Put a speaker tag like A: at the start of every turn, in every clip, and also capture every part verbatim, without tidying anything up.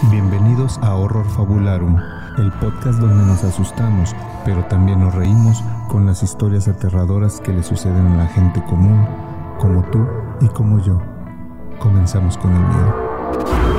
A: Bienvenidos a Horror Fabularum, el podcast donde nos asustamos, pero también nos reímos con las historias aterradoras que le suceden a la gente común, como tú y como yo. Comenzamos con el miedo.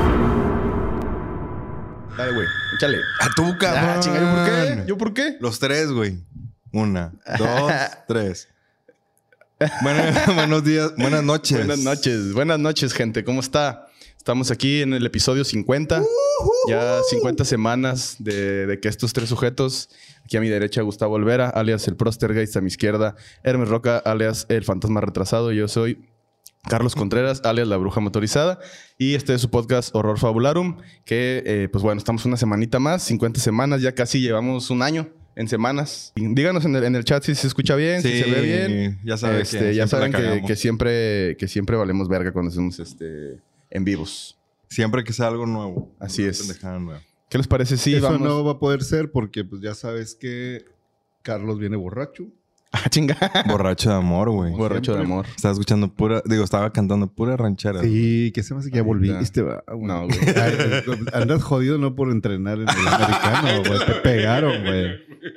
B: Dale, güey, échale.
C: A tú, cabrón.
B: Ah, chinga, ¿yo por qué? ¿Yo por qué?
C: Los tres, güey. Una, dos, tres. Bueno, buenos días, buenas noches.
B: Buenas noches, buenas noches, gente. ¿Cómo está? Estamos aquí en el episodio cincuenta. Uh-huh. Ya cincuenta semanas de, de que estos tres sujetos, aquí a mi derecha Gustavo Olvera, alias el Prostergeist, a mi izquierda Hermes Roca, alias el Fantasma Retrasado. Yo soy Carlos Contreras, alias la Bruja Motorizada. Y este es su podcast Horror Fabularum, que, eh, pues bueno, estamos una semanita más, cincuenta semanas, ya casi llevamos un año en semanas. Díganos en el, en el chat si se escucha bien,
C: sí,
B: si se ve bien.
C: Ya saben,
B: este,
C: que,
B: ya saben que, que, siempre, que siempre valemos verga cuando hacemos este, en vivos.
C: Siempre que sea algo nuevo.
B: Así es.
C: Nueva.
B: ¿Qué les parece? Sí,
D: Eso
B: vamos.
D: no va a poder ser porque pues ya sabes que Carlos viene borracho.
B: Ah, chinga.
C: Borracho de amor, güey.
B: Borracho
D: siempre.
B: de amor.
C: Estaba escuchando pura... Digo, estaba cantando pura ranchera.
D: Sí, que se me hace que ya volviste. Va,
B: no, güey.
D: Andas jodido no por entrenar en el americano, güey. Te pegaron, güey.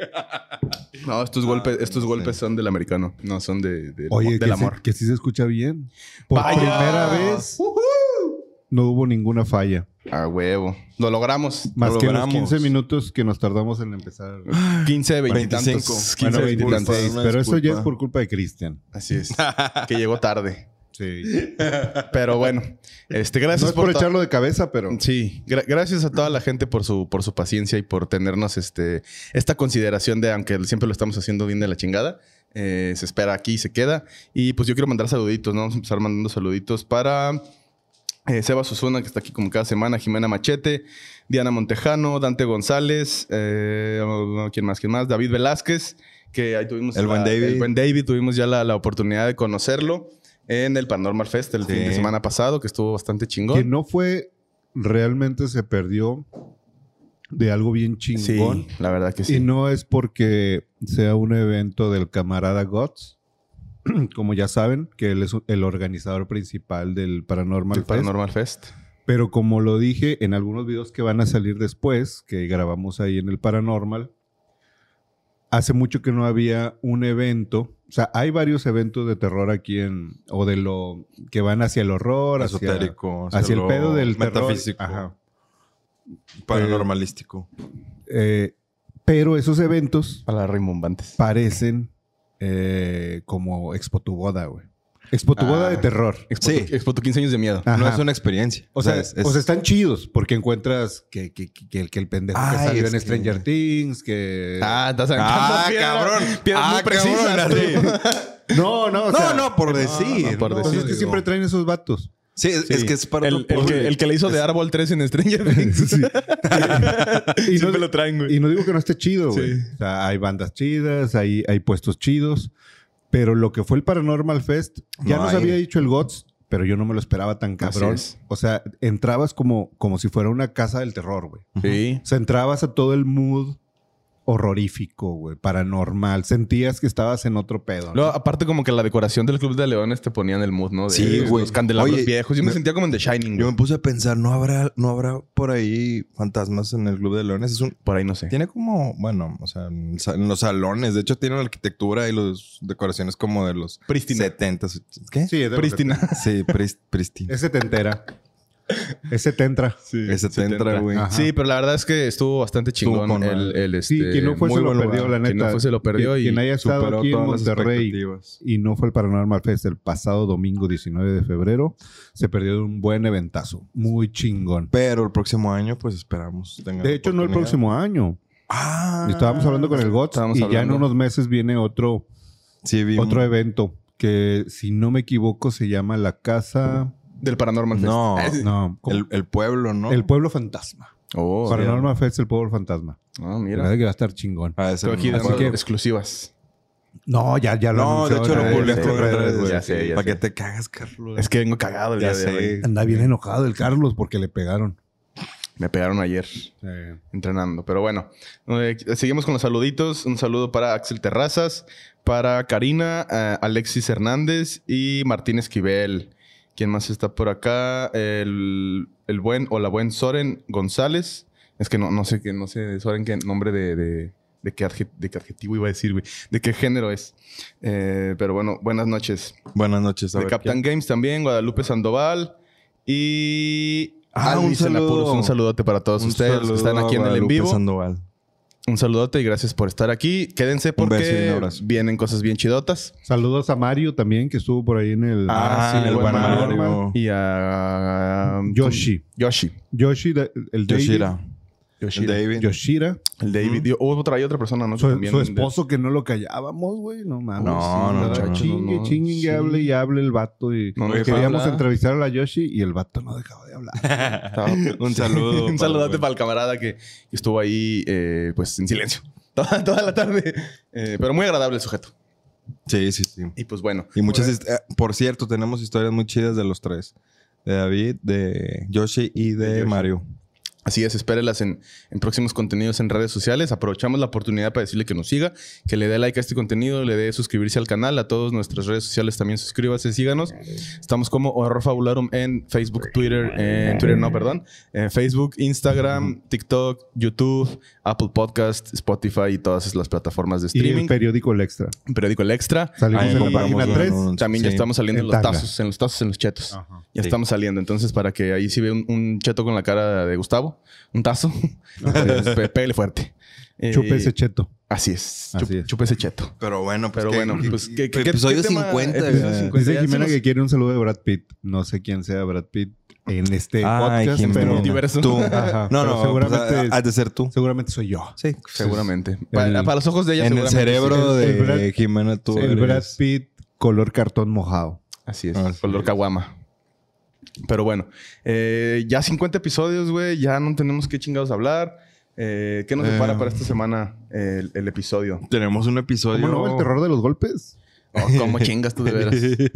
B: No, estos golpes, ah, estos no golpes sé. son del americano. No, son de, de,
D: Oye,
B: del
D: que
B: amor.
D: Sí, que sí se escucha bien. Por
B: ¡Vaya!
D: primera vez uh-huh. no hubo ninguna falla.
B: A huevo. Lo logramos.
D: Más
B: lo
D: que
B: logramos.
D: los quince minutos que nos tardamos en empezar.
B: quince, veinte y tantos. quince, veinte y tantos.
D: Pero eso ya es por culpa de Cristian.
B: Así es. Que llegó tarde.
D: Sí.
B: Pero bueno, este, gracias
D: no es por,
B: por
D: echarlo de cabeza, pero...
B: Sí, gra- gracias a toda la gente por su, por su paciencia y por tenernos este, esta consideración de, aunque siempre lo estamos haciendo bien de la chingada, eh, se espera aquí y se queda. Y pues yo quiero mandar saluditos, ¿no? Vamos a empezar mandando saluditos para eh, Seba Susuna, que está aquí como cada semana, Jimena Machete, Diana Montejano, Dante González, eh, ¿quién más? ¿Quién más? David Velázquez, que ahí tuvimos...
C: El
B: la,
C: buen David.
B: El buen David, tuvimos ya la, la oportunidad de conocerlo en el Paranormal Fest el sí. fin de semana pasado, que estuvo bastante chingón.
D: Que no fue... Realmente se perdió de algo bien chingón.
B: Sí, la verdad que sí.
D: Y no es porque sea un evento del camarada Guts, como ya saben, que él es el organizador principal del Paranormal
B: el
D: Fest.
B: Paranormal Fest.
D: Pero como lo dije en algunos videos que van a salir después, que grabamos ahí en el Paranormal, hace mucho que no había un evento. O sea, hay varios eventos de terror aquí en... O de lo... Que van hacia el horror,
C: esotérico,
D: hacia, hacia el pedo del
C: metafísico,
D: terror. Ajá.
C: Paranormalístico.
D: Eh, pero esos eventos...
B: Para rimbombantes.
D: Parecen eh, como Expo Tu Boda, güey. Expo Tu Boda
B: ah,
D: de terror.
B: Expo,
C: sí.
B: tu, Expo Tu quince años de miedo.
C: Ajá. No es una experiencia.
D: O sea, es, es... o sea, están chidos porque encuentras que, que, que, el, que el pendejo Ay, que salió en Stranger que... Things, que...
B: Ah, estás aventando
C: ah,
B: piedra,
C: cabrón.
B: Piedras
C: ah,
B: muy precisas.
C: Cabrón,
D: no, no, o sea,
C: no, no, por decir.
D: No, no, por
C: no,
D: decir. Pues es que siempre traen esos vatos.
C: Sí, es,
B: sí.
C: es que es para
B: el, el, que, el que le hizo de Árbol tres en Stranger Things.
D: Sí. y
B: siempre
D: no,
B: lo traen, güey.
D: Y no digo que no esté chido, güey.
B: Sí.
D: O sea, hay bandas chidas, hay, hay puestos chidos. Pero lo que fue el Paranormal Fest, ya
C: no
D: nos
C: hay.
D: había dicho el Gots, pero yo no me lo esperaba tan cabrón. O sea, entrabas como, como si fuera una casa del terror, güey.
B: Sí.
D: O sea, entrabas a todo el mood horrorífico, güey, paranormal. Sentías que estabas en otro pedo, ¿no?
B: Luego, aparte como que la decoración del Club de Leones te ponía en el mood, ¿no? De,
C: sí, güey.
B: Los candelabros
C: Oye,
B: viejos. Yo me, me sentía como en The Shining, güey.
C: Yo me puse a pensar, ¿no habrá, no habrá por ahí fantasmas en el Club de Leones? Es un,
B: por ahí no sé.
C: Tiene como, bueno, o sea, en los salones. De hecho, tiene la arquitectura y las decoraciones como de los
B: Prístina.
C: setentas. ¿Qué?
D: Sí, es de
B: Prístina.
C: Sí, prist, prístina.
D: Es setentera. Es setentra.
C: Sí, es setentra, güey.
B: Sí, pero la verdad es que estuvo bastante chingón.
C: Estuvo
B: el, el, este,
D: sí, quien no fue se lo
B: lugar.
D: perdió, la neta.
B: Quien no fue se lo perdió.
D: Quien,
B: y
D: quien haya estado aquí en Monterrey y no fue el Paranormal Fest el pasado domingo diecinueve de febrero, se perdió de un buen eventazo. Muy chingón.
C: Pero el próximo año, pues esperamos.
D: De hecho, no el próximo año.
C: Ah.
D: Estábamos hablando con el Gots y
B: hablando.
D: ya en unos meses viene otro,
C: sí,
D: otro evento que, si no me equivoco, se llama la Casa...
B: Del Paranormal Fest.
C: No,
D: no
C: el, el pueblo, ¿no?
D: El Pueblo Fantasma.
B: Oh,
D: Paranormal Fest, el Pueblo Fantasma.
B: Ah, mira.
D: La verdad que va a estar chingón.
C: Ah, ese
B: aquí
C: no,
B: así que...
D: que...
B: exclusivas.
D: No, ya, ya lo
C: No,
D: anunció,
C: de hecho lo publicó en redes,
B: güey. Ya sé, ya
C: Para
B: sé.
C: que te cagas, Carlos.
B: Es que vengo cagado el
C: ya
B: día
C: sé.
B: de hoy.
D: Anda bien enojado el Carlos porque le pegaron.
B: Me pegaron ayer
D: Eh.
B: entrenando. Pero bueno, eh, seguimos con los saluditos. Un saludo para Axel Terrazas, para Karina, uh, Alexis Hernández y Martín Esquivel, ¿Quién más está por acá? El, el buen o la buen Soren González. Es que no, no sé qué, no sé, Soren, qué nombre de, de, de, qué adje, de qué adjetivo iba a decir, güey. De qué género es. Eh, pero bueno, buenas noches.
C: Buenas noches.
B: De Captain Games también, Guadalupe Sandoval. Y...
C: Ah,
B: Alvis
C: un saludo.
B: Apuros. Un saludote para todos
C: Un
B: ustedes los que están aquí en el en
C: Guadalupe
B: vivo.
C: Sandoval.
B: Un saludote y gracias por estar aquí. Quédense
C: Un beso y un
B: porque
C: abrazo.
B: vienen cosas bien chidotas.
D: Saludos a Mario también, que estuvo por ahí en el...
B: Ah, sí,
C: el
B: buen
C: buen
B: Mario.
C: Mario.
B: Y a...
D: Yoshi.
B: Yoshi.
D: Yoshi, de- el David.
C: Yoshira.
B: Yoshira.
C: El David.
D: Yoshira.
B: El David. Y hubo otra, hay otra persona, ¿no? Que
D: Su,
B: también
D: su
B: de-
D: esposo que no lo callábamos, güey. No mames.
C: No,
D: sí,
C: no,
D: ¿verdad?
C: no, no,
D: Chingue,
B: no, no.
D: chingue,
B: Sí.
D: y hable y hable el vato. Y
B: No, no
C: Oye,
B: dejaba
D: queríamos
B: hablar.
D: entrevistar a la Yoshi y el vato no dejaba de hablar.
B: Estaba-
C: Un saludo.
B: Un saludote
C: para-
B: para el camarada que estuvo ahí, eh, pues, en silencio. Toda, toda la tarde. Eh, pero muy agradable el sujeto.
C: Sí, sí, sí.
B: Y pues bueno.
C: Y muchas... hist- eh, por cierto, tenemos historias muy chidas de los tres. De David, de Yoshi y de,
B: De Yoshi.
C: Mario.
B: Así es, espérelas en, en próximos contenidos en redes sociales. Aprovechamos la oportunidad para decirle que nos siga, que le dé like a este contenido, le dé suscribirse al canal, a todas nuestras redes sociales también suscríbase, síganos. Estamos como Horror Fabularum en Facebook, Twitter, en Twitter no, perdón, en Facebook, Instagram, TikTok, YouTube, Apple Podcast, Spotify y todas las plataformas de
D: Y el
B: streaming.
D: periódico El Extra.
B: En periódico El Extra.
D: Salimos
C: Ahí
D: en la
C: compramos
D: página
C: un
D: tres.
C: anuncio.
B: También ya
C: Sí.
B: estamos saliendo en
D: En
B: los
D: tanga.
B: tazos, en los tazos, en los chetos.
D: Ajá.
B: Ya
C: Sí.
B: estamos saliendo. Entonces, para que ahí sí ve un, un cheto con la cara de Gustavo, un tazo, pues, pe- pégale fuerte. Eh,
D: Chupe ese cheto.
B: Así es.
D: Así
B: Chup-
D: es.
B: Chupe ese cheto.
C: Pero bueno, pues
B: Pero
C: ¿qué-
B: bueno,
C: qué-
B: pues, ¿qué- qué-
C: episodio
B: qué tema?
C: cincuenta.
B: Episodio
C: güey.
B: cincuenta.
D: Dice
B: ya
D: Jimena
B: hacemos-
D: que quiere un saludo de Brad Pitt. No sé quién sea Brad Pitt en este
C: Ay,
D: podcast,
C: Jimena.
D: pero
B: Multiverso.
C: Tú.
D: Ajá,
C: No,
D: pero
C: no,
D: seguramente,
C: pues, ha- has de ser tú.
D: seguramente soy yo.
C: Sí,
B: Seguramente.
D: El-
B: para, para los ojos de ella,
C: En el
B: seguramente
C: cerebro
B: sí.
C: de
D: El Brad-
C: Jimena, tú
D: el
C: eres-
D: Brad Pitt color cartón mojado.
B: Así es.
C: Ah, sí.
B: Color caguama. Pero bueno, eh, ya cincuenta episodios, güey. Ya no tenemos qué chingados hablar. Eh, ¿Qué nos
C: Eh.
B: depara para esta semana eh, el, el episodio?
C: Tenemos un episodio...
D: ¿Cómo no? ¿El terror de los golpes?
B: Oh, ¿Cómo chingas tú de veras?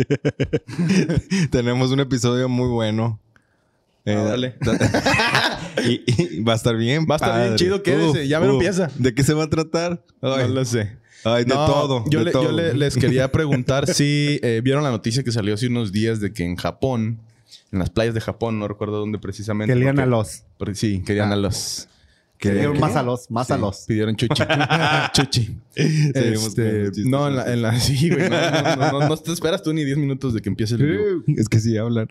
C: Tenemos un episodio muy bueno. Eh,
B: Ah, dale.
C: y, y va a estar bien.
B: Va a estar bien
C: padre.
B: chido, quédese, ya me lo empieza.
C: ¿De qué se va a tratar? Ay,
B: No lo sé.
C: ay, de
B: No,
C: todo.
B: Yo,
C: de
B: le-
C: todo.
B: yo le- les quería preguntar si eh, vieron la noticia que salió hace unos días de que en Japón, en las playas de Japón, no recuerdo dónde precisamente.
D: Querían
B: porque-
D: a los.
B: porque sí, querían
D: Ah.
B: a los.
C: ¿Qué-
D: Más
C: qué?
D: a los, más
B: Sí,
D: a los.
B: Pidieron chuchi. chuchi.
C: Seguimos
B: Este,
C: con los chistes.
B: no, en la, en la sí, güey. No, no, no, no, no te esperas tú ni diez minutos de que empiece el video.
D: Sí.
C: Es que sí hablan.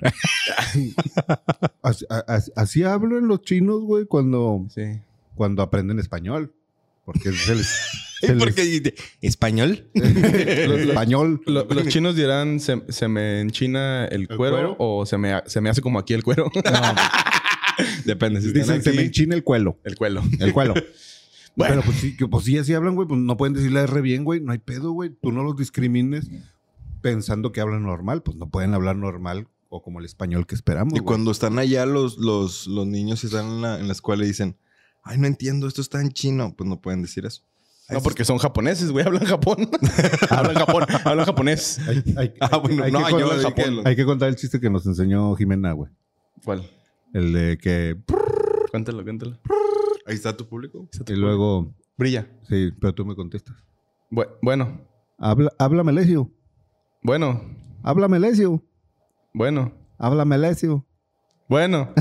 D: Así, a- así- así hablan los chinos, güey, cuando,
B: Sí.
D: cuando aprenden español. Porque se les...
C: ¿Y
D: se
C: por
D: les-
C: qué dice español?
B: Los-
D: español.
B: Lo- los chinos dirán, ¿se, se me enchina el cuero,
D: cuero?
B: o se me, se me hace como aquí el cuero?
C: Depende. Si están
D: Dicen, se
C: aquí-
D: me enchina el cuelo.
B: El cuelo.
D: El cuelo.
B: Bueno.
D: Pero pues sí, que, pues sí, así hablan, güey. Pues no pueden decirle R bien, güey. No hay pedo, güey. Tú no los discrimines pensando que hablan normal. Pues no pueden hablar normal o como el español que esperamos.
C: Y
D: güey.
C: cuando están allá los, los, los niños y están en la, en la escuela y dicen, ay, no entiendo, esto está en chino, pues no pueden decir eso.
B: No, porque son japoneses, güey. Hablan Japón. hablan Japón. Hablan japonés.
D: Hay, hay-
C: Ah,
D: hay-
C: bueno,
D: hay
C: no,
D: que
C: yo
D: contar-
C: lo
B: Japón.
C: dije, lo-
D: hay que contar el chiste que nos enseñó Jimena, güey.
B: ¿Cuál?
D: El de que...
B: Cuéntalo, cuéntalo.
C: Ahí está tu público.
D: Y luego...
B: Brilla.
D: Sí, pero tú me contestas.
B: Bu- bueno.
D: Habla, háblame, Lesio.
B: Bueno.
D: Háblame, Lesio.
B: Bueno.
D: Háblame, Lesio.
B: Bueno.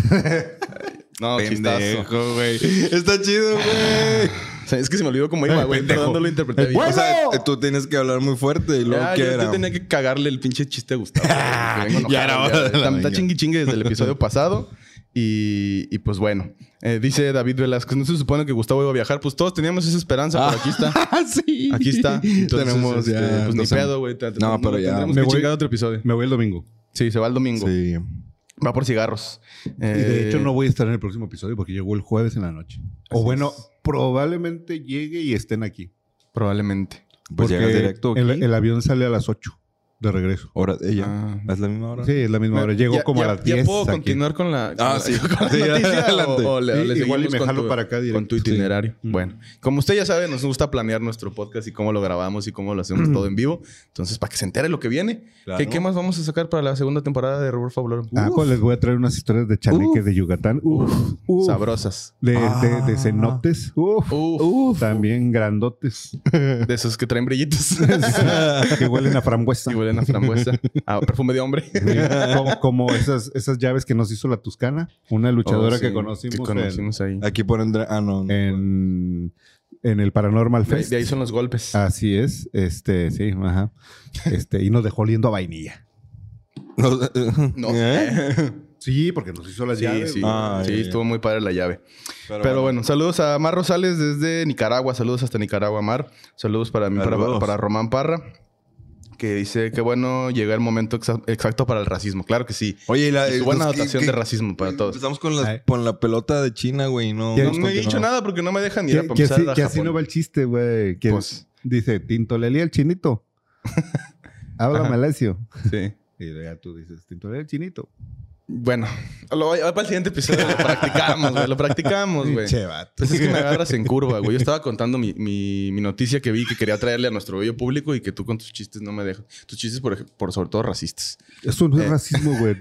B: No, chistazo.
C: Pendejo, güey. Está chido, güey.
B: O sea, es que se me olvidó cómo iba, güey.
C: Pendejo.
B: Perdón, no lo interpreté bien.
C: O sea, eh, tú tienes que hablar muy fuerte y luego
B: Ya,
C: ¿qué
B: yo,
C: era?
B: yo tenía que cagarle el pinche chiste a Gustavo. güey, que vengo
C: Ya
B: enojado,
C: era hora de la
B: Está, está
C: venga.
B: chingui chingue desde el episodio pasado. Y, y pues bueno. Eh, dice David Velasquez, ¿no se supone que Gustavo iba a viajar? Pues todos teníamos esa esperanza, pero aquí está.
C: sí.
B: Aquí está. Entonces,
C: Tenemos
B: este,
C: ya.
B: pues ni
C: dos años.
B: pedo, güey. Te- te-
C: No, pero
B: lo
C: ya.
B: Tendremos
D: Me
B: que
D: voy-
B: chingar otro episodio.
D: Me voy el domingo.
B: Sí, se va el domingo.
C: Sí.
B: Va por cigarros.
D: Y de
B: Eh,
D: hecho no voy a estar en el próximo episodio porque llegó el jueves en la noche. O
B: Así
D: bueno,
B: es.
D: probablemente llegue y estén aquí.
B: Probablemente.
C: Pues
D: Porque
C: llegas directo aquí.
D: el, el avión sale a las ocho de regreso.
C: Hora, ella.
B: Ah.
C: ¿Es la misma hora?
D: Sí, es la misma hora. Llegó
B: Ya-
D: como
B: ya-
D: a las diez.
B: ¿Ya puedo
D: aquí.
B: continuar con la, con
C: Ah,
B: la-
C: sí.
B: con la
C: Sí,
B: noticia
C: adelante.
B: o, o le,
D: Sí,
B: o le
D: igual y
B: seguimos
D: me
B: con
D: jalo
B: tu-
D: para acá directo.
B: con tu
D: Sí.
B: itinerario?
D: Mm.
B: Bueno, como usted ya sabe, nos gusta planear nuestro podcast y cómo lo grabamos y cómo lo hacemos todo en vivo. Entonces, para que se entere lo que viene.
C: Claro.
B: ¿Qué, qué más vamos a sacar para la segunda temporada de Robert Fabularum?
D: Ah, pues les voy a traer unas historias de chaneques de Yucatán. Uf, uf.
B: Sabrosas.
D: De,
C: Ah.
D: de, de cenotes. Uf,
B: Uf.
D: También grandotes.
B: De esos que traen brillitos.
D: que huelen a frambuesa.
B: Y huelen huelen a frambuesa. A perfume de hombre.
D: como, como esas, esas llaves que nos hizo la Tuscana. Una luchadora
B: Oh, sí,
D: que conocimos,
B: que conocimos ahí.
C: Aquí ponen... dra- Ah, no. no
D: en, en el Paranormal
B: De,
D: Fest.
B: de ahí son los golpes.
D: Así es. Este, sí, ajá. Este, y nos dejó oliendo a vainilla.
C: No.
B: No.
C: ¿Eh?
D: Sí, porque nos hizo las
B: Sí,
D: llaves.
B: sí,
D: güey.
C: Ah,
B: sí,
C: ya, ya.
B: estuvo muy padre la llave.
C: Pero,
B: Pero bueno, saludos a Mar Rosales desde Nicaragua. Saludos hasta Nicaragua, Mar. Saludos para mí, para,
C: Saludos.
B: para Román Parra, que dice que bueno, llega el momento exa- exacto para el racismo. Claro que sí.
C: Oye, y la,
B: Y su buena
C: los-
B: dotación
C: ¿qué-
B: de
C: qué-
B: racismo para todos.
C: Empezamos con, las-
D: Ay.
C: con la pelota de China, güey. No,
D: ¿Qué?
B: No,
C: no
B: no he dicho
C: continuamos.
B: nada porque no me dejan ir a
D: Que, que
B: empezar
D: así,
B: a
D: que así
B: Japón.
D: no va el chiste, güey. Que
B: Pues-
D: dice, Tintolelía el chinito. Habla
B: Ajá.
D: Malesio.
B: Sí.
D: Y ya tú dices, Tintolelía el chinito.
B: Bueno, lo, para el siguiente episodio lo practicamos, güey. Lo practicamos, güey.
D: Che, vato.
B: Pues es que me agarras en curva, güey. Yo estaba contando mi, mi, mi noticia que vi que quería traerle a nuestro bello público y que tú con tus chistes no me dejas. Tus chistes, por, ej- por sobre todo racistas.
D: Eso no es
B: Eh.
D: racismo, güey.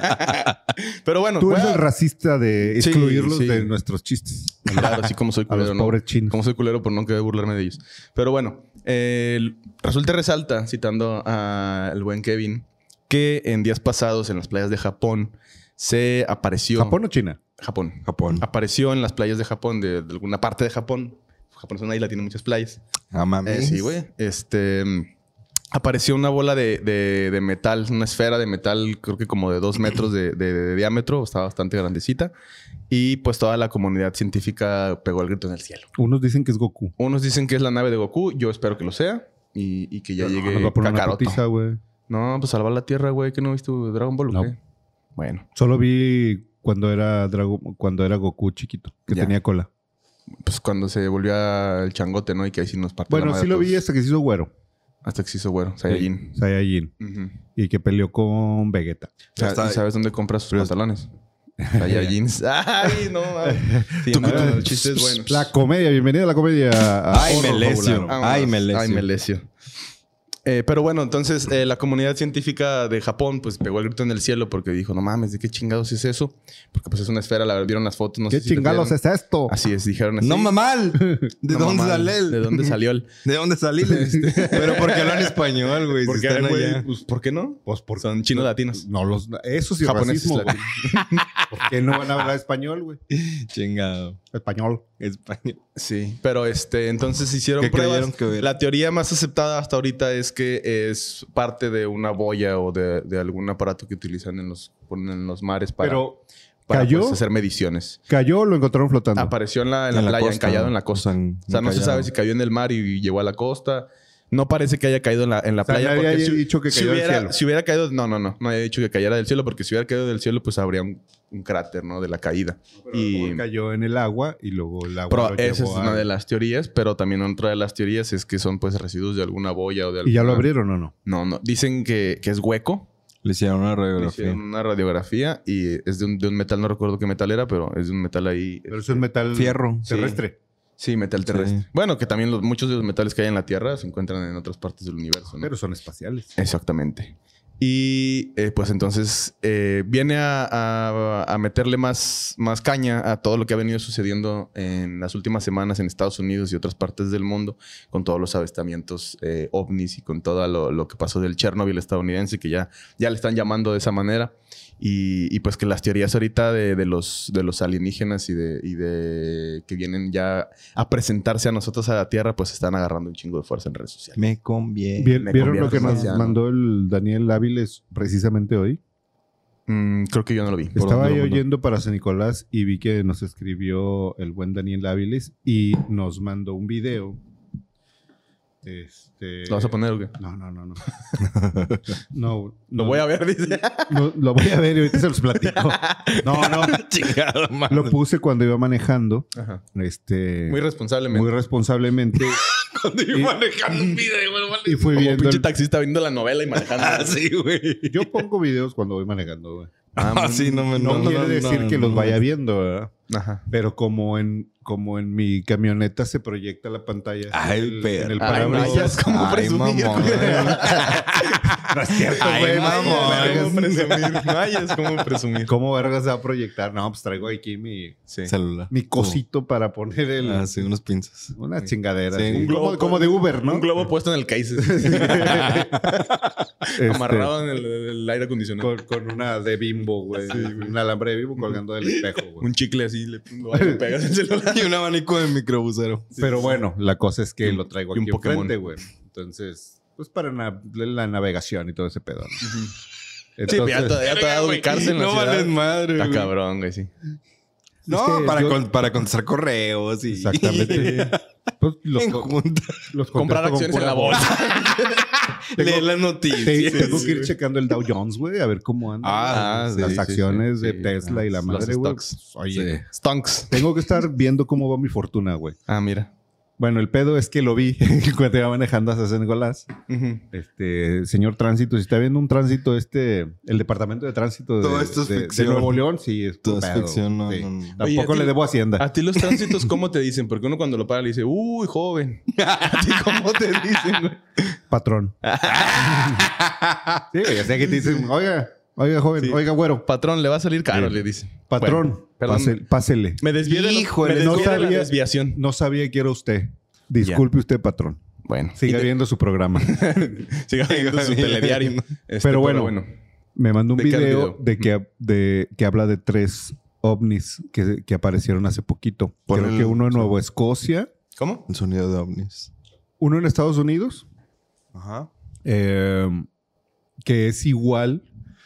B: Pero bueno,
D: Tú eres
B: voy a-
D: el racista de
B: Sí,
D: excluirlos
B: sí.
D: de nuestros chistes.
B: Claro, así como soy
D: A los
B: culero, ¿no?
D: pobres chinos.
B: Como soy culero por no querer burlarme de ellos. Pero bueno, eh, resulta y resalta, citando al buen Kevin, que en días pasados en las playas de Japón se apareció...
D: ¿Japón o China?
B: Japón.
C: Japón.
B: Apareció en las playas de Japón, de, de alguna parte de Japón. Japón es una isla, tiene muchas playas.
C: Ah, mami.
B: Eh, sí, güey. Este... mm, Apareció una bola de, de- de metal, una esfera de metal, creo que como de dos metros de, de- de diámetro, estaba bastante grandecita. Y pues toda la comunidad científica pegó el grito en el cielo.
D: Unos dicen que es Goku.
B: Unos dicen que es la nave de Goku, yo espero que lo sea. Y, y que ya
D: Pero no,
B: llegue
D: nos va a poner una
B: Kakaroto.
D: putiza, güey.
B: No, pues salvar la Tierra, güey. ¿Que no viste Dragon Ball o
D: No.
B: qué? Bueno,
D: Solo vi cuando era Drago- cuando era Goku chiquito, que
B: Ya.
D: tenía cola.
B: pues cuando se volvió el changote, ¿no? Y que ahí sí nos partió la
D: Bueno,
B: madre
D: sí lo
B: a
D: vi
B: todos.
D: hasta que se hizo güero.
B: Hasta que se hizo güero, Saiyajin.
D: Sí, Saiyajin.
B: Ujú.
D: Y que peleó con Vegeta.
C: Ya
B: Sa-
C: está.
B: ¿Y sabes dónde compras sus pantalones? Saiyajins. ¡Ay, no! mames. Sí, no, no, el chiste es bueno.
D: La comedia, bienvenida a la comedia. a
C: Ay,
D: Horror
C: Melesio.
D: Fabularum.
B: Vámonos.
C: Ay, Melesio.
B: Ay, Melesio. Eh, pero bueno, entonces eh, la comunidad científica de Japón pues pegó el grito en el cielo porque dijo, no mames, ¿de qué chingados es eso? Porque pues es una esfera, la vieron las fotos, no
D: ¿Qué
B: sé si te
D: chingados
B: fijaron.
D: es esto?
B: Así es, dijeron así.
C: No mamal. ¿De
B: No,
C: dónde
B: mamá,
C: sale él?
B: ¿De dónde salió el?
C: ¿De dónde salí? Pero porque hablan español, güey. si
B: Porque,
C: están
B: güey,
C: allá.
B: pues, ¿por qué no?
D: Pues por
B: Son chinos latinos.
D: No, los, eso sí es
B: Japoneses
D: racismo, güey.
B: latinos.
D: ¿Por qué no van a hablar español, güey?
C: Chingado.
D: Español.
C: Español.
B: Sí, pero este, entonces hicieron
C: ¿Qué
B: pruebas.
C: creyeron que hubiera?
B: La teoría más aceptada hasta ahorita es que es parte de una boya o de, de algún aparato que utilizan en los, ponen en los mares para,
D: Pero
B: para
D: ¿cayó?
B: pues, hacer mediciones.
D: cayó o lo encontraron flotando.
B: Apareció en la, en la
C: En la
B: playa,
C: costa,
B: encallado
C: ¿no?
B: en la costa.
C: O sea, en-
B: O sea, no se
C: encallado.
B: sabe si cayó en el mar y llegó a la costa. No parece que haya caído en la, en la
D: O sea,
B: playa.
D: nadie
B: porque
D: haya dicho que
B: si
D: cayó del
B: hubiera,
D: cielo.
B: Si hubiera caído... No, no, no. No había dicho que cayera del cielo porque si hubiera caído del cielo pues habría un, un cráter, ¿no? De la caída. y
D: Cayó en el agua y luego el agua
B: pero
D: lo
B: esa es
D: llevó
B: una
D: a-
B: de las teorías. Pero también otra de las teorías es que son pues residuos de alguna boya o de alguna...
D: ¿Y ya lo abrieron o no?
B: No, no. Dicen que, que es hueco.
C: Le hicieron una
B: Le
C: radiografía.
B: hicieron una radiografía y es de un, de un metal, no recuerdo qué metal era, pero es de un metal ahí...
D: Pero eso es metal
C: Fierro.
D: terrestre.
B: Sí, metal
C: Sí.
B: terrestre. Bueno, que también los, muchos de los metales que hay en la Tierra se encuentran en otras partes del universo, ¿no?
D: Pero son espaciales.
B: Exactamente. Y eh, pues entonces eh, viene a, a- a meterle más, más caña a todo lo que ha venido sucediendo en las últimas semanas en Estados Unidos y otras partes del mundo, con todos los avistamientos eh, ovnis y con todo lo, lo que pasó del Chernobyl estadounidense, que ya, ya le están llamando de esa manera. Y, y pues que las teorías ahorita de, de los, de los alienígenas y de, y de que vienen ya a presentarse a nosotros a la Tierra, pues están agarrando un chingo de fuerza en redes sociales.
C: Me conviene.
D: ¿Vier-
B: me
D: ¿Vieron lo
B: convierto
D: que nos
B: marciano.
D: mandó el Daniel Áviles precisamente hoy?
B: Mm, creo que yo no lo vi.
C: ¿Por
D: Estaba
C: dónde
D: ahí
C: lo mandó?
D: oyendo para San Nicolás y vi que nos escribió el buen Daniel Áviles y nos mandó un video. Este...
B: ¿Lo vas a poner o qué?
D: No, no, no, no. No,
B: Lo
D: no,
B: voy a ver, dice.
D: no, lo voy a ver y ahorita se los platico. No, no.
C: Chingado, madre.
D: Lo puse cuando iba manejando.
B: Ajá.
D: Este...
B: Muy responsablemente.
D: muy responsablemente.
B: Cuando
D: Y-
B: manejando un video, güey, vale.
D: y fui
B: Como
D: viendo
B: pinche
D: el-
B: taxista viendo la novela y manejando.
C: Ah, sí, güey.
D: Yo pongo videos cuando voy manejando, güey.
C: Ah, sí, no me
D: No,
C: no,
D: quiere
C: no,
D: decir
C: no,
D: que los
C: no.
D: vaya viendo, ¿verdad?
B: Ajá.
D: Pero como en, como en mi camioneta se proyecta la pantalla así
C: Ay,
D: en el-
C: perro.
D: en el
B: Ay,
D: parabrisas.
B: mayas, ¿cómo
C: Ay,
B: presumir?
C: mamón.
D: No es cierto,
C: Ay,
D: güey.
C: mamón.
D: vergas.
B: ¿Cómo presumir? Mayas, ¿cómo presumir?
D: ¿Cómo vergas se va a proyectar? No, pues traigo aquí mi,
B: Sí.
C: Celular.
D: mi cosito para poner el...
C: Ah, sí, unos pinzas.
D: Una chingadera.
C: Sí,
D: así.
C: un
D: como,
B: globo-
D: como de Uber, ¿no?
B: Un globo puesto en el case.
D: Este,
B: Amarrado en el, el aire acondicionado.
D: con, con una de Bimbo, güey. Un alambre de Bimbo colgando del espejo, güey.
B: Un chicle así, le lo lo pegas en el celular.
C: Y un abanico de microbusero.
D: Pero bueno, la cosa es que
B: Y un-
D: lo traigo
B: y un
D: aquí
B: Pokémon.
D: enfrente, güey. Entonces, pues para na- la navegación y todo ese pedo, ¿no?
B: Sí,
D: Entonces,
B: pero ya todavía te va a ubicarse en la
C: No
B: ciudad.
C: vales madre,
B: Está
C: güey.
B: cabrón, güey, sí.
C: No,
D: Es que
C: para,
D: yo-
C: con- para contestar correos y...
D: Exactamente. Pues los,
C: En
D: co-
C: junta.
D: los
B: Comprar
D: contesto con
B: acciones en la
D: pura
B: bolsa.
C: Leer las
D: Te-
C: noticias.
D: tengo que ir checando el Dow Jones, güey, a ver cómo anda.
B: Ah,
D: las
B: sí,
D: las
B: sí,
D: acciones
B: sí,
D: de
B: sí.
D: Tesla y la
B: Los
D: madre, güey.
B: stocks.
D: Pues, oye,
C: Sí.
B: Stonks.
D: tengo que estar viendo cómo va mi fortuna, güey.
B: Ah, mira.
D: Bueno, el pedo es que lo vi cuando iba manejando hacia San Nicolás.
B: Ujú.
D: Este, señor tránsito, si está viendo un tránsito, este, el departamento de tránsito de,
C: Todo esto es
D: de- de
C: ficción.
D: Nuevo León, sí, es
C: Todo es
D: pedo,
C: ficción, no,
D: sí.
C: no, no.
D: Tampoco
B: Oye, a ti-
D: le debo a Hacienda.
B: A ti los tránsitos, ¿cómo te dicen? Porque uno cuando lo para le dice, uy, joven. ¿A ti cómo te dicen, güey?
D: Patrón. Sí, ya sé que te dicen, oiga, oiga, joven,
B: Sí.
D: oiga, güero.
B: Patrón, le va a salir caro,
D: Sí.
B: le dicen.
D: Patrón,
B: Bueno, perdón.
D: pase- pásele.
B: Me desvié de, lo-
C: Híjole,
B: me
D: no
B: desvié de la
D: sabía-
B: desviación.
D: No sabía que era usted. Disculpe usted, patrón.
B: Bueno.
D: Siga
B: Y te-
D: viendo su programa.
B: Siga viendo su telediario. Este,
D: Pero bueno, Me mandó un
B: ¿De qué
D: video,
B: video?
D: de que, de, que habla de tres ovnis que, que aparecieron hace poquito.
C: Pon
D: Creo
C: el-
D: que uno en Nueva Escocia,
B: ¿Cómo?
C: El sonido de ovnis.
D: uno en Estados Unidos,
C: Ajá.
D: eh, que es igual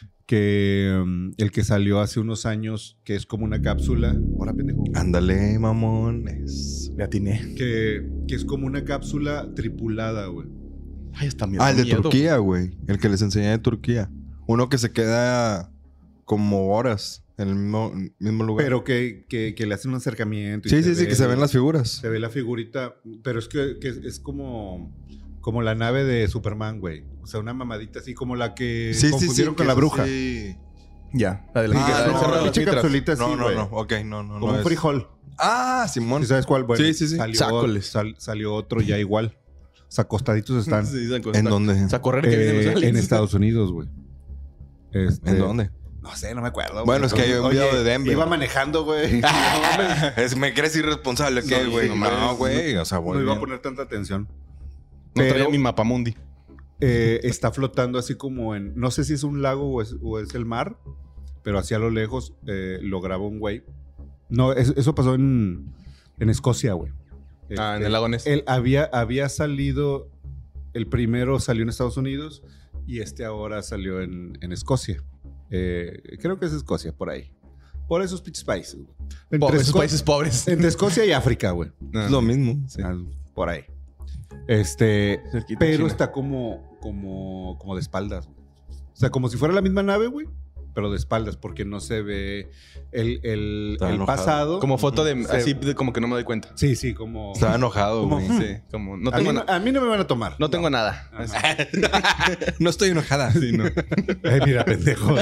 D: que um, el que salió hace unos años, que es como una cápsula. Ahora, pendejo.
C: Ándale, mamones.
B: Le atiné.
D: Que, que es como una cápsula tripulada, güey.
B: Ay, está miedo.
C: Ah, el de
B: miedo.
C: Turquía, güey. El que les enseñé de Turquía. Uno que se queda como horas en el mismo, mismo lugar.
D: Pero que, que, que le hacen un acercamiento. y
C: sí, sí,
D: ve
C: sí, que se
D: el-
C: ven las figuras.
D: Se ve la figurita, pero es que, que es, es como, como la nave de Superman, güey. O sea, una mamadita así como la que
C: Sí, sí, sí.
D: confundieron con
C: que
D: la
C: eso
D: bruja.
C: sí.
B: Ya. La de la
C: Ah,
B: la del
C: no,
B: cerro de
C: no,
B: las
D: pinche
B: mitras.
D: capsulita así,
C: No, no,
D: güey.
C: no. Ok, no, no.
D: Como
C: no
D: un
C: es.
D: frijol.
C: Ah, Simón.
D: ¿Sí sabes cuál? Bueno,
C: Sí, sí, sí.
D: Salió,
B: Sácoles.
D: sal- salió otro ya igual. O sea, acostaditos están.
B: Sí, esa cosa
C: ¿En
B: está-
C: dónde?
B: O sea, correr que
D: Eh,
B: vienen los aliens.
D: en Estados Unidos, güey. Este,
C: ¿En dónde?
D: No sé, no me acuerdo.
C: Bueno,
D: güey.
C: es que hay un
D: Oye,
C: video de Denver.
D: Iba manejando, güey.
C: Es- ¿Me crees irresponsable? ¿Qué,
B: No,
C: güey?
B: no
C: No,
B: mames.
C: güey. O sea,
D: No
C: voy
D: iba a
C: bien.
D: poner tanta atención.
B: No traía
D: Pero-
B: mi mapamundi.
D: Eh, está flotando así como en... No sé si es un lago o es, o es el mar, pero así a lo lejos eh, lo grabó un güey. No, es- eso pasó en, en Escocia, güey.
B: Ah, en
D: Este,
B: el lago Ness.
D: Él había, había salido... El primero salió en Estados Unidos y este ahora salió en, en Escocia. Eh, creo que es Escocia, por ahí. Por esos pinches países, güey. Entre,
B: Po- esos
D: Esco-
B: países pobres.
D: entre Escocia y África, güey.
C: Es lo mismo. Sí.
D: Ah, por ahí. Este...
B: Cerquita
D: Pero
B: China.
D: está como, como, como de espaldas. Güey. O sea, como si fuera la misma nave, güey. Pero de espaldas, porque no se ve el, el,
C: Está
D: el
C: enojado.
D: pasado.
B: Como foto de...
D: Se-
B: Así de como que no me doy cuenta.
D: Sí, sí, como...
C: Estaba enojado,
D: ¿Cómo?
C: güey.
B: Sí, como... No
D: a, mí,
B: tengo,
D: no-
B: na-
D: a mí no me van a tomar.
B: no tengo nada.
D: Ajá.
C: No estoy enojada.
B: Sí, no.
D: Ay, mira, pendejo.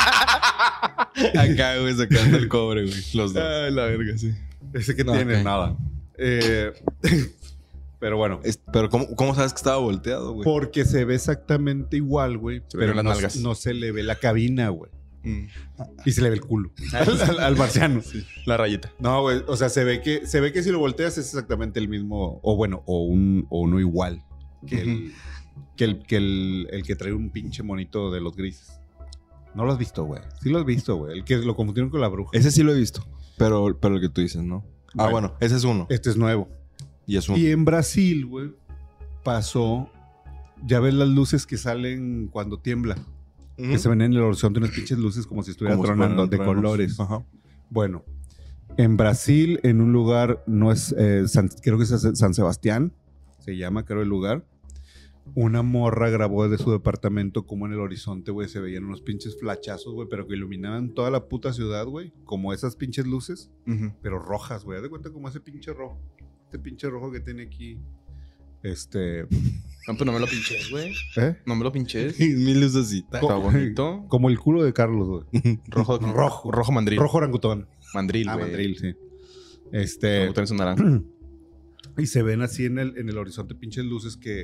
C: Acá, güey, sacando el cobre, güey. Los dos.
B: Ay, la verga, sí.
D: Ese que
C: No,
D: tiene
C: ok.
D: nada. Eh, pero bueno.
C: Es- pero ¿cómo, ¿cómo sabes que estaba volteado, güey?
D: Porque se ve exactamente igual, güey.
B: Se ven
D: Pero
B: las
D: no,
B: nalgas.
D: no se le ve la cabina, güey.
B: Mm.
D: Y se le ve el culo. al, al- al marciano.
B: La rayita.
D: No, güey. O sea, se ve que se ve que si lo volteas es exactamente el mismo. O bueno, o un o uno igual que el que el que el, el que trae un pinche monito de los grises. No lo has visto, güey. Sí lo has visto, güey. El que lo confundieron con la bruja.
C: Ese sí lo he visto. Pero, pero el que tú dices, ¿no? Ah,
D: Bueno.
C: bueno, ese es uno.
D: Este es nuevo.
C: Y es uno.
D: Y en Brasil, güey, pasó. Ya ves las luces que salen cuando tiembla.
C: Ujú.
D: Que se ven en el horizonte unas pinches luces como si estuviera
C: Como si
D: tronando
C: fueran
D: de
C: truenos.
D: colores.
C: Ajá.
D: Bueno, en Brasil, en un lugar, no es, eh, San- creo que es San Sebastián, se llama, creo el lugar. Una morra grabó desde su departamento como en el horizonte, güey, se veían unos pinches flachazos, güey, pero que iluminaban toda la puta ciudad, güey, como esas pinches luces,
B: Ujú.
D: pero rojas, güey. Haz de cuenta como ese pinche rojo, este pinche rojo que tiene aquí, este,
B: No, pues no me lo pinches, güey.
D: ¿eh?
B: No me lo pinches.
C: Mi lucecita.
B: Está bonito.
D: Como el culo de Carlos, güey.
B: Rojo,
D: Rojo.
B: Rojo mandril.
D: Rojo orangután.
B: Mandril,
D: Ah,
B: güey.
D: mandril, sí.
B: Los
D: Este,
B: botones son naranja.
D: y se ven así en el, en el horizonte pinches luces que,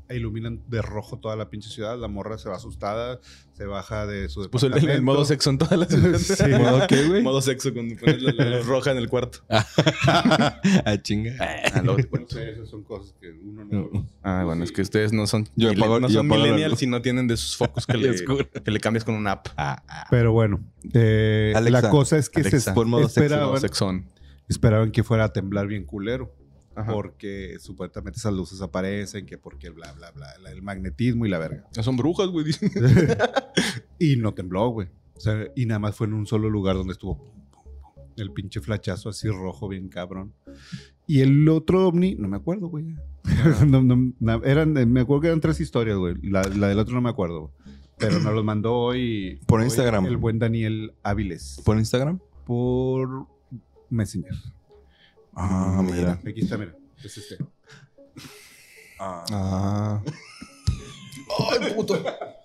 D: e iluminan de rojo toda la pinche ciudad. La morra se va asustada, se baja de su
B: Puso el, el,
D: departamento.
B: el modo sexo en todas las ciudades.
D: Sí.
C: ¿Modo qué, güey?
B: Modo sexo cuando pones la, la luz roja en el cuarto.
C: Ah, chinga.
B: Ah, luego te pones-
D: No sé, esas son cosas que uno no...
B: Ah, bueno, es que ustedes no son,
C: Yo
B: mille-
C: apago-
B: no
C: yo
B: son
C: apago la
B: millennials
C: luz.
B: y no tienen de sus focos que,
C: Y
B: le,
C: oscuro.
B: que le cambias con una app.
C: Ah, ah.
D: Pero bueno, eh,
C: Alexa,
D: la cosa es que
B: Alexa,
D: se
C: pon modo sexo,
D: esperaban,
B: Modo sexón.
D: esperaban que fuera a temblar bien culero.
B: Ajá.
D: Porque supuestamente esas luces aparecen, que porque el bla, bla, bla, el magnetismo y la verga.
B: No son brujas, güey. dicen.
D: Y no tembló, güey. O sea, y nada más fue en un solo lugar donde estuvo pum, pum, pum, el pinche flachazo así rojo, bien cabrón. Y el otro ovni, no me acuerdo, güey. No, no, na- eran, me acuerdo que eran tres historias, güey. La, la del otro no me acuerdo, güey. Pero nos los mandó hoy.
C: Por
D: hoy
C: Instagram.
D: El buen Daniel Áviles.
C: ¿Por Instagram?
D: Por Messenger.
C: Ah, mira.
D: Aquí está, mira. Es este.
C: Ah.
B: ¡Ay, puto!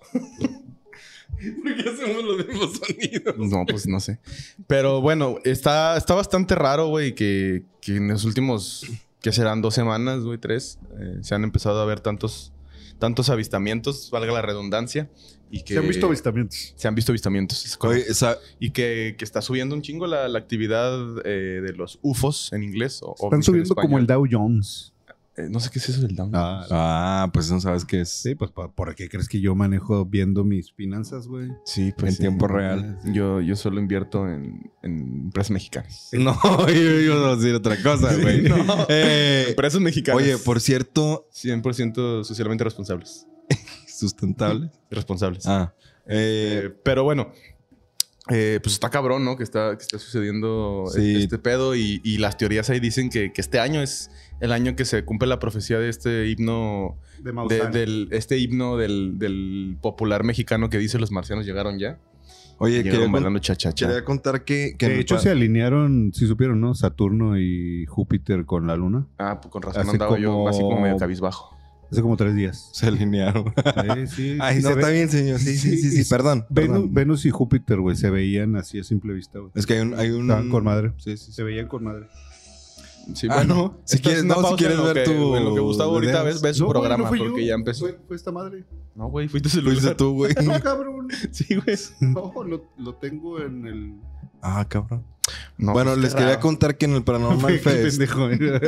C: ¿Por qué hacemos los mismos sonidos?
B: No, pues no sé. Pero bueno, está, está bastante raro, güey, que, que en los últimos, ¿qué serán? Dos semanas, güey, tres, eh, se han empezado a ver tantos, tantos avistamientos, valga la redundancia. Y que
D: Se han visto avistamientos.
B: Se han visto avistamientos. Es como-
C: Oye, esa-
B: y que, que está subiendo un chingo la, la actividad eh, de los U F Os en inglés. O
D: Están
B: ovnis en
D: subiendo como el
B: español.
D: Dow Jones.
B: Eh, no sé qué es eso del Down.
D: Ah,
C: ah, pues no sabes qué es.
D: sí, pues ¿por por qué crees que yo manejo viendo mis finanzas, güey?
B: Sí,
C: En
B: sí.
C: tiempo real.
B: Yo, yo solo invierto en, en empresas mexicanas.
C: No, yo iba a decir otra cosa, güey.
B: No.
C: Eh,
B: Empresas mexicanas.
C: oye, por cierto,
B: cien por ciento socialmente responsables.
C: sustentable.
B: Responsables.
C: Ah. Eh,
B: Eh, pero bueno, eh, pues está cabrón, ¿no? Que está, que está sucediendo
C: Sí.
B: este pedo. Y, y las teorías ahí dicen que, que este año es el año que se cumple la profecía de este himno.
D: De
B: de-
D: Maussan.
B: del, este himno del, del popular mexicano que dice los marcianos llegaron ya.
C: oye,
B: Llegaron
C: quería, con-
B: bailando cha-cha-cha.
C: quería contar que... que
D: De
C: en
D: hecho,
C: el pa-
D: se alinearon, si supieron, ¿no? Saturno y Júpiter con la Luna.
B: Ah, pues con razón
D: Hace
B: andaba yo
D: como-
B: así como medio cabizbajo.
D: Hace como tres días.
C: se alinearon.
D: Sí, sí.
C: Ay,
D: Y
C: no,
D: se
C: está
D: ve-
C: bien, señor. Sí, sí, sí, sí.
D: Sí,
C: Perdón.
D: Venus,
C: perdón.
D: Venus y Júpiter, güey, se veían así a simple vista, güey.
C: Es que hay un... Hay un...
D: Estaban con madre.
C: Sí, sí, sí.
D: Se veían con madre.
B: Sí,
C: Ah,
B: bueno.
C: no. Si
B: Esta es
C: quieres,
B: una
C: no, si
B: pausa
C: quieres
B: en lo
C: ver
B: que-
C: tu
B: en lo que Gustavo ahorita
C: videos.
B: ves, ves su
D: No, güey,
B: programa
D: no fui
B: porque
D: yo.
B: ya empezó.
D: Fue, fue esta madre.
B: No, güey, fuiste su
C: Fuiste
B: celular.
C: tú, güey.
D: No, cabrón.
B: Sí, güey.
D: No, lo, lo tengo en el...
C: Ah, cabrón.
B: No,
C: bueno,
B: pues,
C: les
B: qué
C: quería
B: raro.
C: contar que en el Paranormal
D: Qué
C: Fest...
D: pendejo.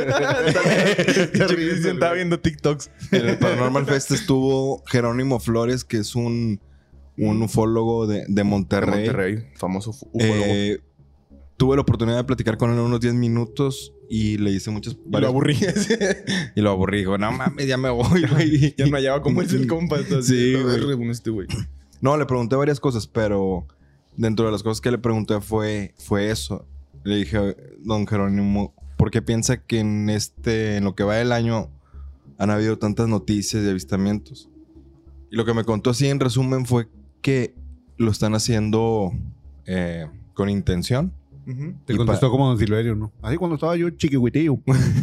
B: Está riendo, se estaba viendo TikToks.
C: En el Paranormal Fest estuvo Jerónimo Flores, que es un, un ufólogo de, de
B: De
C: Monterrey.
B: Monterrey, famoso ufólogo.
C: Eh, tuve la oportunidad de platicar con él unos diez minutos y le hice muchas...
B: Y lo
C: varias-
B: aburrí.
C: Y lo aburrí. Digo, no mames, ya me voy, güey.
B: Ya no hallaba cómo es el compa. Entonces,
C: Sí,
B: a ver,
C: güey.
B: reúne este güey.
C: No, le pregunté varias cosas, pero dentro de las cosas que le pregunté fue, fue eso. Le dije, don Jerónimo, ¿por qué piensa que en este, en lo que va del año, han habido tantas noticias y avistamientos? Y lo que me contó así en resumen fue que lo están haciendo eh, con intención.
D: Te
C: Y
D: contestó como don Silverio, ¿no? Así cuando estaba yo chiquihuitillo.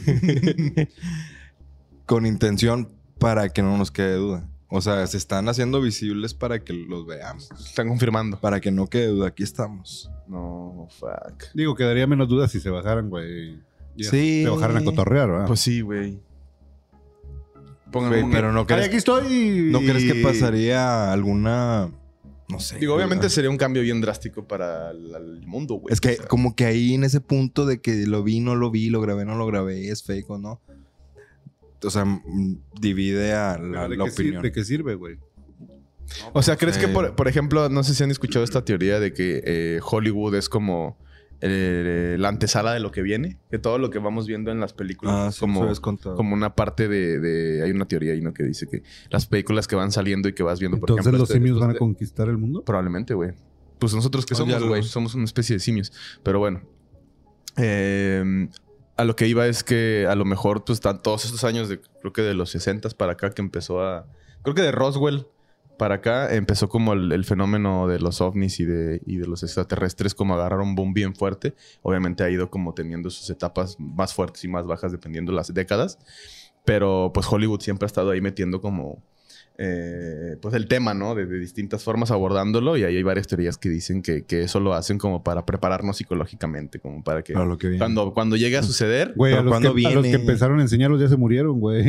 C: Con intención para que no nos quede duda. O sea, se están haciendo visibles para que los veamos.
B: Están confirmando.
C: Para que no quede duda, aquí estamos.
B: No, fuck.
D: Digo, quedaría menos dudas si se bajaran, güey. Ya
C: Sí.
D: Se bajaran a cotorrear, ¿verdad?
B: Pues sí, güey. Pongan
C: Güey,
B: un-
C: pero no
D: Ay,
C: crees,
D: aquí estoy.
C: ¿no crees que pasaría alguna... No sé.
B: Digo, obviamente
C: güey.
B: sería un cambio bien drástico para el, el mundo, güey.
C: Es que
B: O sea,
C: como que ahí en ese punto de que lo vi, no lo vi, lo grabé, no lo grabé, es fake o no. O sea, mm, divide a
D: Pero
C: la,
D: ¿de,
C: la
D: qué sir-
C: opinión.
D: ¿De qué sirve, güey?
B: O sea, ¿crees que,
C: Sí.
B: por, por ejemplo, no sé si han escuchado esta teoría de que eh, Hollywood es como eh, la antesala de lo que viene? Que todo lo que vamos viendo en las películas
C: Ah,
B: es
C: sí,
B: como,
C: eso habías contado.
B: como una parte de, de- Hay una teoría ahí, ¿no? Que dice que las películas que van saliendo y que vas viendo, por
D: Entonces
B: ejemplo...
D: los
B: este-
D: simios van a
B: este-
D: conquistar el mundo.
B: Probablemente, güey. Pues nosotros que
C: Oye,
B: somos,
C: a
B: güey,
C: los-
B: somos una especie de simios. Pero bueno. Eh, a lo que iba es que a lo mejor, pues, están todos estos años de, creo que de los sesentas para acá que empezó a... Creo que de Roswell para acá empezó como el, el fenómeno de los ovnis y de, y de los extraterrestres como agarraron un boom bien fuerte. Obviamente ha ido como teniendo sus etapas más fuertes y más bajas dependiendo las décadas. Pero pues Hollywood siempre ha estado ahí metiendo como... eh, pues el tema, ¿no? De, de distintas formas abordándolo. Y ahí hay varias teorías que dicen que, que eso lo hacen como para prepararnos psicológicamente. Como para que...
C: Para lo que viene.
B: Cuando, cuando llegue a suceder...
D: Güey,
C: Pero
D: a los,
C: ¿cuándo
D: que, a los
C: viene?
D: que empezaron a enseñarlos ya se murieron, güey.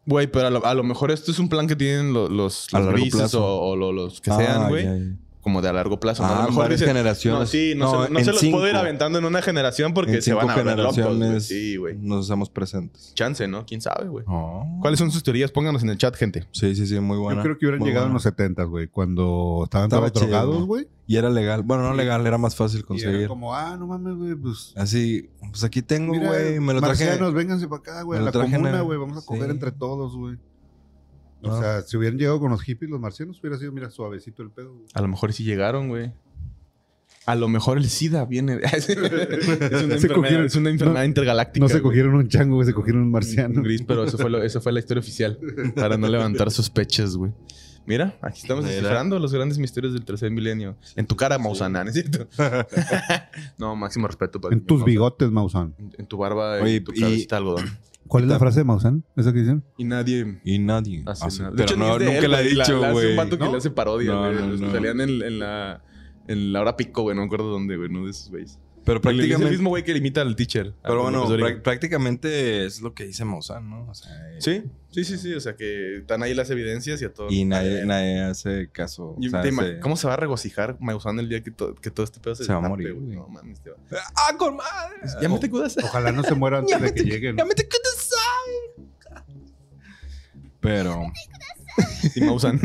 B: Güey, pero a lo, a lo mejor esto es un plan que tienen los, los,
C: A
B: los
C: largo
B: grises
C: plazo.
B: o, o lo- los que
C: Ah,
B: sean, güey.
C: ya, ya.
B: Como de a largo plazo. ¿no?
C: Ah,
B: a lo mejor
C: varias
B: dicen,
C: generaciones.
B: No, sí, no,
C: No,
B: se, no
C: en
B: se los
C: cinco.
B: puedo ir aventando en una generación porque
C: En
B: se van
C: cinco
B: a volver locos, güey.
C: generaciones
B: Sí, güey.
C: nos hacemos presentes.
B: Chance, ¿no? ¿Quién sabe, güey?
C: Oh.
B: ¿Cuáles son sus teorías? Pónganos en el chat, gente.
C: Sí, sí, sí, muy buena.
D: Yo creo que hubieran
C: Muy
D: llegado
C: buena.
D: en los setentas, güey. Cuando estaban
C: Estaba
D: todos drogados,
C: chido.
D: güey.
C: Y era legal. Bueno, no legal, era más fácil
D: Y era
C: conseguir.
D: como, ah, no mames, güey, pues...
C: Así, pues aquí tengo,
D: Mira,
C: güey. Me lo traje.
D: marcianos, vénganse para acá, güey.
C: me
D: A la
C: lo traje en
D: comuna,
C: el-
D: güey. Vamos a coger
C: sí.
D: entre todos, güey. O
C: No.
D: sea, si hubieran llegado con los hippies, los marcianos, hubiera sido, mira, suavecito el pedo, güey.
B: A lo mejor sí llegaron, güey. A lo mejor el SIDA viene. es una
D: Se
B: enfermedad,
D: cogieron-
B: es una enfermedad
D: no-
B: intergaláctica.
D: No se
B: güey.
D: cogieron un chango, güey, se cogieron un marciano.
B: Un gris, pero eso fue, lo, eso fue la historia oficial. Para no levantar sospechas, güey. Mira, aquí estamos
C: Mira.
B: descifrando los grandes misterios del tercer milenio. En tu cara, Mausana, ¿no es cierto? No, máximo respeto para
D: En tus
B: Maussan.
D: bigotes, Maussan.
B: En, en tu barba
C: Oye,
B: y tu
C: y-
B: cabecita de algodón.
D: ¿Cuál es la frase de Maussan? ¿Esa que dicen?
B: Y nadie
C: Y nadie.
B: hace
C: hace-
B: nada. De
C: Pero
B: hecho,
C: no,
B: ni es de
C: nunca
B: él,
C: la he
B: güey.
C: dicho,
B: La hace
C: güey.
B: un vato que
C: ¿No?
B: le hace parodia,
C: No,
B: güey.
C: no,
B: Los que
C: no.
B: salían en, en la... En la hora pico, güey. No me acuerdo dónde, güey. No de esos güeyes.
C: Pero
B: Es el
C: prácticamente.
B: mismo güey que imita al teacher.
C: Pero
B: al
C: bueno,
B: profesor,
C: prá- prácticamente es lo que dice Maussan, ¿no? O sea, eh,
B: Sí, sí, sí, sí. O sea, que están ahí las evidencias y a todos.
C: Y nadie, nadie hace caso. O
B: Y
C: sea,
B: te ima-
C: se-
B: ¿Cómo se va a regocijar Maussan el día que, to- que todo este pedo se,
C: Se va a
B: destape,
C: morir,
B: güey?
C: güey.
B: No mames, te va.
C: ¡Ah, con madre!
B: Ya me te cuidas.
D: Ojalá no se muera antes de que lleguen.
C: ¡Ya me te cuidas! Pero,
B: Sí, Maussan.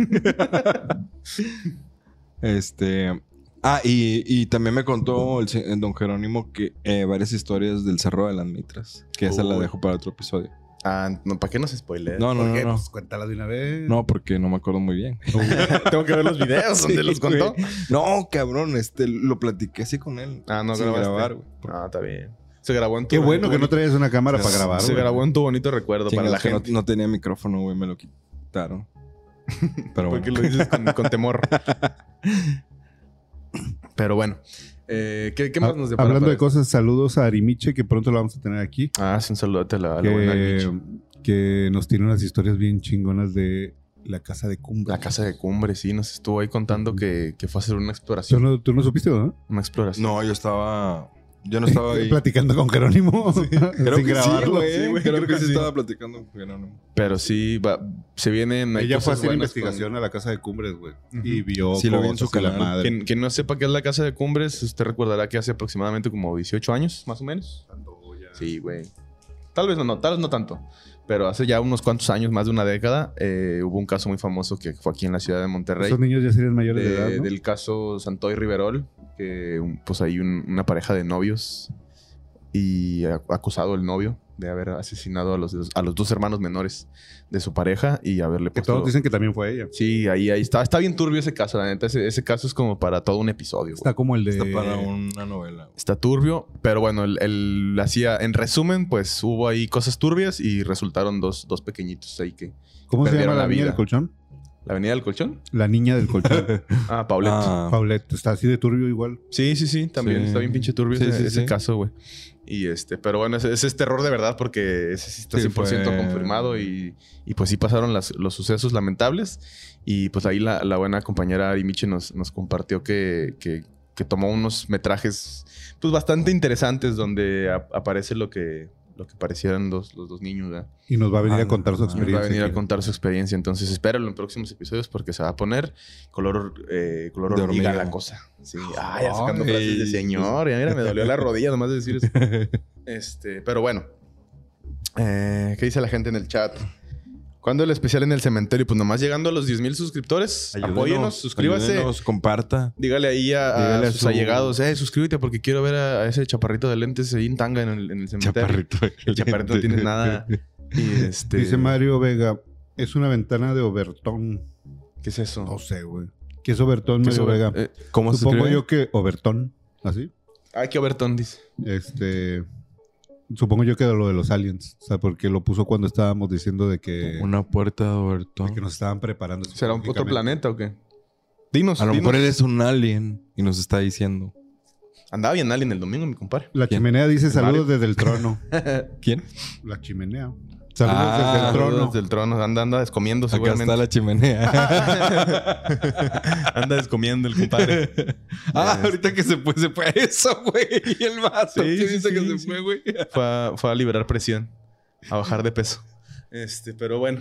C: este. Ah, y, y también me contó el, se- el don Jerónimo que eh, varias historias del Cerro de las Mitras. Que esa la
B: Uy.
C: dejo para otro episodio.
B: Ah, no, ¿para qué nos spoileas?
C: No, no,
D: ¿Por
C: no,
D: qué?
C: no.
D: Pues cuéntala de una vez.
C: No, porque no me acuerdo muy bien.
B: Tengo que ver los videos donde
C: Sí,
B: los contó.
C: güey. No, cabrón, este, lo platiqué así con él.
B: Ah, no
C: sin
B: grabaste.
C: grabar, güey.
B: Ah, está bien. Se grabó en tu...
D: Qué bueno
B: en
D: que
B: tu
D: no traías una cámara para grabar,
B: Se
D: güey.
B: grabó en tu bonito recuerdo para
C: Chingas,
B: la
C: que no-
B: gente.
C: No, tenía micrófono, güey, me lo quitaron. Pero bueno.
B: Porque lo dices con, con temor. Pero bueno. Eh, ¿qué, qué más
D: Ah,
B: nos depara
D: Hablando
B: para
D: de
B: esto?
D: cosas, saludos a Arimiche, que pronto lo vamos a tener aquí.
B: Ah, sí, un saludote a la, a la buena
D: Que,
B: Michi.
D: que nos tiene unas historias bien chingonas de la casa de Cumbre.
B: La casa de Cumbre, sí, nos estuvo ahí contando que, que fue a hacer una
D: ¿Tú
B: exploración.
D: no, tú no supiste, no?
B: Una exploración.
C: No, yo estaba. Yo no estaba ahí.
D: Platicando con Jerónimo.
C: Creo
D: sin
C: que
D: grabarlo.
C: sí, güey.
B: Sí, güey,
C: creo,
B: creo
C: que,
B: que
C: sí
B: sí.
C: estaba platicando con Jerónimo.
B: Pero sí, va, se vienen... hay
D: Ella fue a
B: cosas
D: hacer
B: buenas
D: investigación a la casa de Cumbres, güey.
B: Ujú.
D: Y vio
C: Sí, lo vi en
D: cosas
C: su
D: y la
C: canal.
D: madre.
B: Quien, quien no sepa qué es la casa de Cumbres, usted recordará que hace aproximadamente como dieciocho años, más o menos. Sí, güey. Tal vez no, no, tal vez no tanto. Pero hace ya unos cuantos años, más de una década, eh, hubo un caso muy famoso que fue aquí en la ciudad de Monterrey.
D: Esos niños ya serían mayores de,
B: de-
D: edad, ¿no?
B: Del caso Santoy Riverol, que un- pues hay un- una pareja de novios y ha acusado el novio de haber asesinado a los, a los dos hermanos menores de su pareja y haberle
D: Que
B: puesto...
D: todos dicen que también fue ella.
B: Sí, ahí, ahí está. Está bien turbio ese caso, la neta. Ese, ese caso es como para todo un episodio. güey.
D: Está como el de...
C: Está para una novela. güey.
B: Está turbio, pero bueno, el, el- hacía, en resumen, pues hubo ahí cosas turbias y resultaron dos, dos pequeñitos ahí que...
D: ¿Cómo se
B: perdieron
D: llama la
B: la
D: niña
B: vida.
D: del colchón?
B: ¿La Avenida del Colchón?
D: La niña del colchón.
B: Ah, Paulette.
C: Ah,
D: Paulette. Está así de turbio igual.
B: Sí, sí, sí, también
C: Sí.
B: está bien pinche turbio
C: Sí,
B: ese,
C: sí,
B: ese
C: sí.
B: caso, güey. Y este, pero bueno, ese, ese es terror de verdad porque ese sí está
C: Sí,
B: cien por ciento
C: fue-
B: confirmado y, y pues sí pasaron las- los sucesos lamentables. Y pues ahí la, la buena compañera Ari Miche nos, nos compartió que, que, que tomó unos metrajes pues bastante interesantes donde a- aparece lo que, lo que parecieran los, los dos niños, ¿verdad?
D: Y nos va a venir
C: Ah,
D: a contar su
C: no.
B: Nos
D: experiencia.
B: va a venir a
D: aquí.
B: contar su experiencia. Entonces, espéralo en próximos episodios porque se va a poner color, eh, color
C: De
B: hormiga
C: hormiga.
B: la cosa. Sí. Ah, ya sacando
C: Ay.
B: frases de señor. Ya mira, me dolió la rodilla nomás de decir eso. Este, pero bueno. Eh, ¿Qué dice la gente en el chat? ¿Cuándo el especial en el cementerio? Pues nomás llegando a los diez mil suscriptores.
C: Ayúdenos,
B: Apóyenos, suscríbase.
C: ayúdenos, comparta.
B: Dígale ahí a, a
C: Dígale a
B: sus
C: su-
B: allegados, eh, suscríbete porque quiero ver a, a ese chaparrito de lentes ahí en tanga en el, en el cementerio. El chaparrito no tiene nada. Y este...
D: Dice Mario Vega, es una ventana de Obertón.
B: ¿Qué es eso?
D: No sé, güey. ¿Qué es Obertón,
B: ¿Qué es
D: Mario
B: Ober-
D: Vega?
B: eh,
C: ¿Cómo se
D: Supongo
C: escribe?
D: yo que Obertón, ¿así?
B: Ay, qué Obertón dice.
D: Este... Supongo yo que era lo de los aliens. O sea, porque lo puso cuando estábamos diciendo de que,
C: Una puerta de
D: de
C: Obertón.
D: que nos estaban preparando.
B: ¿Será un otro
D: psicológicamente.
B: planeta o qué? Dinos.
C: A lo
B: dinos.
C: mejor él es un alien y nos está diciendo.
B: Andaba bien alguien el domingo, mi compadre.
D: La
C: ¿Quién?
D: chimenea dice
B: El
D: saludos
B: Mario.
D: desde el trono.
C: ¿Quién?
D: La chimenea. Saludos
C: Ah,
D: desde el trono.
B: Desde el trono. Anda, anda descomiendo
C: Acá
B: seguramente.
C: está la chimenea.
B: Anda descomiendo el compadre.
C: ah,
B: Este.
C: ahorita que se fue, se fue eso, güey. Y el vato
B: Sí,
C: sí,
B: sí,
C: dice
B: sí,
C: que se
B: sí.
C: fue, güey.
B: Fue a, fue a liberar presión. A bajar de peso. Este, pero bueno.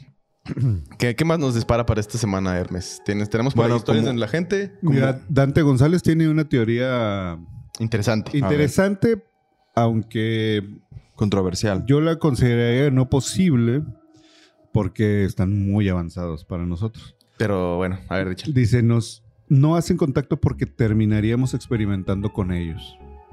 B: ¿Qué, ¿Qué más nos dispara para esta semana, Hermes? ¿Tienes, ¿Tenemos por
C: Bueno,
B: ahí historias
C: como-
B: de la gente?
D: Mira, Dante González tiene una teoría
B: Interesante.
D: interesante, aunque
C: Controversial.
D: yo la consideraría no posible porque están muy avanzados para nosotros.
B: Pero bueno, a ver, échale.
D: Dice, nos no hacen contacto porque terminaríamos experimentando con ellos.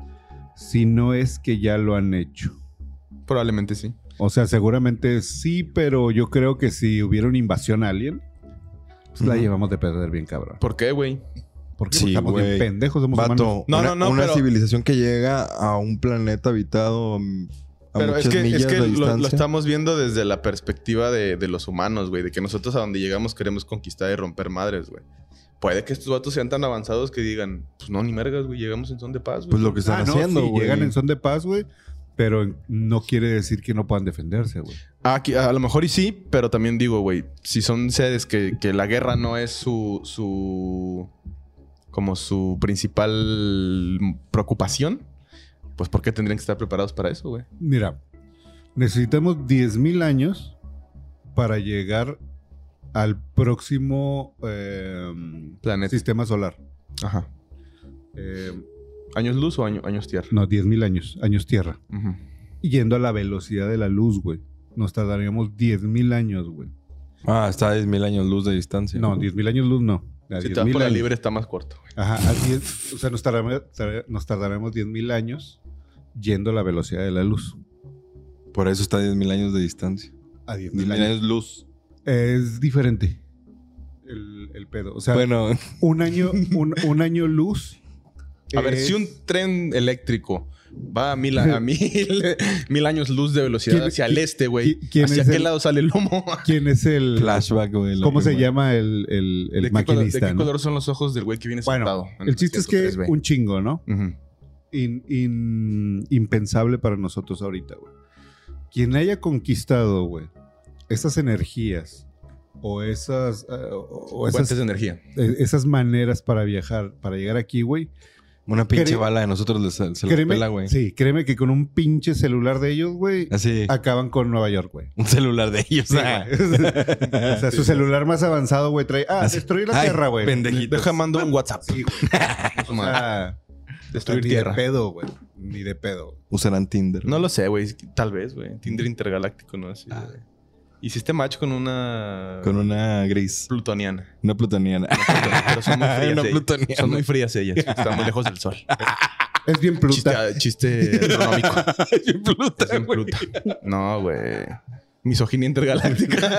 D: Si no es que ya lo han hecho.
B: Probablemente sí.
D: O sea, seguramente sí, pero yo creo que si hubiera una invasión alien, pues la
C: Ujú.
D: llevamos de perder bien cabrón.
B: ¿Por qué, güey?
D: Porque
C: Sí,
D: estamos bien
C: güey.
D: pendejos, somos humanos.
C: Vato,
B: No,
C: una,
B: no, no,
C: una
B: pero-
C: civilización que llega a un planeta habitado mm, a
B: Pero
C: muchas
B: es que,
C: millas
B: es que
C: de
B: lo,
C: distancia.
B: lo estamos viendo desde la perspectiva de, de los humanos, güey. De que nosotros a donde llegamos queremos conquistar y romper madres, güey. Puede que estos vatos sean tan avanzados que digan, pues no, ni mergas, güey, llegamos en son de paz, güey.
C: Pues lo que están
D: Ah, no,
C: haciendo,
D: sí,
C: güey.
D: llegan en son de paz, güey, pero no quiere decir que no puedan defenderse, güey.
B: Ah, aquí- a lo mejor y sí, pero también digo, güey, si son seres que, que la guerra no es su, su... como su principal preocupación, pues ¿por qué tendrían que estar preparados para eso, güey?
D: Mira, necesitamos diez mil años para llegar al próximo eh,
B: Planeta.
D: sistema solar.
B: Ajá.
D: Eh,
B: ¿Años luz o año- años tierra?
D: no, diez mil años, años tierra.
B: Ujú.
D: Yendo a la velocidad de la luz, güey. Nos tardaríamos diez mil años, güey.
C: Ah, está a diez mil años luz de distancia.
D: No, diez mil años luz no. A
B: Si te
D: diez
B: vas
D: mil
B: por la
D: años.
B: libre está más corto, güey.
D: Ajá, a diez, o sea, nos tardaremos, tar- nos tardaremos diez mil años yendo a la velocidad de la luz.
C: Por eso está a diez mil años de distancia.
D: A diez
C: diez
D: mil
C: mil
D: años.
C: años luz.
D: Es diferente el, el pedo. O sea,
C: Bueno,
D: un año, un, un año luz.
B: A ver,
D: es-
B: si un tren eléctrico va a mil, a mil, mil años luz de velocidad
D: ¿Quién-
B: hacia el
D: quién-
B: este, güey,
D: quién
B: ¿hacia
D: es
B: qué
D: el-
B: lado sale el humo?
D: ¿Quién es el.
C: flashback, güey. lo
D: ¿Cómo
C: que
D: se
C: me-
D: llama el, el, el
B: ¿De, qué color, ¿De
D: maquinista?
B: qué
D: ¿no?
B: color son los ojos del güey que viene
D: Bueno,
B: sentado? en
D: el chiste es que
B: ciento tres B?
D: un chingo, ¿no?
B: Ujú.
D: In- in- impensable para nosotros ahorita, güey. Quien haya conquistado, güey, esas energías o esas, eh, o o
B: Fuentes
D: esas,
B: de energía.
D: eh, esas maneras para viajar, para llegar aquí, güey.
C: Una pinche
D: Cre-
C: bala de nosotros les- se la
D: Créeme,
C: pela, güey.
D: sí, créeme que con un pinche celular de ellos, güey,
C: Así,
D: acaban con Nueva York, güey.
C: un celular de ellos.
D: Sí,
C: ah.
D: güey. O sea, su celular más avanzado, güey, trae. Ah,
C: Así.
D: destruir la
C: Ay,
D: tierra, güey.
C: pendejitos.
B: Deja mando un WhatsApp.
D: Sí, güey.
B: Su
D: O
B: madre.
D: sea,
B: Destruir
D: ni
B: tierra.
D: de pedo, güey. Ni de pedo.
C: Usarán Tinder.
B: No lo sé, güey. Tal vez, güey. Tinder intergaláctico, ¿no? Así, güey. Hiciste match con una...
C: Con una gris.
B: plutoniana.
C: Una plutoniana.
B: Pero son muy frías.
C: Una
B: ellas.
C: plutoniana.
B: Son muy frías ellas. Están muy lejos del sol.
D: Es bien pluta.
B: Chiste, chiste astronómico.
C: Pluta,
B: Es bien
C: güey.
B: pluta. No, güey. Misoginia intergaláctica.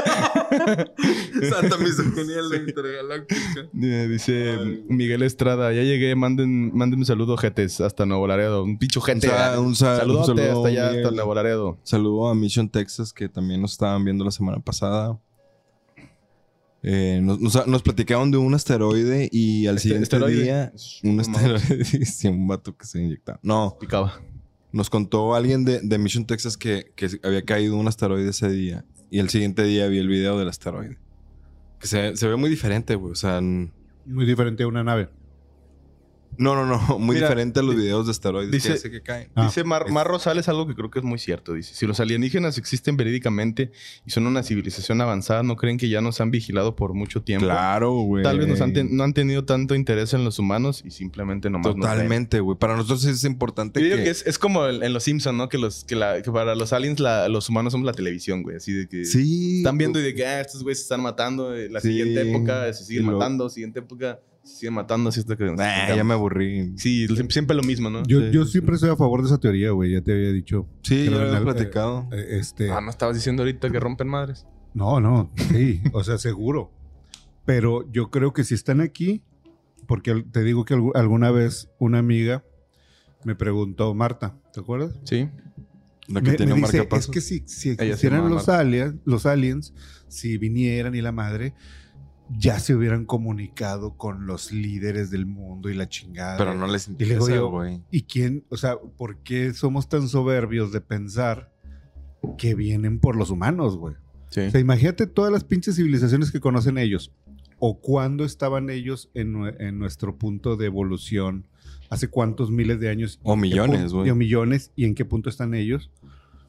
C: Santa misoginia la intergaláctica.
B: Eh, Dice
C: Ay.
B: Miguel Estrada, ya llegué, manden, mándenme un saludo, jetes, hasta Nuevo Laredo. Un pincho gente.
C: Un sa- un sa-
B: Saludote
C: un saludo,
B: hasta allá,
C: Miguel.
B: hasta Nuevo Laredo.
C: Saludo a Mission Texas, que también nos estaban viendo la semana pasada. Eh, nos, nos, nos platicaron de un asteroide y al
B: Este-
C: siguiente
B: esteroide.
C: día... Un asteroide. Sí, un vato que se inyectaba. No,
B: Picaba.
C: nos contó alguien de, de Mission Texas que, que había caído un asteroide ese día. Y el siguiente día vi el video del asteroide. Que se, se ve muy diferente, güey. O sea, n-
D: Muy diferente a una nave.
C: no, no, no. Muy
B: Mira,
C: diferente a los
B: di-
C: videos de asteroides
B: dice-
C: que hace que caen.
D: Ah,
B: Dice Mar,
C: es-
B: Mar Rosales algo que creo que es muy cierto. Dice, si los alienígenas existen verídicamente y son una civilización avanzada, ¿no creen que ya nos han vigilado por mucho tiempo?
C: Claro, güey.
B: Tal vez nos han ten- no han tenido tanto interés en los humanos y simplemente nomás nos ven.
C: Totalmente, güey. Para nosotros es importante
B: Yo
C: que...
B: digo que es, es como en en Los Simpsons, ¿no? Que, los, que, la- que para los aliens la- los humanos somos la televisión, güey. Así de que
C: Sí.
B: están viendo y de que ah, estos güeyes se están matando. eh, La
C: Sí.
B: siguiente época se siguen
C: Y lo-
B: matando. Siguiente época se siguen matando. Así hasta que...
C: Ah, ya me aburrí.
B: Sí, siempre, siempre lo mismo, ¿no?
D: Yo,
C: Sí,
D: yo
C: sí,
D: siempre estoy a favor de esa teoría, güey. Ya te había dicho.
C: Sí,
D: Creo
C: ya lo
D: en
C: hemos
D: al-
C: platicado.
D: Eh, este.
B: Ah, ¿no estabas diciendo ahorita que rompen madres?
D: No, no. Sí. O sea, seguro. Pero yo creo que si están aquí, porque al- te digo que algu- alguna vez una amiga me preguntó, Marta, ¿te acuerdas?
B: Sí.
C: La que
D: Me,
C: tiene
D: me
C: un
D: dice,
C: marcapasos.
D: es que si, si
B: se
D: existieran
B: llamaba
D: los
B: Marta.
D: aliens, los aliens, si vinieran y la madre, ya se hubieran comunicado con los líderes del mundo y la chingada.
C: Pero no les
D: Y le digo
C: interesa,
D: yo,
C: güey.
D: ¿y quién? O sea, ¿por qué somos tan soberbios de pensar que vienen por los humanos, güey?
B: Sí.
D: O sea, imagínate todas las pinches civilizaciones que conocen ellos. O cuándo estaban ellos en, nue- en nuestro punto de evolución. Hace cuántos miles de años.
C: O
D: ¿En qué
C: millones,
D: pu-
C: güey.
D: O millones. ¿Y en qué punto están ellos?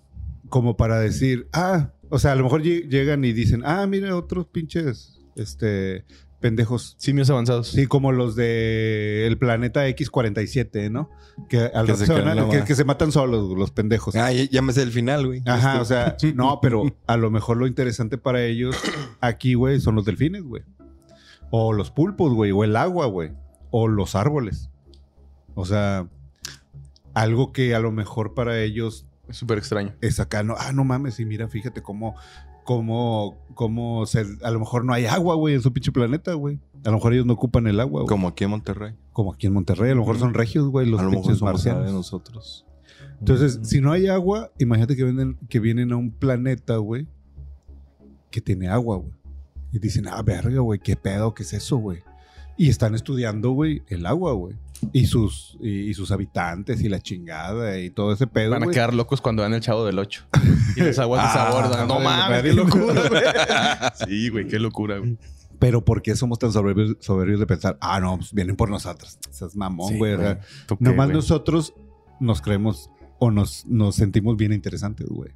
D: como para decir, ah, o sea, a lo mejor lle- llegan y dicen, ah, mira, otros pinches, este, pendejos.
B: Simios avanzados.
D: Sí, como los de el planeta equis cuarenta y siete, ¿no? Que, al
C: Que
D: rato
C: se
D: se van
C: caen
D: a-
C: la
D: que,
C: ma-
D: que se matan solos, los pendejos.
C: Ah, ya, ya me sé el final, güey.
D: Ajá,
C: Este-
D: o sea, no, pero a lo mejor lo interesante para ellos aquí, güey, son los delfines, güey. O los pulpos, güey, o el agua, güey. O los árboles. O sea, algo que a lo mejor para ellos
B: Es súper extraño.
D: es acá, no, ah, no mames, y mira, fíjate cómo, cómo, cómo se, a lo mejor no hay agua, güey, en su pinche planeta, güey. A lo mejor ellos no ocupan el agua, güey.
C: Como aquí en Monterrey.
D: Como aquí en Monterrey, a lo mejor son regios, güey, los
C: a lo mejor
D: pinches
C: somos de
D: marcianos.
C: nosotros.
D: Entonces, si no hay agua, imagínate que vienen, que vienen a un planeta, güey, que tiene agua, güey. Y dicen, ah, verga, güey, qué pedo, qué es eso, güey. Y están estudiando, güey, el agua, güey. Y sus, y, y sus habitantes y la chingada y todo ese pedo,
B: Van a
D: güey.
B: quedar locos cuando vean el Chavo del Ocho. Y las aguas de
D: Ah,
B: sabor. dan- No
D: güey,
B: mames, qué
D: güey.
B: locura, güey. Sí, güey, qué locura, güey.
D: Pero ¿por qué somos tan soberbios, soberbios de pensar, ah, no, pues vienen por nosotros? Esas mamón,
B: Sí,
D: güey. o sea,
B: güey. ¿Tú qué,
D: nomás
B: güey?
D: nosotros nos creemos o nos, nos sentimos bien interesantes, güey.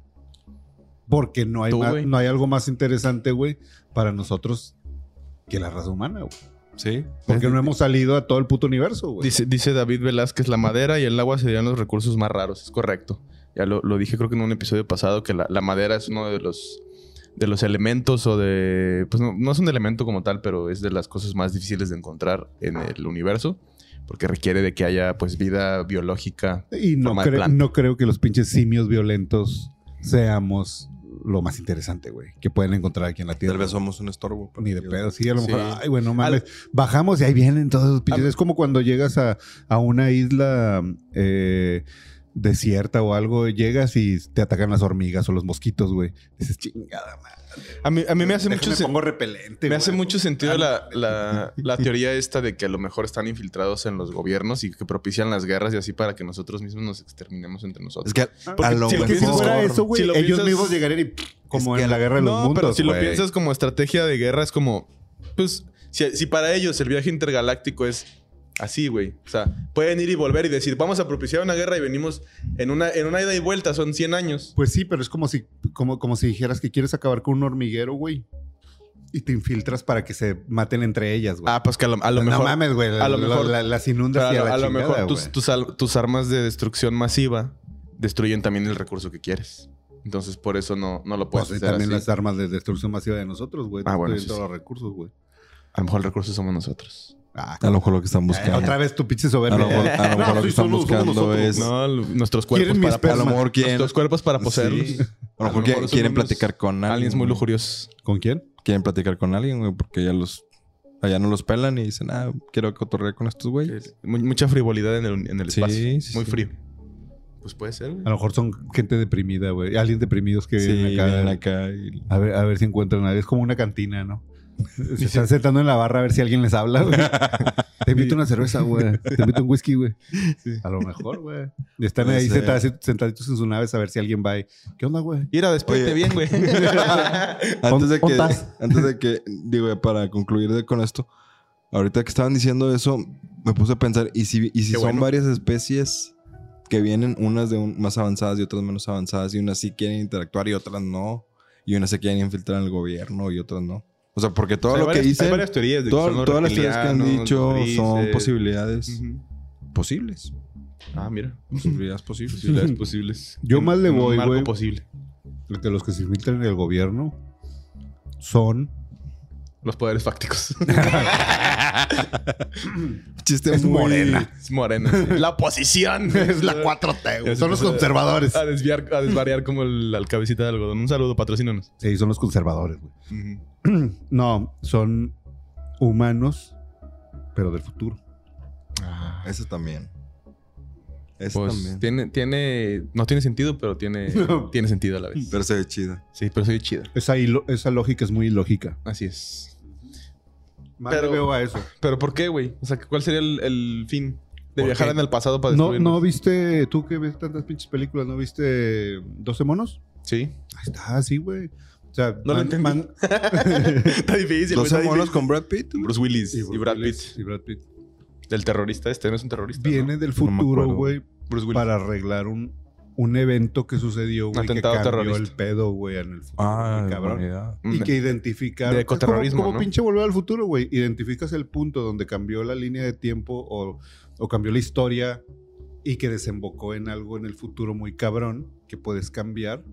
D: Porque no hay,
B: Tú,
D: más-
B: güey.
D: no hay algo más interesante, güey, para nosotros que la raza humana, güey.
C: Sí.
D: Porque no hemos salido a todo el puto universo, güey.
B: Dice, dice David Velázquez, la madera y el agua serían los recursos más raros. Es correcto. Ya lo, lo dije creo que en un episodio pasado, que la, la madera es uno de los, de los elementos o de... Pues no, no es un elemento como tal, pero es de las cosas más difíciles de encontrar en el universo. Porque requiere de que haya pues vida biológica.
D: Y no,
B: forma de
D: cre-
B: planta.
D: no creo que los pinches simios violentos seamos lo más interesante, güey, que pueden encontrar aquí en la Tierra.
C: Tal vez somos un estorbo. para
D: Ni de
C: ellos.
D: pedo, sí, a lo mejor,
B: Sí.
D: ay, güey, no mames. Bajamos y ahí vienen todos los pinches.
B: Al-
D: Es como cuando llegas a, a una isla eh, desierta o algo, llegas y te atacan las hormigas o los mosquitos, güey. Dices, chingada madre.
B: A mí, a mí me hace mucho...
D: Déjame
B: sen-
D: pongo repelente,
B: Me hace
D: güey.
B: mucho sentido la, la, la teoría esta de que a lo mejor están infiltrados en los gobiernos y que propician las guerras y así para que nosotros mismos nos exterminemos entre nosotros.
C: Es que
B: Porque
C: a lo
B: si lo
D: Que si
B: piensas-
D: fuera eso, güey,
B: si lo
D: ellos
B: piensas-
D: mismos llegarían y pff, como
C: Es que
D: en la guerra de los
B: no,
D: mundos,
B: pero si lo
D: güey.
B: piensas como estrategia de guerra es como... Pues, si, si para ellos el viaje intergaláctico es así, güey. O sea, pueden ir y volver y decir, vamos a propiciar una guerra y venimos en una, en una ida y vuelta, son cien años.
D: Pues sí, pero es como si, como, como si dijeras que quieres acabar con un hormiguero, güey. Y te infiltras para que se maten entre ellas, güey.
B: Ah, pues que a lo, a lo
D: no
B: mejor...
D: mames, güey.
B: a lo mejor-
D: la- las inundas
B: pero
D: y
B: a
D: a
B: lo,
D: la
B: a lo
D: chingada,
B: mejor tus,
D: güey.
B: tus, al- tus armas de destrucción masiva destruyen también el recurso que quieres. Entonces, por eso no, no lo puedes
D: Pues, y
B: hacer
D: también
B: así.
D: las armas de destrucción masiva de nosotros, güey.
B: Ah, bueno,
D: Destruyen
B: sí,
D: todos
B: sí.
D: los recursos, güey.
B: A lo mejor el recurso somos nosotros.
D: Ah,
C: A lo mejor lo que están
D: eh,
C: buscando.
D: otra vez tu pinche
C: A
D: soberbia.
C: lo mejor, a lo, mejor
D: No,
C: lo que
D: sí,
C: están
D: somos- somos
C: buscando
D: nosotros.
C: es...
B: No, l- nuestros cuerpos
D: Quieren mi
B: para...
C: a lo mejor quieren...
B: Nuestros cuerpos para poseerlos.
C: Sí. A lo mejor quieren, quieren platicar con alguien.
B: Aliens muy
C: güey.
B: lujuriosos.
D: ¿Con quién?
C: Quieren platicar con alguien, güey, porque ya los... Allá no los pelan y dicen, ah, quiero cotorrear con estos güeyes.
B: Mu- Mucha frivolidad en el, en el
C: Sí,
B: espacio.
C: sí,
B: muy
C: sí.
B: frío. Pues puede ser, güey.
D: A lo mejor son gente deprimida, güey. Alguien deprimidos que
C: Sí,
D: vienen acá.
C: vienen acá y...
D: A ver, a ver si encuentran a nadie. Es como una cantina, ¿no? Se están sentando en la barra a ver si alguien les habla, güey. Te invito una cerveza, güey. Te invito un whisky, güey. A lo mejor, güey. Y están
C: Puede
D: ahí
C: ser.
D: sentados- sentaditos en sus naves a ver si alguien va y... ¿Qué onda, güey?
B: Mira, despídete
C: Oye.
B: bien, güey.
C: antes de que...
D: ¿Ontas?
C: Antes de que... Digo, para concluir de- con esto. Ahorita que estaban diciendo eso, me puse a pensar, ¿y si, y si
B: Qué
C: son
B: bueno.
C: varias especies que vienen, unas de un- más avanzadas y otras menos avanzadas, y unas sí quieren interactuar y otras no, y unas se quieren infiltrar en el gobierno y otras no? O sea, porque todo
B: O sea,
C: lo
B: hay varias-
C: que dicen,
B: hay varias teorías de que
C: todo-
B: son los
C: todas las teorías que han
B: reptilianos,
C: dicho
B: los
C: son
B: grises.
C: posibilidades
B: Ujú.
C: posibles.
B: Ah, mira.
C: Posibilidades posibles.
B: Posibilidades posibles.
D: Yo más le
B: En un
D: voy,
B: marco
D: güey.
B: posible.
D: Que los que se infiltran en el gobierno son...
B: Los poderes fácticos.
C: Chiste
D: Es
C: muy...
D: morena.
B: Es morena. sí. La oposición.
D: Es la cuatro T, güey.
B: Ya se
D: Son los
B: puso
D: conservadores.
B: A desviar, a desvariar como el, la cabecita de algodón. Un saludo, patrocínanos.
D: Sí, son los conservadores, güey.
B: Ujú.
D: No, son humanos, pero del futuro.
C: Eso también. Eso
B: Pues
C: también.
B: tiene, tiene, no tiene sentido, pero tiene,
D: No.
B: tiene sentido a la vez.
C: Pero se ve chida.
B: Sí, pero soy chida.
D: Esa, ilo- esa lógica es muy ilógica.
B: Así es.
D: Más
B: Pero-
D: le veo a eso.
B: ¿Pero por qué, güey? O sea, ¿cuál sería el, el fin de
D: ¿Por
B: viajar
D: qué?
B: en el pasado para
D: ¿No,
B: destruirnos?
D: ¿No viste, tú que ves tantas pinches películas, no viste doce monos?
B: Sí.
D: Ahí está, sí, güey. O sea,
B: No lo entendí. Está difícil. güey,
C: ¿Doce
B: está
C: monos
B: difícil.
C: con Brad Pitt?
B: Bruce Willis y, Brad Pitt.
D: Willis y Brad Pitt.
B: Del terrorista este. No es un terrorista,
D: Viene
B: ¿no?
D: del
C: No me
D: futuro,
C: acuerdo.
D: güey,
B: Bruce Willis.
D: para arreglar un, un evento que sucedió, güey, que
B: Atentado
D: cambió
B: terrorista.
D: el pedo, güey, en el futuro.
C: Ah,
D: muy
C: la
D: cabrón.
C: humanidad.
D: Y que identificar...
B: De
D: es como-
B: ecoterrorismo,
D: Como,
B: ¿no?
D: pinche volver al futuro, güey. Identificas el punto donde cambió la línea de tiempo o, o cambió la historia y que desembocó en algo en el futuro muy cabrón que puedes cambiar.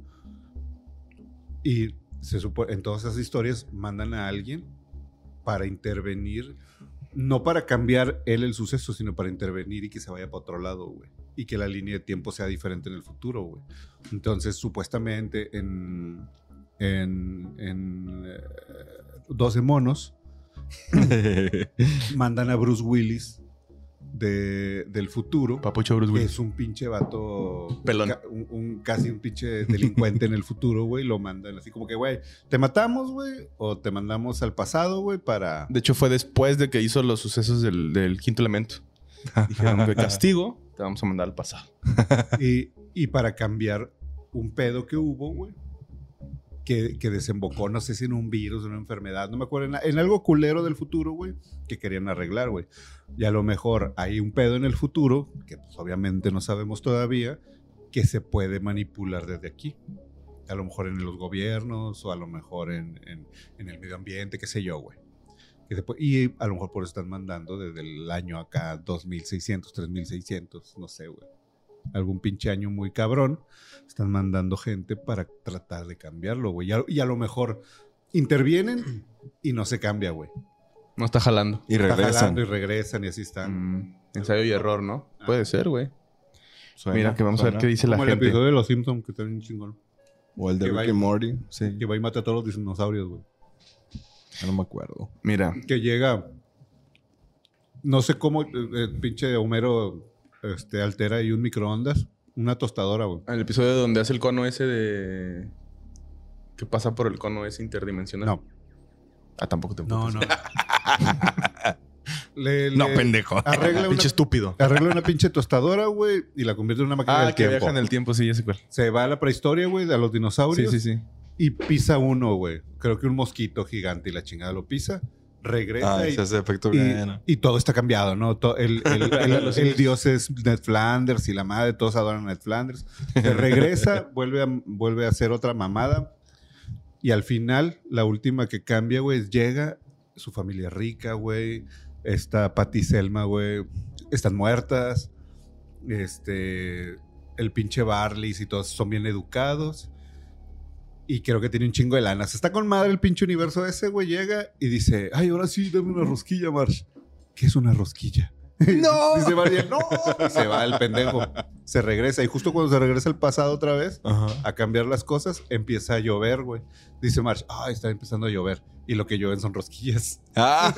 D: Y se supone, en todas esas historias mandan a alguien para intervenir, no para cambiar él el suceso, sino para intervenir y que se vaya para otro lado, güey. Y que la línea de tiempo sea diferente en el futuro, güey. Entonces, supuestamente en, en, en eh, doce monos mandan a Bruce Willis de, del futuro.
B: Papucho Bruce
D: Que
B: Willis.
D: es un pinche vato.
B: Pelón.
D: ca- un, un- casi un pinche delincuente en el futuro, güey. Lo mandan así como que, güey, ¿te matamos, güey? O te mandamos al pasado, güey, para.
B: De hecho, fue después de que hizo los sucesos del, del quinto elemento. Dijeron que castigo, te vamos a mandar al pasado.
D: Y, y para cambiar un pedo que hubo, güey. Que, que desembocó, no sé si en un virus, en una enfermedad, no me acuerdo, en, en algo culero del futuro, güey, que querían arreglar, güey. Y a lo mejor hay un pedo en el futuro, que pues, obviamente no sabemos todavía, que se puede manipular desde aquí. A lo mejor en los gobiernos o a lo mejor en, en, en el medio ambiente, qué sé yo, güey. Que se puede- y a lo mejor por eso están mandando desde el año acá dos mil seiscientos, tres mil seiscientos, no sé, güey. Algún pinche año muy cabrón, están mandando gente para tratar de cambiarlo, güey. Y a, y a lo mejor intervienen y no se cambia, güey.
B: No está jalando.
C: Y
D: Está
C: regresan.
D: jalando y regresan y así están.
B: Mm, ensayo y error, ¿no?
D: Ah.
B: Puede ser, güey.
C: Suena,
B: Mira, que vamos a ver
C: suena.
B: qué dice la
D: Como el
B: gente.
D: episodio de Los Simpsons, que está bien chingón.
C: O el de
D: que va
C: Rick
D: y-
C: and Morty. Sí.
D: Que va y mata a todos los dinosaurios, güey.
C: Ya no me acuerdo.
B: Mira,
D: Que llega... No sé cómo el, el pinche Homero este, altera ahí un microondas. Una tostadora, güey.
B: el episodio donde hace el cono ese de... ¿Qué pasa por el cono ese interdimensional?
D: No.
B: Ah, tampoco te
D: No,
B: emputas.
D: no. le,
C: No,
D: le
C: pendejo.
D: Arregla una,
B: Pinche estúpido.
D: arregla una pinche tostadora, güey, y la convierte en una máquina
B: Ah,
D: del
B: que
D: tiempo.
B: viaja en el tiempo, sí, ya sé cuál.
D: Se va a la prehistoria, güey, a los
B: Sí,
D: dinosaurios.
B: sí, sí.
D: Y pisa uno, güey. Creo que un mosquito gigante y la chingada lo pisa. Regresa
C: Ah,
D: y,
C: ese hace efecto
D: y,
C: bien.
D: y todo está cambiado, ¿no? To- el, el- el- el dios es Ned Flanders y la madre, todos adoran a Ned Flanders. Se regresa, vuelve a, vuelve a hacer otra mamada. Y al final, la última que cambia, güey, es llega, su familia rica, güey. Está Patty y Selma, güey. Están muertas. Este. El pinche Barley y todos son bien educados. Y creo que tiene un chingo de lanas. Está con madre el pinche universo ese, güey. Llega y dice, ay, ahora sí, dame una rosquilla, Marsh. ¿Qué es una rosquilla? ¡No! Dice Marsh, no. Y se va el pendejo. Se regresa. Y justo cuando se regresa al pasado otra vez,
C: Ajá.
D: a cambiar las cosas, empieza a llover, güey. Dice Marsh, ay, está empezando a llover. Y lo que llueven son rosquillas.
C: Ah.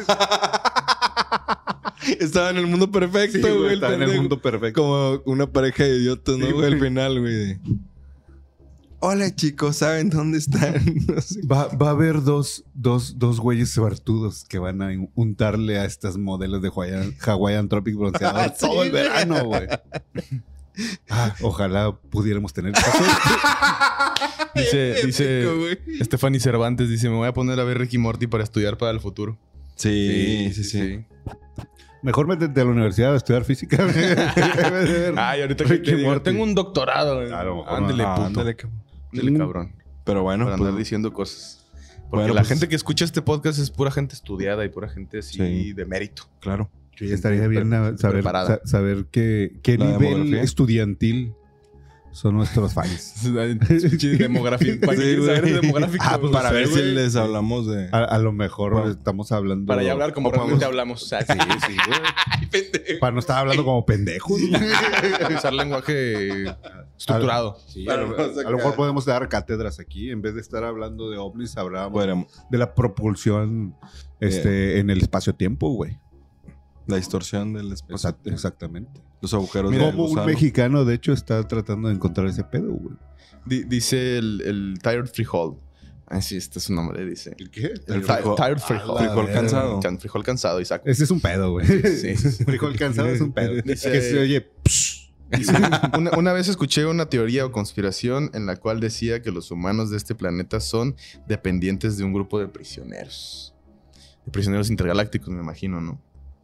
C: Estaba en el mundo perfecto,
D: Sí, güey,
C: güey. el
D: está en el
C: pendejo.
D: mundo perfecto.
C: Como una pareja de idiotas, ¿no,
D: Sí,
C: güey? Al
D: güey.
C: final, güey. Hola, chicos. ¿Saben dónde están? No sé.
D: Va, va a haber dos, dos, dos güeyes suertudos que van a untarle a estas modelos de Hawaiian, Hawaiian Tropic bronceador
C: Sí,
D: todo el
C: güey.
D: verano, güey. Ah, ojalá pudiéramos tener caso.
B: Dice, dice
C: Épico, güey.
B: Stephanie Cervantes, dice, me voy a poner a ver Ricky Morty para estudiar para el futuro.
C: Sí, sí, sí.
D: Mejor métete a la universidad a estudiar física.
B: Ay, ahorita que
D: Ricky
B: te digo,
D: Morty.
B: tengo un doctorado. güey.
D: A lo mejor
B: Ándele,
C: Ah,
B: puto.
C: ándale, cabrón.
B: Ándele, cabrón.
C: Pero bueno,
B: Para
C: pues,
B: andar diciendo cosas. Porque
C: Bueno,
B: la
C: pues-
B: gente que escucha este podcast es pura gente estudiada y pura gente así
C: Sí.
B: de mérito.
C: claro.
D: Sí, estaría bien a- saber,
B: Preparada.
D: sa- saber qué, qué
C: La
D: nivel
C: demografía.
D: estudiantil son nuestros fans.
B: Pinche demografía. ¿Para qué
C: Sí,
B: quieres saber
C: güey.
B: de demográfico?
D: Ah, pues,
C: Para
D: sé,
C: ver si
D: güey.
C: les hablamos de...
D: A, a lo mejor
C: Bueno.
D: estamos hablando...
B: Para ya hablar como
C: O podemos-
B: realmente hablamos. O sea, sí,
D: Sí, güey.
B: Ay, pendejo.
D: Para no estar hablando como pendejos.
B: Usar lenguaje estructurado.
D: Sí, a, lo, a lo mejor podemos dar cátedras aquí. En vez de estar hablando de ovnis, hablábamos
C: Bueno,
D: de la propulsión este, en el espacio-tiempo, güey.
C: la distorsión del
D: O
C: espacio.
D: sea, exactamente.
C: Los agujeros
B: Mira,
C: de
D: Como un
C: gusano.
D: mexicano, de hecho, está tratando de encontrar ese pedo, güey.
B: Di- dice el, el Tired Freehold. Ah, sí, este es su nombre, dice.
D: ¿El qué?
C: El
B: Ti-
C: frijol-
B: Tired Freehold.
C: frijol
D: verga.
C: cansado.
B: Can- Frijol cansado, Isaac.
D: Ese es un pedo, güey.
B: Sí, sí, sí.
D: Frijol cansado es un pedo.
B: Dice-
D: Que se oye... psh.
B: Dice, una, una vez escuché una teoría o conspiración en la cual decía que los humanos de este planeta son dependientes de un grupo de prisioneros. De prisioneros intergalácticos, me imagino, ¿no?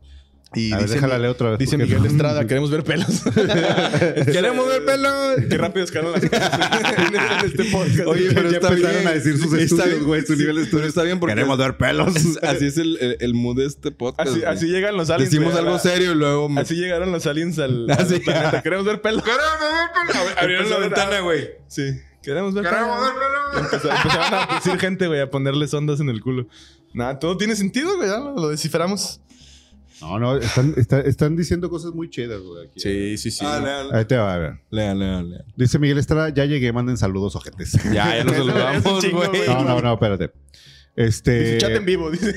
B: Y
D: A ver,
B: dice,
D: déjala leer otra vez.
B: dice
D: porque
B: Miguel
D: no-
B: Estrada, queremos ver pelos.
C: ¡Queremos ver pelos!
B: Qué rápido escalan las cosas en este podcast.
C: Oye, pero
D: ya
C: está
D: empezaron
C: bien.
D: a decir sus
C: Está
D: estudios,
C: bien.
D: güey, su
C: Sí,
D: nivel de
C: pero
D: estudios.
C: está bien porque
D: Queremos ver pelos.
C: así es el, el, el mood de este podcast.
B: Así,
C: güey.
B: así llegan los aliens.
C: Decimos
B: güey, a
C: algo
B: la-
C: serio y luego...
B: Así llegaron los aliens al,
C: Así.
B: al planeta. Queremos ver pelos.
C: Abrieron la
B: Empezaron a-
C: ventana, güey.
B: Sí. Queremos ver
C: ¡Queremos
B: pelos.
C: ver pelos!
B: Empezó- Empezaron a decir gente, güey, a ponerles ondas en el culo. Nada, todo tiene sentido, güey. Ya lo, lo desciframos.
D: No, no, están, está- están diciendo cosas muy chidas, güey. aquí.
B: Sí, sí, sí.
C: Ah, lean,
D: Ahí te va, a ver.
C: lean, lean, lean.
D: Dice Miguel Estrada, ya llegué, manden saludos, ojetes.
C: Ya, ya nos
B: Es un
C: saludamos,
B: chingo,
C: güey.
B: güey.
D: No, no, no, espérate. Este...
B: Dice, chat en vivo, dice.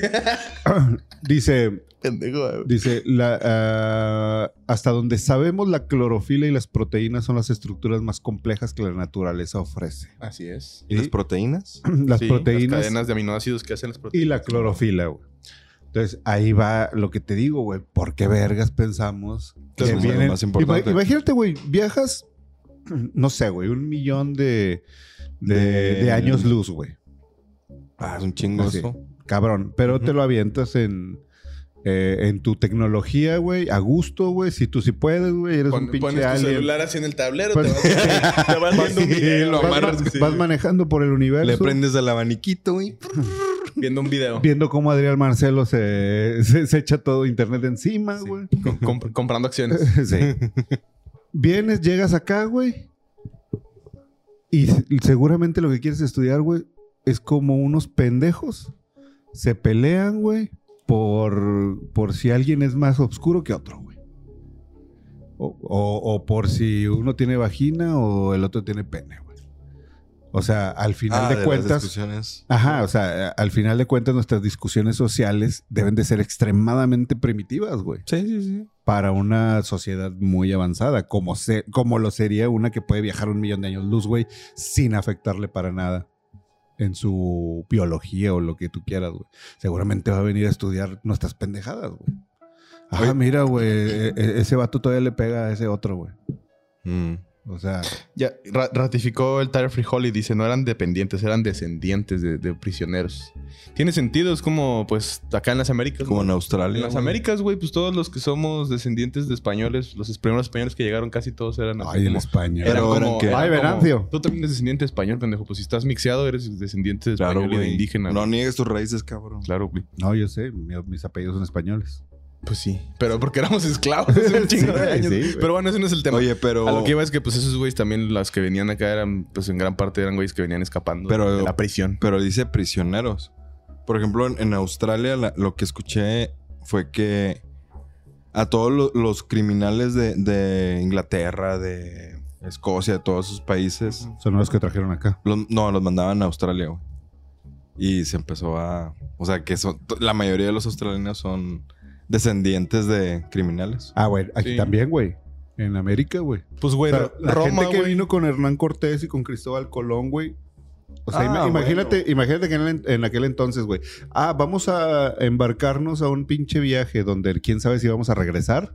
D: dice,
B: Pendejo, güey.
D: dice, la, ah, hasta donde sabemos, la clorofila y las proteínas son las estructuras más complejas que la naturaleza ofrece.
B: Así es.
C: ¿Y las proteínas?
D: Las
B: Sí,
D: proteínas
B: Las cadenas de aminoácidos que hacen las
D: y
B: proteínas.
D: la clorofila, güey. Entonces, ahí va lo que te digo, güey. ¿Por qué vergas pensamos
C: Que
D: que
C: es lo
D: vienen?
C: más importante.
D: Ima- Imagínate, güey, viajas, no sé, güey, un millón de, de,
C: De-
D: de años luz, güey.
C: Ah, es un chingo
D: Así.
C: eso.
D: Cabrón. Pero
C: Ujú.
D: te lo avientas en, eh, en tu tecnología, güey, a gusto, güey. Si tú sí puedes, güey, eres
B: Pon-
D: un pinche
B: pones tu
D: alien.
B: celular así en el tablero,
D: Pues-
B: te vas, te vas viendo un
C: Sí,
B: video.
C: lo
D: Vas,
C: amarras,
D: ma-
B: sí,
D: vas manejando por el universo.
C: Le prendes al abaniquito, güey.
B: viendo un video.
D: Viendo cómo Adrián Marcelo se, se, se echa todo internet encima,
B: Sí.
D: güey.
B: Com- comp- comprando acciones.
D: Sí. Vienes, llegas acá, güey. Y se- seguramente lo que quieres estudiar, güey, es como unos pendejos. Se pelean, güey, por, por si alguien es más oscuro que otro, güey. O, o- o por si uno tiene vagina o el otro tiene pene, güey. O sea, al final
C: Ah,
D: de
C: las
D: cuentas...
C: discusiones.
D: Ajá, o sea, al final de cuentas nuestras discusiones sociales deben de ser extremadamente primitivas, güey.
C: Sí, sí, sí.
D: Para una sociedad muy avanzada, como, se, como lo sería una que puede viajar un millón de años luz, güey, sin afectarle para nada en su biología o lo que tú quieras, güey. Seguramente va a venir a estudiar nuestras pendejadas, güey. Ah,
C: Oye.
D: mira, güey, e- e- ese vato todavía le pega a ese otro, güey.
C: Mm.
D: O sea,
B: Ya ra- ratificó el Tyler Free Holly. Dice, no eran dependientes, eran descendientes de, de prisioneros. Tiene sentido. Es como, pues, acá en las Américas.
C: Como
B: ¿no?
C: en Australia.
B: En las
C: güey.
B: Américas, güey, pues todos los que somos descendientes de españoles, los primeros españoles que llegaron, casi todos eran así
D: ay, el
B: como-
D: español.
C: Pero
B: eran
C: eran
B: como-
C: que-
B: eran
D: Ay,
B: como-
D: Venancio.
B: Tú también eres descendiente de español, pendejo. Pues si estás mixeado, eres descendiente de
C: Claro,
B: español y de
C: güey.
B: indígena.
C: No
B: güey.
C: niegues tus raíces, cabrón.
B: Claro, güey.
D: No, yo sé, mi- mis apellidos son españoles.
B: Pues sí. Pero porque éramos esclavos hace un chingo
D: Sí,
B: de años.
D: sí, güey.
B: Pero bueno, ese no es el tema.
C: Oye, pero...
B: A lo que iba es que, pues, esos güeyes también, las que venían acá eran, pues, en gran parte eran güeyes que venían escapando
C: Pero-
B: de la prisión.
C: Pero dice prisioneros. Por ejemplo, en, en Australia la- lo que escuché fue que a todos lo- los criminales de, de Inglaterra, de Escocia, de todos esos países,
D: Son los que trajeron acá.
C: los- no, los mandaban a Australia, güey. Y se empezó a... O sea, que son, la mayoría de los australianos son descendientes de criminales.
D: Ah, güey, aquí
B: Sí.
D: también, güey. En América, güey.
B: Pues,
D: O
B: güey,
D: sea,
B: Ro-
D: la
B: Roma,
D: gente que
B: güey.
D: vino con Hernán Cortés y con Cristóbal Colón, güey. O sea,
C: Ah,
D: ima- imagínate,
C: bueno.
D: imagínate que en, en aquel entonces, güey. Ah, vamos a embarcarnos a un pinche viaje donde quién sabe si vamos a regresar.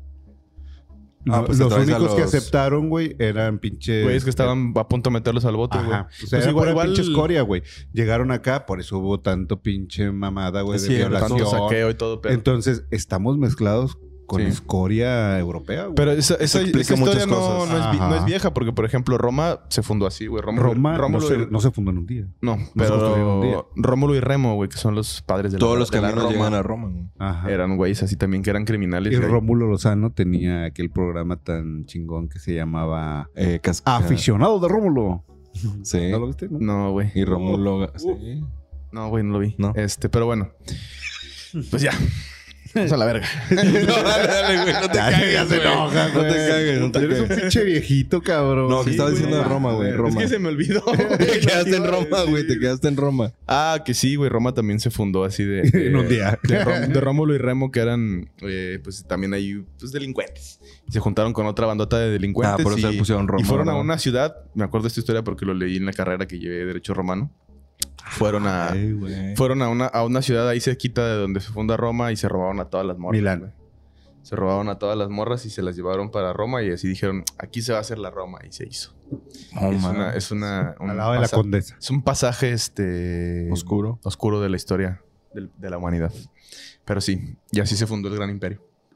C: Ah,
D: Lo-
C: pues te
D: los
C: traes a
D: únicos que
C: los-
D: aceptaron, güey, eran pinche...
B: Güeyes que estaban a punto de meterlos al bote, güey.
D: Ajá. O sea,
B: Pues
D: era
B: igual-
D: pura
B: igual-
D: pinche escoria, güey. Llegaron acá, por eso hubo tanto pinche mamada, güey,
C: Es
D: de
C: cierto,
B: Tanto
D: violación.
B: saqueo y todo, pero...
D: Entonces, estamos mezclados con
B: Sí.
D: escoria europea, güey.
B: Pero esa, esa,
C: explica
B: esa historia
C: muchas
B: no,
C: cosas.
B: no es, vi-
D: Ajá.
B: no es vieja, porque, por ejemplo, Roma se fundó así, güey. Rómulo,
D: Roma no
B: Rómulo
D: se,
B: y-
D: no se fundó en un día.
B: no,
D: no se construyeron un día.
B: pero Rómulo y Remo, güey, que son los padres de la,
C: Todos los
B: de la
C: caminos
B: Roma,
C: llegan a Roma, güey.
D: Ajá.
B: eran güeyes así también que eran criminales.
D: Y
B: y ahí-
D: Rómulo Lozano tenía aquel programa tan chingón que se llamaba
C: Eh, casca-
D: Aficionado de Rómulo.
C: Sí.
D: ¿No lo viste? No.
B: No, güey.
C: Y Rómulo...
D: Uh.
C: sí.
B: No, güey, no lo vi.
C: No.
B: Este, pero bueno. Pues ya. Vamos a la verga.
C: No, dale, dale, güey. No te
D: Ya,
C: cagues,
D: ya se
C: güey.
D: enoja,
C: No te
D: güey.
C: cagues, no te
D: Eres un
C: cagues.
D: pinche viejito, cabrón.
C: No, que
B: Sí,
C: estaba
B: güey.
C: diciendo de Roma, güey.
B: Es
C: Roma.
B: que se me olvidó.
C: Te quedaste en
B: Iba a
C: Roma, güey.
B: decir.
C: Te quedaste en Roma.
B: Ah, que sí, güey. Roma también se fundó así de...
D: En un día.
B: De, Rom- de Rómulo y Remo, que eran, eh, pues, también ahí, pues, delincuentes. Se juntaron con otra bandota de delincuentes.
C: Ah, por eso
B: y,
C: le pusieron Roma,
B: y fueron a
C: ¿verdad?
B: una ciudad. Me acuerdo de esta historia porque lo leí en la carrera que llevé Derecho Romano. Fueron a...
C: Ay, güey.
B: Fueron a una, a una ciudad ahí cerquita de donde se funda Roma y se robaron a todas las morras.
D: Milán.
B: güey. Se robaron a todas las morras y se las llevaron para Roma y así dijeron, aquí se va a hacer la Roma y se hizo.
C: No,
B: es,
C: man.
B: una, es una... un
D: Al lado de la
B: pasa-
D: condesa.
B: Es un pasaje, este...
C: Oscuro.
B: oscuro de la historia del- de la humanidad. Pero sí, y así se fundó el gran imperio.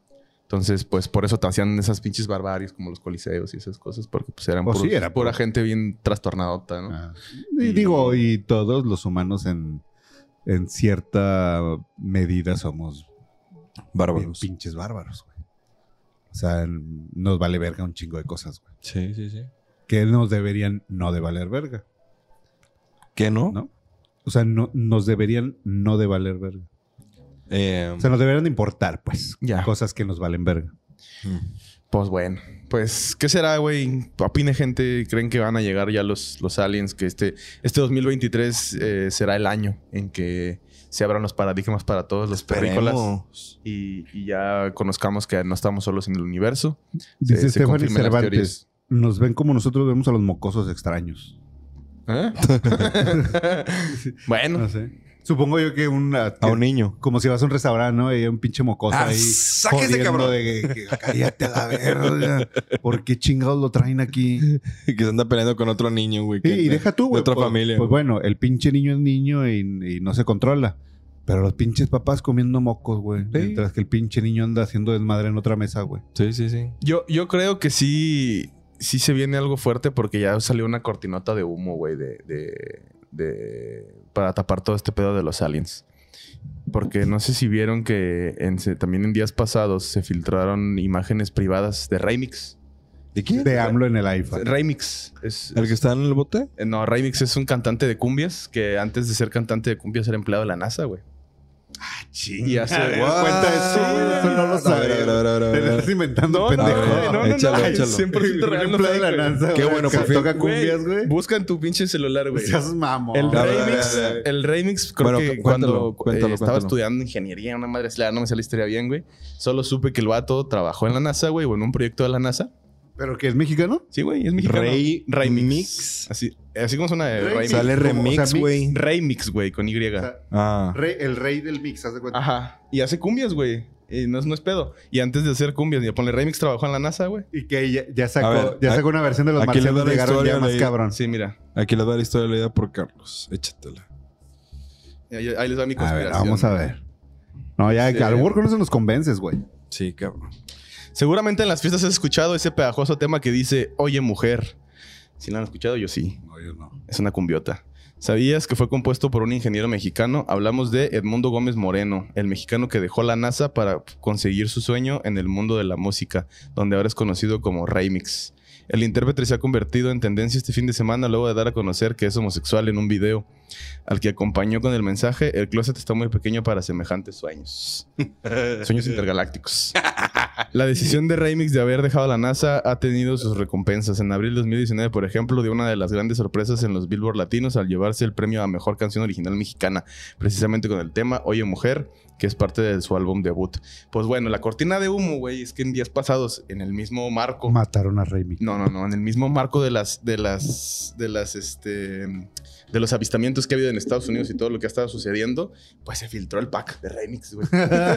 B: Entonces, pues por eso te hacían esas pinches barbarios como los coliseos y esas cosas, porque pues eran
D: Pues
B: puros-
D: sí, era
B: pura
D: puro-
B: gente bien trastornadota, ¿no?
D: Ah. Y digo, y todos los humanos en, en cierta medida somos bien
C: Bárbaros.
D: pinches bárbaros, güey. O sea, n- nos vale verga un chingo de cosas, güey.
C: Sí, sí, sí.
D: Que nos deberían no de valer verga,
C: ¿Qué no?
D: ¿no? O sea, no, nos deberían no de valer verga.
C: Eh,
D: O sea, nos deberían de importar, pues.
B: Ya.
D: Cosas que nos valen verga.
B: Pues bueno, pues, ¿qué será, güey? Opine, gente. ¿Creen que van a llegar ya los, los aliens? Que este, este dos mil veintitrés eh, será el año en que se abran los paradigmas para todos los terrícolas
C: esperemos.
B: y, y ya conozcamos que no estamos solos en el universo.
D: Dice
B: se
D: Stephanie
B: confirmen las
D: Cervantes,
B: teorías.
D: nos ven como nosotros vemos a los mocosos extraños.
B: ¿Eh? Bueno,
D: No sé. Supongo yo que una...
C: A un niño.
D: Como si vas a un restaurante, ¿no? Y hay un pinche mocoso
C: Ah,
D: ahí.
C: sáquese,
D: jodiendo
C: cabrón.
D: de que, que cállate a la verga. ¿Por qué chingados lo traen aquí?
C: Que se anda peleando con otro niño, güey.
D: Sí,
C: que-
D: y deja tú,
C: de
D: güey.
C: otra
D: pues,
C: familia.
D: Pues
C: güey.
D: bueno, el pinche niño es niño y, y no se controla. Pero los pinches papás comiendo mocos, güey. Mientras que el pinche niño anda haciendo desmadre en otra mesa, güey.
C: Sí, sí, sí.
B: yo, yo creo que sí, sí se viene algo fuerte porque ya salió una cortinota de humo, güey, de, de, de- para tapar todo este pedo de los aliens. Porque no sé si vieron que en- se- también en días pasados se filtraron imágenes privadas de Remix.
C: ¿De quién?
D: De AMLO en el iPhone.
B: Remix es,
C: ¿El que está en el bote?
B: eh, no, Remix es un cantante de cumbias que antes de ser cantante de cumbias era empleado de la NASA, güey. Y hace
D: A ver,
C: What?
D: cuenta eso, güey. Eso no lo
C: A ver,
D: sabía.
C: a ver, a ver, a ver, a
D: Te
C: ver.
D: lo estás inventando,
B: No,
D: pendejo.
C: a ver,
B: no, no,
C: échalo,
B: no,
C: échalo.
B: cien por ciento
D: Un
B: real, no
D: empleado de
B: fake,
D: la
B: güey.
D: NASA,
C: Qué
D: güey,
C: bueno,
D: que
C: por fin.
D: toca
B: Güey,
D: cumbias, güey.
B: busca en tu pinche celular, güey.
D: Seas mamón.
B: El
C: A ver,
B: remix,
C: a ver, a ver.
B: el remix, creo
C: Bueno,
B: que
C: cu-
B: cuando
C: cuéntalo,
B: eh,
C: cuéntalo,
B: estaba
C: cuéntalo.
B: estudiando ingeniería, una madre así, no me sale la historia bien, güey. Solo supe que el vato trabajó en la NASA, güey, o en un proyecto de la NASA.
D: ¿Pero que es mexicano?
B: Sí, güey, es mexicano.
C: Rey
B: Remix.
C: Mix.
B: Así, así como suena de
D: Remix.
B: Remix.
C: Sale
D: como- o
C: remix,
D: sea, mix.
C: güey.
B: Remix, güey, con Y.
D: O sea,
C: Ah.
D: rey- el rey del mix, ¿haz de cuenta?
B: Ajá. Y hace cumbias, güey. Y no es, no es pedo. Y antes de hacer cumbias, y ponle Remix, trabajó en la NASA, güey.
D: Y que ya, ya sacó,
C: A ver,
D: ya
C: a-
D: sacó una versión de los
C: aquí le
D: marcianos
C: doy la
D: llegaron ya
C: historia
D: más
C: de-
D: cabrón.
B: Sí, mira.
C: Aquí les da la historia leída por Carlos. Échatela.
B: Ahí, ahí les va mi
D: A
B: conspiración.
D: ver, vamos a ver. No, ya,
B: Sí.
D: que al burro con eso nos convences, güey.
C: Sí, cabrón.
B: Seguramente en las fiestas has escuchado ese pegajoso tema que dice, oye, mujer. Si lo han escuchado, yo sí.
D: No, yo no.
B: Es una cumbiota. ¿Sabías que fue compuesto por un ingeniero mexicano? Hablamos de Edmundo Gómez Moreno, el mexicano que dejó la NASA para conseguir su sueño en el mundo de la música, donde ahora es conocido como Remix. El intérprete se ha convertido en tendencia este fin de semana luego de dar a conocer que es homosexual en un video, al que acompañó con el mensaje, el closet está muy pequeño para semejantes sueños. Sueños intergalácticos. La decisión de Remix de haber dejado la NASA ha tenido sus recompensas. En abril de dos mil diecinueve, por ejemplo, dio una de las grandes sorpresas en los Billboard Latinos al llevarse el premio a Mejor Canción Original Mexicana, precisamente con el tema Oye Mujer, que es parte de su álbum debut. Pues bueno, la cortina de humo, güey, es que en días pasados, en el mismo marco...
D: Mataron a Remix.
B: No, no, no. En el mismo marco de las, de las, de las, este, de los avistamientos que ha habido en Estados Unidos y todo lo que ha estado sucediendo, pues se filtró el pack de Remix, güey.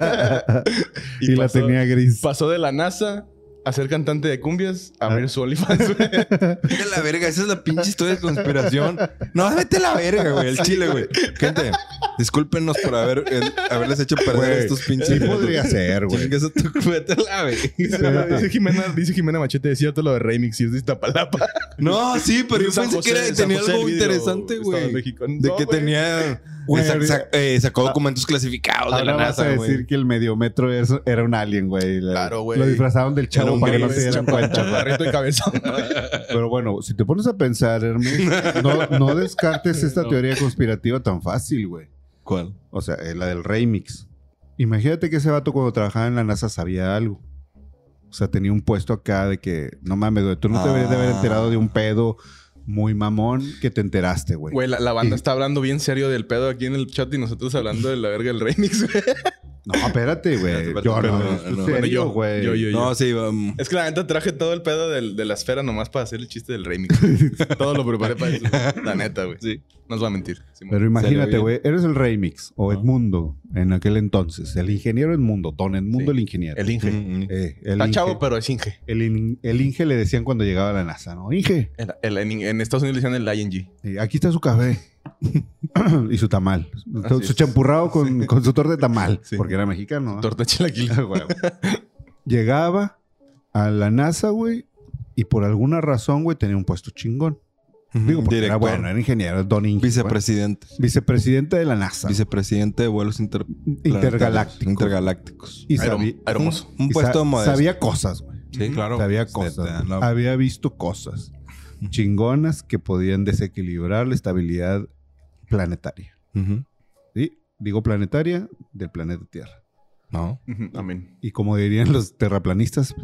D: y la
B: pasó-
D: tenía gris.
B: Pasó de la NASA a ser cantante de cumbias a abrir su OnlyFans, güey.
C: Vete a la verga, esa es la pinche historia de conspiración. No, vete a la verga, güey. El chile, güey. Gente, discúlpenos por haber, eh, haberles hecho perder
D: Güey,
C: estos pinches.
D: sí podría ser, güey.
C: Chingas a tu- Vete a la verga.
B: Dice, dice Jimena, dice Jimena Machete, es cierto lo de Remix y es de Iztapalapa.
C: No, sí, pero yo
B: San
C: pensé
B: José-
C: que era,
B: San
C: tenía
B: José
C: algo
B: el video,
C: interesante,
B: Estado de
C: güey.
B: México.
C: De
B: No,
C: que
B: güey.
C: tenía.
D: Güey,
C: eh, sac-
D: ahorita-
C: sac- eh, sacó documentos clasificados de
D: Ahora
C: la
D: vas a
C: NASA, güey.
D: decir que el mediometro es- era un alien, güey. Le-
B: Claro, güey.
D: Lo disfrazaron del
C: Era
D: chavo
C: un
D: para que no
C: gris,
D: se dieran cuenta.
B: Chaparrito y cabezón.
D: Pero bueno, si te pones a pensar, Hermes, no, no descartes esta teoría conspirativa tan fácil, güey.
C: ¿Cuál?
D: O sea, eh, la del Remix. Imagínate que ese vato cuando trabajaba en la NASA sabía algo. O sea, tenía un puesto acá de que, no mames, güey, tú no te deberías de haber
C: Ah.
D: enterado de un pedo muy mamón que te enteraste, güey.
B: Güey, la, la banda
D: Y-
B: está hablando bien serio del pedo aquí en el chat y nosotros hablando de la verga del Remix, güey.
D: No, espérate, güey.
C: Espérate,
D: Yo no,
C: perdón,
D: esto es
C: no.
B: Bueno,
D: serio,
B: yo,
D: güey.
B: yo, yo, yo.
C: No, sí, um,
B: Es que la neta traje todo el pedo del- de la esfera nomás para hacer el chiste del Remix. Todo lo preparé para eso. La neta, güey.
C: sí.
B: No os va a mentir. Sí,
D: Pero imagínate,
C: bien.
D: güey, eres el Remix o
C: Ah.
D: Edmundo en aquel entonces. El ingeniero Edmundo, don Edmundo
B: Sí.
D: el ingeniero.
B: el Inge.
C: Mm, mm.
D: Eh, el
B: Está
D: Inge.
B: chavo, pero es Inge.
D: El, in- el Inge le decían cuando llegaba a la NASA, ¿no? Inge,
B: El- el- en, en Estados Unidos le decían el I N G.
D: eh, aquí está su café. y su tamal.
B: Así
D: su
B: es.
D: champurrado con, con su torta de tamal.
B: Sí.
D: Porque era mexicano. ¿no?
B: Torta chilaquil.
D: Ah, güey. llegaba a la NASA, güey, y por alguna razón, güey, tenía un puesto chingón. Digo, porque era
C: Director.
D: bueno, era ingeniero, Don Inge.
C: Vicepresidente.
D: güey. Vicepresidente de la NASA.
C: Vicepresidente de vuelos inter-
D: Intergalácticos.
C: Intergalácticos.
D: Y
B: Aero-
D: sabía,
B: aeromoso.
C: Un
D: y
C: puesto
D: sa-
C: modesto.
D: sabía cosas, güey.
C: Sí, claro.
D: Sabía
C: Te-
D: cosas.
C: te
D: güey.
C: dan la-
D: Había visto cosas chingonas que podían desequilibrar la estabilidad planetaria.
C: Ujú.
D: ¿Sí? Digo planetaria del planeta Tierra.
C: No.
B: Ujú, Amén.
D: Y como dirían los terraplanistas,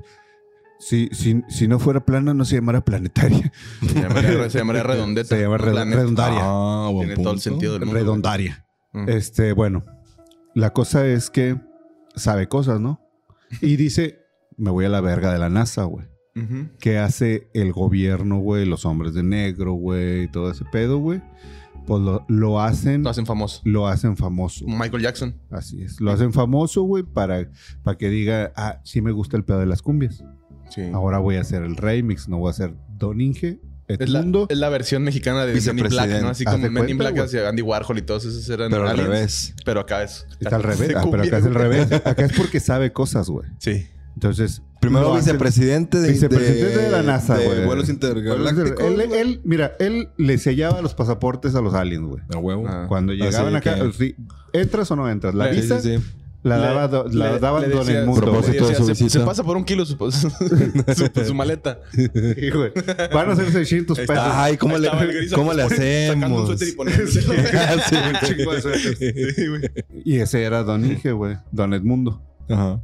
D: si, si, si no fuera plana, no se llamara planetaria.
B: Se llamaría, se llamaría redondeta.
D: Se llama
B: no
D: red-
B: planeta.
D: redondaria.
C: Ah, buen
B: Tiene todo el
C: punto.
B: sentido del mundo.
D: redondaria.
B: güey. Ujú.
D: Este, bueno, la cosa es que sabe cosas, ¿no? Y dice, me voy a la verga de la NASA, güey.
B: Ujú.
D: ¿Qué hace el gobierno, güey? Los hombres de negro, güey, todo ese pedo, güey. Pues lo, lo hacen,
B: Lo hacen famoso.
D: lo hacen famoso.
B: Michael Jackson.
D: Así es. Lo hacen famoso, güey, para, para que diga, ah, sí me gusta el pedo de las cumbias.
B: Sí.
D: Ahora voy a hacer el remix, no voy a hacer Don Inge,
B: Es la,
D: Edmundo.
B: es la versión mexicana de Men in Black,
C: Vicepresidente.
B: ¿no? Así
D: Haz
B: como
D: de
B: Men in
D: cuenta,
B: Black
D: güey.
B: hacia Andy Warhol y todos esos eran
C: Pero al
B: aliens.
C: revés.
B: Pero acá es...
D: Está al revés.
B: de
D: Ah, pero
B: cumbia,
D: acá es al
B: güey.
D: revés. Acá es porque sabe cosas, güey.
B: Sí.
D: Entonces.
C: Primero
D: lo hacen-
C: vicepresidente de,
D: Vicepresidente de la NASA,
C: de
D: güey.
C: vuelos intergalácticos.
D: Él, él- él- mira, él le sellaba los pasaportes a los aliens, güey.
C: A huevo.
B: Ah.
D: Cuando llegaban
C: Así
D: acá,
C: que-
D: sí, ¿entras o no entras? La
B: Sí,
D: visa
C: Sí, sí, sí.
D: la,
B: Le-
D: daba do- la
B: le-
D: daban
B: le
D: Don
B: decía-
D: Edmundo.
C: Propósito
D: güey.
C: de su
B: se,
C: visita.
B: se pasa por un kilo su, su, su maleta.
D: Sí, güey. Van a ser seiscientos
B: Ahí
D: pesos.
B: está.
C: Ay, ¿cómo
B: Ahí
C: le,
B: estaba el gris
C: ¿cómo le
B: sacando un
C: hacemos?
B: suéter y poniéndoselo.
C: Ah, sí.
D: Un chingo de suéteres.
B: Sí, güey.
D: Y ese era Don Inge, güey. Don Edmundo.
C: Ajá.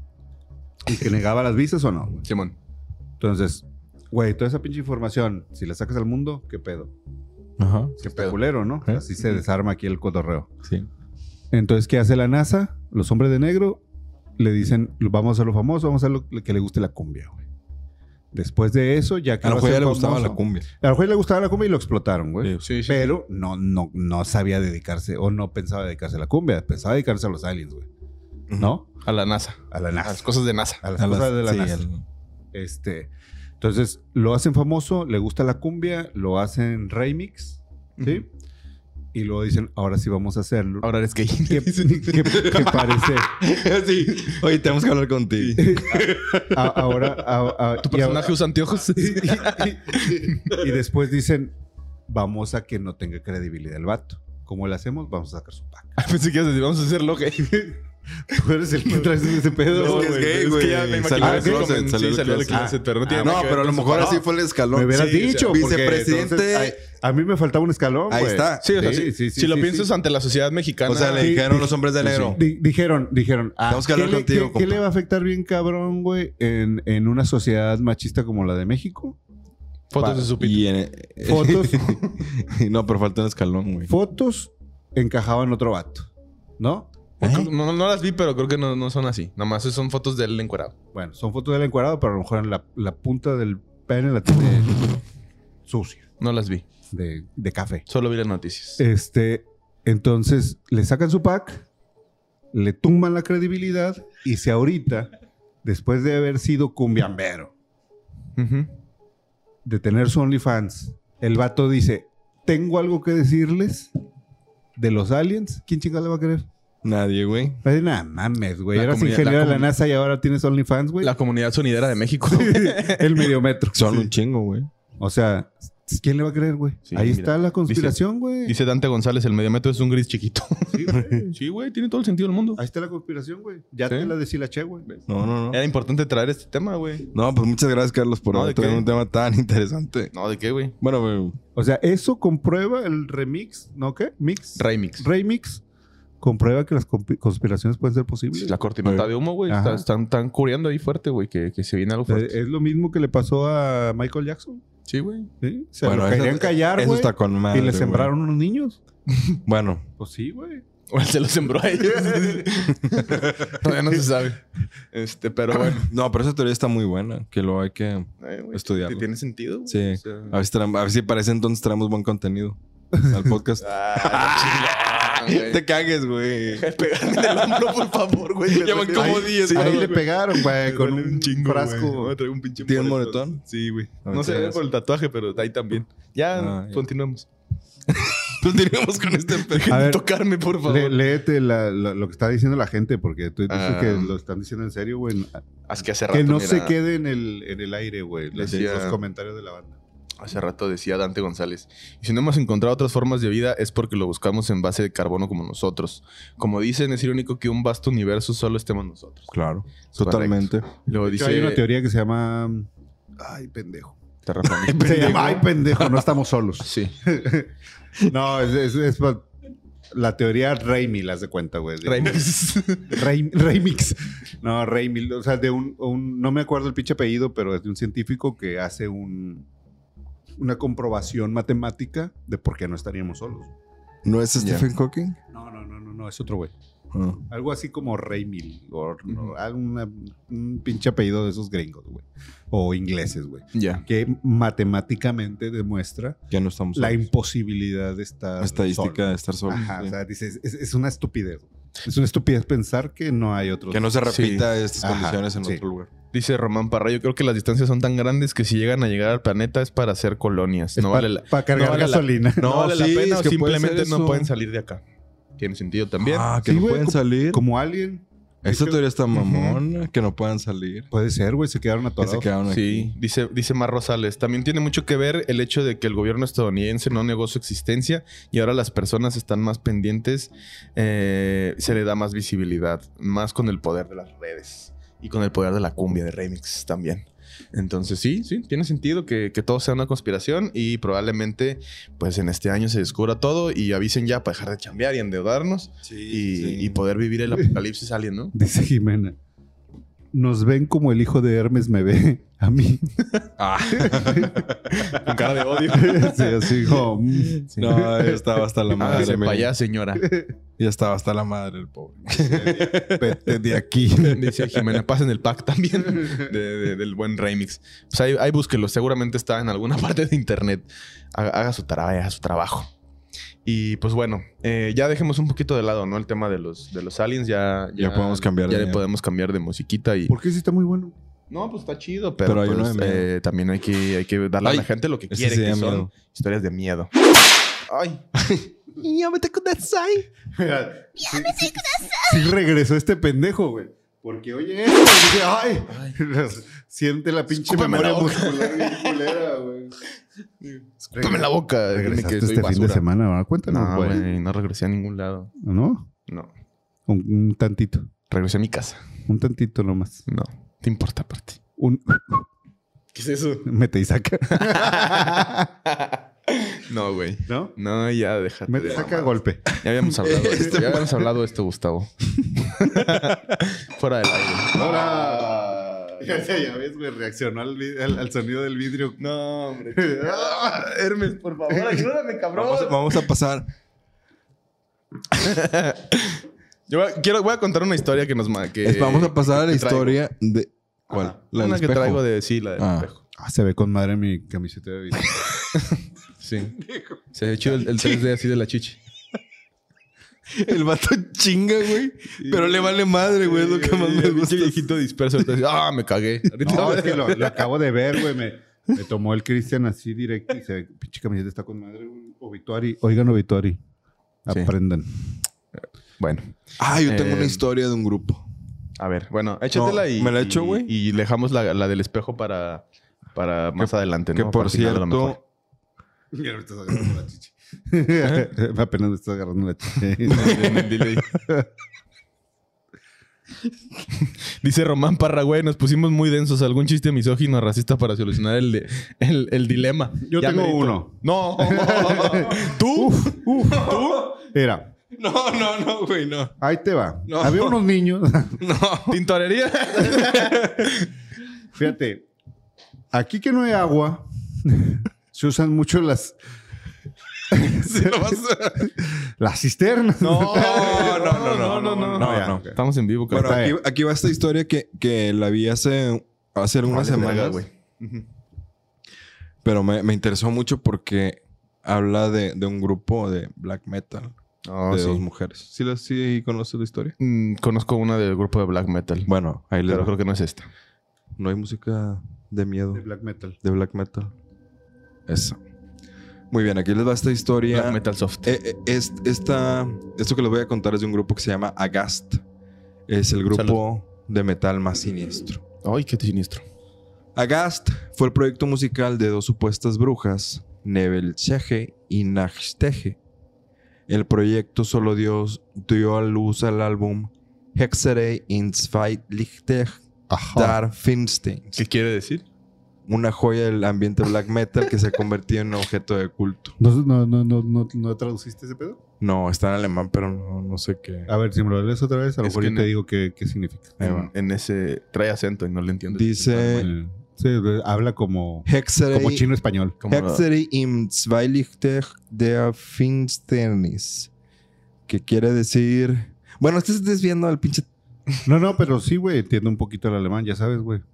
D: Y que negaba las visas o no, güey.
B: Simón.
D: Entonces, güey, toda esa pinche información, si la sacas al mundo, ¿qué pedo?
C: Ajá.
B: Qué
D: Está
B: pedo.
D: culero, ¿no?
C: ¿Eh?
D: Así se desarma aquí el cotorreo.
C: Sí.
D: Entonces, ¿qué hace la NASA? Los hombres de negro le dicen, vamos a hacerlo famoso, vamos a hacer lo que le guste la cumbia, güey. Después de eso, ya que
C: A lo
D: va
C: mejor ya
D: ser
C: le gustaba
D: famoso-
C: la cumbia.
D: A lo mejor le gustaba la cumbia y lo explotaron, güey.
B: Sí, sí.
D: Pero no, no, no sabía dedicarse o no pensaba dedicarse a la cumbia, pensaba dedicarse a los aliens, güey. ¿No?
B: A la NASA.
D: A la
B: A las
D: NASA.
B: cosas de NASA.
D: A las
C: A las-
D: cosas de la
C: sí,
D: NASA.
C: el-
D: Este, entonces, lo hacen famoso, le gusta la cumbia, lo hacen remix, ¿sí?
B: Ujú.
D: Y luego dicen, ahora sí vamos a hacerlo.
B: Ahora eres gay.
D: ¿Qué, qué- qué parece?
C: sí. Oye, tenemos que hablar contigo.
D: A- ahora, a- a-
B: ¿Tu
D: y
B: personaje
D: a-
B: usa anteojos?
D: y después dicen, vamos a que no tenga credibilidad el vato. ¿Cómo le hacemos? Vamos a sacar su pack.
B: Pensé que ibas a decir, vamos a hacerlo gay.
D: Tú eres el que traes ese pedo.
C: No, es
D: güey.
C: gay,
B: Es
C: güey.
B: que ya me
C: Salió
B: imaginé
C: del
B: que
C: closet,
B: comen-
C: salió
B: sí,
C: del
B: salió del
C: closet.
B: closet, pero no tiene
C: Ah,
B: nada
C: no,
B: que
C: pero a
B: ver
C: lo
B: con
C: mejor
B: su-
C: así fue el escalón.
D: Me hubieras
B: Sí,
D: dicho.
B: o sea,
D: porque
C: vicepresidente-
D: entonces, ay, a mí me faltaba un escalón,
C: Ahí
D: güey.
C: está.
B: Sí, o sea,
D: Sí,
B: sí,
D: sí, sí,
B: si lo
D: sí,
B: piensas
D: sí.
B: ante la sociedad mexicana...
C: O sea, le
D: Sí,
C: dijeron
D: sí,
C: los hombres de
B: sí,
C: negro.
D: Di- dijeron, dijeron, ah,
C: Tenemos que
D: ¿qué,
C: hablar
D: le,
C: contigo,
D: qué- qué
C: compa.
D: le va a afectar bien cabrón, güey, en, en una sociedad machista como la de México?
B: fotos
D: Va-
B: de su pito.
C: Y en-
D: Fotos,
C: no, pero falta un escalón, güey.
D: fotos encajaban otro vato, ¿no?
C: ¿Eh?
B: No, no las vi, pero creo que no, no son así. Nada más son fotos de él encuerado.
D: Bueno, son fotos del encuadrado, pero a lo mejor en la, la punta del pene la tiene sucia,
B: No las vi.
D: de, de café.
B: Solo vi las noticias.
D: Este, entonces le sacan su pack, le tumban la credibilidad y si ahorita, después de haber sido cumbiambero,
B: Ujú.
D: de tener su OnlyFans, el vato dice, tengo algo que decirles de los aliens, ¿quién chingada le va a querer?
C: Nadie, güey.
D: Va a decir, nah, mames, güey,
B: La
D: eras
B: comunidad-
D: ingeniero
B: la
D: de la
B: comu-
D: NASA y ahora tienes OnlyFans, güey.
B: La comunidad sonidera de México.
D: El mediometro.
C: Son un chingo, güey.
D: O sea, ¿quién le va a creer, güey?
B: Sí,
D: Ahí
B: mira.
D: está la conspiración, güey.
B: Dice Dante González, el mediometro es un gris chiquito.
D: Sí, güey.
B: Sí, güey, tiene todo el sentido del mundo.
D: Ahí está la conspiración, güey. Ya
B: Sí.
D: te la deshilaché, güey.
C: No, no, no.
B: Era importante traer este tema, güey.
C: No, pues muchas gracias, Carlos, por
B: No,
C: haber
B: ¿de
C: traído
B: qué?
C: un tema tan interesante.
B: No, ¿de qué, güey?
C: Bueno, güey.
D: O sea, eso comprueba el remix, ¿no qué? Mix.
B: Remix.
D: Remix. Comprueba que las compi- conspiraciones pueden ser posibles.
B: La cortinota de humo, güey.
D: Ajá.
B: Está- Están, están cubriendo ahí fuerte, güey, que, que se viene algo
D: O sea,
B: fuerte.
D: es lo mismo que le pasó a Michael Jackson.
B: Sí, güey.
D: ¿Sí? Se
C: Bueno,
D: lo
C: eso-
D: querían callar,
C: Eso
D: güey.
C: está con madre,
D: Y le
C: güey.
D: sembraron unos niños.
C: Bueno,
D: Pues sí, güey.
B: O él se lo sembró a ellos. Todavía no se sabe. Este, pero bueno.
C: no, pero esa teoría está muy buena. Que lo hay que
B: Eh, güey,
C: estudiarlo.
B: ¿Tiene sentido? güey?
C: Sí.
B: O sea-
C: A ver si, tra- a ver si para ese entonces traemos buen contenido al podcast.
B: Ah, chingón, güey.
C: Te cagues, güey.
B: Deja de pegarme en el hombro, por favor, güey.
C: Ya van como diez,
B: Sí,
D: Ahí
B: güey.
D: le pegaron, güey, con
B: Me duele
D: un
B: chingo,
D: frasco.
B: güey. Voy a traer un pinche
C: ¿Tienes
B: moretón.
C: moretón?
B: Sí, güey.
C: A ver
B: No
C: qué
B: se ve
C: es.
B: por el tatuaje, pero ahí también. Ya,
C: Ah, ya.
B: continuemos.
C: Continuemos con este pedo.
D: A ver,
B: tocarme, por favor.
D: lé- léete la- la- lo que está diciendo la gente, porque tú dices
B: Ah.
D: que lo están diciendo en serio, güey.
B: Es que hace rato,
D: Que no
B: mira,
D: se quede en el, en el aire, güey. Los,
B: Decía-
D: los comentarios de la banda.
B: Hace rato decía Dante González. Y si no hemos encontrado otras formas de vida es porque lo buscamos en base de carbono como nosotros. Como dicen, es irónico que un vasto universo solo estemos nosotros.
C: Claro,
B: Es
C: totalmente.
B: correcto. Luego
D: De hecho,
B: dice...
D: hay una teoría que se llama... Ay, pendejo.
B: terraplanismo.
D: Se llama Ay, pendejo, no estamos solos.
B: Sí.
D: No, es, es- es pa- la teoría Raimi, las de cuenta, güey. de-
B: Remix.
D: Ray- Raimix. No, Raimi. O sea, de un, un- no me acuerdo el pinche apellido, pero es de un científico que hace un, una comprobación matemática de por qué no estaríamos solos.
C: ¿No es
B: Ya.
C: Stephen Hawking?
D: No, no, no, no, no, es otro güey.
C: Ah.
D: Algo así como Raimi. O
B: Ujú.
D: no, alguna- un pinche apellido de esos gringos, güey. O ingleses, güey.
B: Ya.
D: Que matemáticamente demuestra
C: Ya no estamos
D: la
C: solos.
D: imposibilidad de estar
C: Estadística
D: solo.
C: de estar solo.
D: Ajá,
C: sí.
D: o sea, dices, es, es una estupidez. Es una estupidez pensar que no hay otros.
C: Que no se repita estas
D: Ajá,
C: condiciones en
D: sí.
C: otro lugar.
B: Dice Román Parra, yo creo que las distancias son tan grandes que si llegan a llegar al planeta es para hacer colonias.
D: Es
B: no
D: pa-
B: vale la,
D: para cargar
B: no vale la-
D: gasolina.
B: no
C: No,
B: vale la
C: sí,
B: pena
C: es
B: o
C: que puede
B: simplemente
C: ser
B: no
C: eso.
B: pueden salir de acá. Tiene sentido también.
C: Ah, que
D: Sí,
C: no
D: güey,
C: pueden
D: como-
C: salir.
D: Como alguien.
C: Esta
D: De hecho,
C: teoría está mamona, que no puedan salir.
D: Puede ser, güey, se quedaron
C: Que
D: atorados.
C: se quedaron
B: Sí,
C: aquí.
B: dice, dice Mar Rosales. También tiene mucho que ver el hecho de que el gobierno estadounidense no negó su existencia y ahora las personas están más pendientes, eh, se le da más visibilidad, más con el poder de las redes y con el poder de la cumbia de remix también. Entonces sí, sí, tiene sentido que, que todo sea una conspiración y probablemente pues en este año se descubra todo y avisen ya para dejar de chambear y endeudarnos y, y poder vivir el apocalipsis alien, ¿no?
D: Dice Jimena. Nos ven como el hijo de Hermes me ve a mí.
C: Ah.
B: Con cara de odio.
D: Sí, así como... mm.
C: No, ya estaba hasta la madre.
B: Hágase
C: men.
B: para allá, señora.
C: Ya estaba hasta la madre el pobre.
D: Vete de aquí.
B: Dice Jimena, pasen el pack también de- de- del buen remix. Pues ahí, ahí búsquelo, seguramente está en alguna parte de internet. Haga, haga su, tra- haga su trabajo. Y pues bueno, eh, ya dejemos un poquito de lado, ¿no? El tema de los, de los aliens. Ya,
C: Ya podemos cambiar
B: Ya
C: de-
B: le podemos cambiar de musiquita y...
D: ¿Por qué sí está muy bueno?
B: No, pues está chido, pero,
C: Pero hay
B: pues,
C: uno de miedo.
B: eh, también hay que, hay que darle
C: Ay,
B: a la gente lo que
C: ese
B: quiere,
C: sí
B: que
C: da
B: son
C: miedo.
B: historias de miedo. Ay. Ya me te kudasai.
D: Mira, sí, sí, sí regresó este pendejo, güey. Porque oye esto y dice, ¡ay! Siente la pinche
B: Escúpeme
D: memoria
B: la boca.
D: muscular bien culera, güey.
B: Escúpeme la boca. Dime
D: Regresaste
B: que soy
D: este fin de
B: basura.
D: semana, ¿verdad? Cuéntanos,
B: No,
D: güey.
B: güey, no regresé a ningún lado.
D: ¿No?
B: No.
D: Un, un tantito.
B: Regresé a mi casa.
D: Un tantito nomás.
B: No. ¿Te importa aparte?
D: Un...
B: ¿Qué es eso?
D: Mete y saca.
B: No, güey.
D: ¿No?
B: No, ya déjate.
D: Mete y
B: de
D: saca
B: mamadas.
D: golpe.
B: Ya habíamos hablado de esto. Ya habíamos hablado de esto, Gustavo. Fuera del aire.
D: ¡Hola! Ya, ya ves, güey. Reaccionó al, vi- al- al sonido del vidrio.
B: No, hombre. Ah, Hermes, por favor, ayúdame, cabrón.
C: Vamos, vamos a pasar.
B: Yo voy a, quiero, voy a contar una historia que nos... ma- Que,
C: Es- vamos a pasar a la
B: que traigo.
C: historia de... ¿Cuál?
B: Ajá.
C: La del
B: Una que
C: espejo.
B: traigo de... Sí, la del
C: Ah.
B: espejo.
D: Ah, se ve con madre mi camiseta de vidrio.
B: Sí. Se ve chido el, el tres D así de la chichi.
C: El vato chinga, güey. Pero le vale madre, güey. Es lo que más me
B: El
C: gusta.
B: pinche viejito disperso. ahorita dice, ah, me cagué. Ahorita
D: No,
B: me-
D: es que lo, lo acabo de ver, güey. Me, me tomó el Cristian así directo y se ve, pinche camiseta está con madre, güey. Obituari. Oigan, Obituari.
B: Sí.
D: Aprendan.
B: Bueno.
C: Ah, yo tengo
B: Eh,
C: una historia de un grupo.
B: A ver, bueno, échatela
C: No,
B: y...
C: ¿me la echo,
B: y-
C: güey?
B: Y dejamos la, la del espejo para, para más adelante, ¿no?
C: Que
B: Para
C: por
B: el final a lo mejor.
C: cierto...
D: Mira, me estás agarrando la chichi. Apenas me estás agarrando la chichi.
B: Dile. Dice Román Parra, güey, nos pusimos muy densos. ¿Algún chiste misógino racista para solucionar el, de- el, el dilema?
D: Yo tengo
B: merito.
D: uno.
B: No. ¿Tú? ¿Tú?
D: Mira,
C: No, no, no, güey, no.
D: ahí te va.
C: No.
D: Había unos niños.
C: No.
B: ¿Tintorería?
D: Fíjate, aquí que no hay agua, se usan mucho las,
C: Sí, no vas a-
D: las cisternas.
B: No,
C: no, no, no,
B: no, no.
C: no,
D: ya,
C: no.
D: ok.
B: Estamos en vivo,
C: Bueno,
B: cabrón.
D: Está
C: aquí, aquí va esta historia que, que la vi hace, hace algunas
B: Vale,
C: semanas.
B: verga, güey.
C: Pero me, me interesó mucho porque habla de, de un grupo de black metal
B: Oh,
C: de
B: sí.
C: dos mujeres. ¿Sí, la- sí conoces la historia?
B: Mm, conozco una del grupo de black metal.
C: Bueno, ahí le
B: pero creo que no es esta.
C: No hay música de miedo
D: De black metal.
C: de black metal. Eso. Muy bien, aquí les va esta historia.
B: Black Metal Soft.
C: Eh, eh, es- esta, esto que les voy a contar es de un grupo que se llama Agast. Es el grupo
B: Salud.
C: de metal más siniestro.
B: Ay, qué siniestro.
C: Agast fue el proyecto musical de dos supuestas brujas, Nebelshege y Nachtege. El proyecto solo dio, dio a luz al álbum Hexerei in zwei Lichter der Finsternis,
B: ¿Qué quiere decir?
C: una joya del ambiente black metal que se ha convertido en un objeto de culto.
D: ¿No, no, no, no, no, ¿no traduciste ese pedo?
C: No, está en alemán, pero no, no sé qué.
D: A ver, si me lo lees otra vez, a lo
B: Es
D: mejor
B: que
D: yo te
B: no-
D: digo qué, qué significa.
C: Ahí
B: En,
C: va.
B: en ese... Trae acento y no le entiendo.
C: Dice
D: Eh, sí, habla como,
C: Hexerei,
D: como chino español.
B: Como-
C: Hexerei im zwei Lichter der Finsternis, que quiere decir... Bueno, estás desviando al pinche...
D: No, no, pero sí, güey, entiendo un poquito el alemán, ya sabes, güey.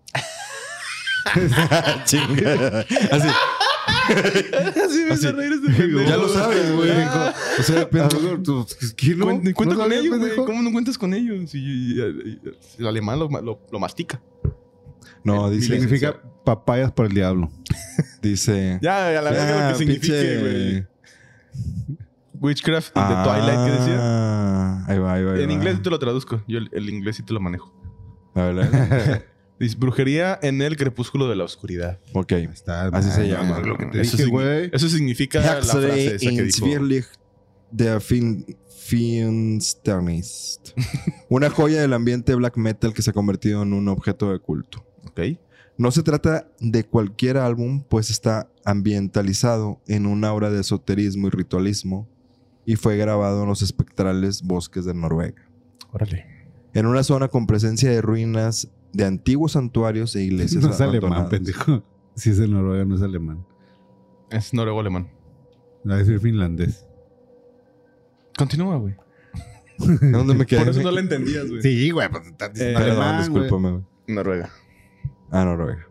C: Chinga. Así.
B: Así me
C: Así.
B: hizo reír este pendejo.
C: Ya lo sabes, güey. O sea, pendejo.
D: ¿Qué no?
B: Cuen- Cuenta
D: ¿No
B: con
D: sabías,
B: ellos, güey.
D: pendejo?
B: ¿Cómo no cuentas con ellos? Y, y- y- el alemán lo, lo, lo mastica.
C: No,
B: El-
C: dice...
D: Significa papayas por el diablo.
C: Dice...
B: Ya, a la verga
C: Ah,
B: lo que signifique,
C: pinche-
B: güey. Witchcraft de Twilight, ¿qué decía?
C: Ah, ahí va, ahí va. ahí
B: En
C: va.
B: inglés te lo traduzco. Yo el, el inglés sí te lo manejo.
C: A ver, a
B: Dice, brujería en el crepúsculo de la oscuridad.
C: ok.
D: Está,
C: Así se
D: ah,
C: llama.
D: Lo que te
B: Eso,
D: dije,
B: signi-
D: güey.
B: eso significa la frase esa que dijo.
C: Licht der fin Finsternis. Una joya del ambiente black metal que se ha convertido en un objeto de culto.
B: Ok.
C: No se trata de cualquier álbum, pues está ambientalizado en un aura de esoterismo y ritualismo y fue grabado en los espectrales bosques de Noruega.
B: Órale.
C: En una zona con presencia de ruinas de antiguos santuarios e iglesias
D: No es alemán,
C: abandonadas.
D: pendejo. Si es de Noruega, no es alemán.
B: Es noruego-alemán.
D: Va a decir finlandés.
B: Continúa, güey.
C: ¿Dónde me quedé?
B: Por eso no la entendías, güey.
D: Sí, güey, pues estás diciendo
B: Eh,
C: Perdón,
D: alemán, güey.
C: discúlpame, güey.
B: Noruega.
C: Ah, Noruega.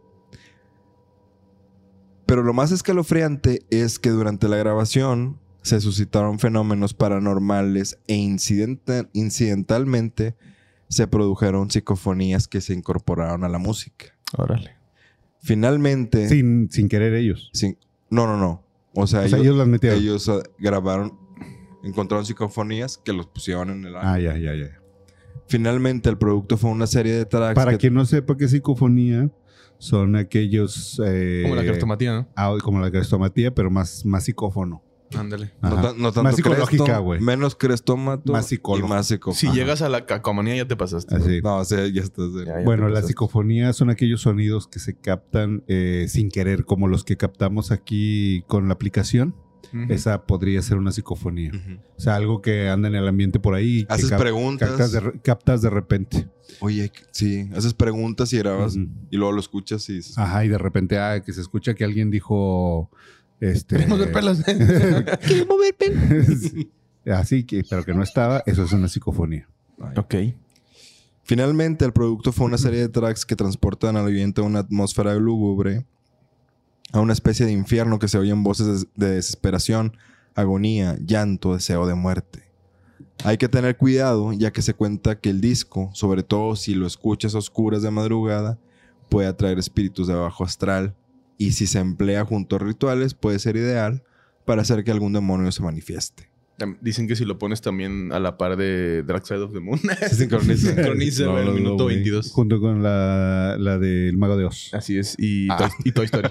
C: Pero lo más escalofriante es que durante la grabación se suscitaron fenómenos paranormales e incidenta- incidentalmente se produjeron psicofonías que se incorporaron a la música.
B: Órale.
C: Finalmente...
D: Sin, sin querer ellos.
C: sin- no, no, no. O sea,
D: O sea,
C: ellos,
D: ellos las metieron.
C: ellos, ah, grabaron, encontraron psicofonías que los pusieron en el álbum.
D: Ah, ya, ya, ya.
C: Finalmente el producto fue una serie de tracks
D: Para
C: que-
D: quien no sepa qué psicofonía, son aquellos... eh,
B: Como la crestomatía, ¿no?
D: ah, como la crestomatía, pero más, más psicófono.
B: Ándale.
C: No,
D: Ajá.
C: tan- no tanto
D: Más psicológica,
C: cresto,
D: güey.
C: menos crestómato
D: Más
C: y
D: psicólogo.
C: más psicófono.
B: Si
C: Ajá.
B: llegas a la cacomanía ya te pasaste.
D: Así.
C: No, o sea, ya estás... de-
B: Ya, ya
D: Bueno,
B: te
D: las
B: pasaste.
D: psicofonías son aquellos sonidos que se captan eh, sin querer, como los que captamos aquí con la aplicación.
B: Ujú.
D: Esa podría ser una psicofonía.
C: Ujú.
D: O sea, algo que anda en el ambiente por ahí. que
C: Haces
D: cap-
C: preguntas.
D: Captas de, re- captas de repente.
C: Oye, sí, haces preguntas y grabas
D: Ujú.
C: y luego lo escuchas y dices,
D: Ajá, y de repente, ah, que se escucha que alguien dijo... Este,
B: Queremos ver pelos.
C: queremos ver pelos.
D: Sí. Así que, pero que no estaba, eso es una psicofonía.
B: Ok.
C: Finalmente, el producto fue una serie de tracks que transportan al oyente a una atmósfera lúgubre, a una especie de infierno que se oyen voces de de desesperación, agonía, llanto, deseo de muerte. Hay que tener cuidado, ya que se cuenta que el disco, sobre todo si lo escuchas a oscuras de madrugada, puede atraer espíritus de bajo astral, y si se emplea junto a rituales, puede ser ideal para hacer que algún demonio se manifieste.
B: Tam- Dicen que si lo pones también a la par de Dark Side of the Moon.
C: Se sincroniza.
B: Sincroniza,
C: No,
B: güey,
C: no,
B: el
C: no,
B: minuto
C: güey.
B: veintidós.
D: Junto con la, la del Mago de Oz.
B: Así es. Y,
C: Ah.
B: Toy, y Toy Story.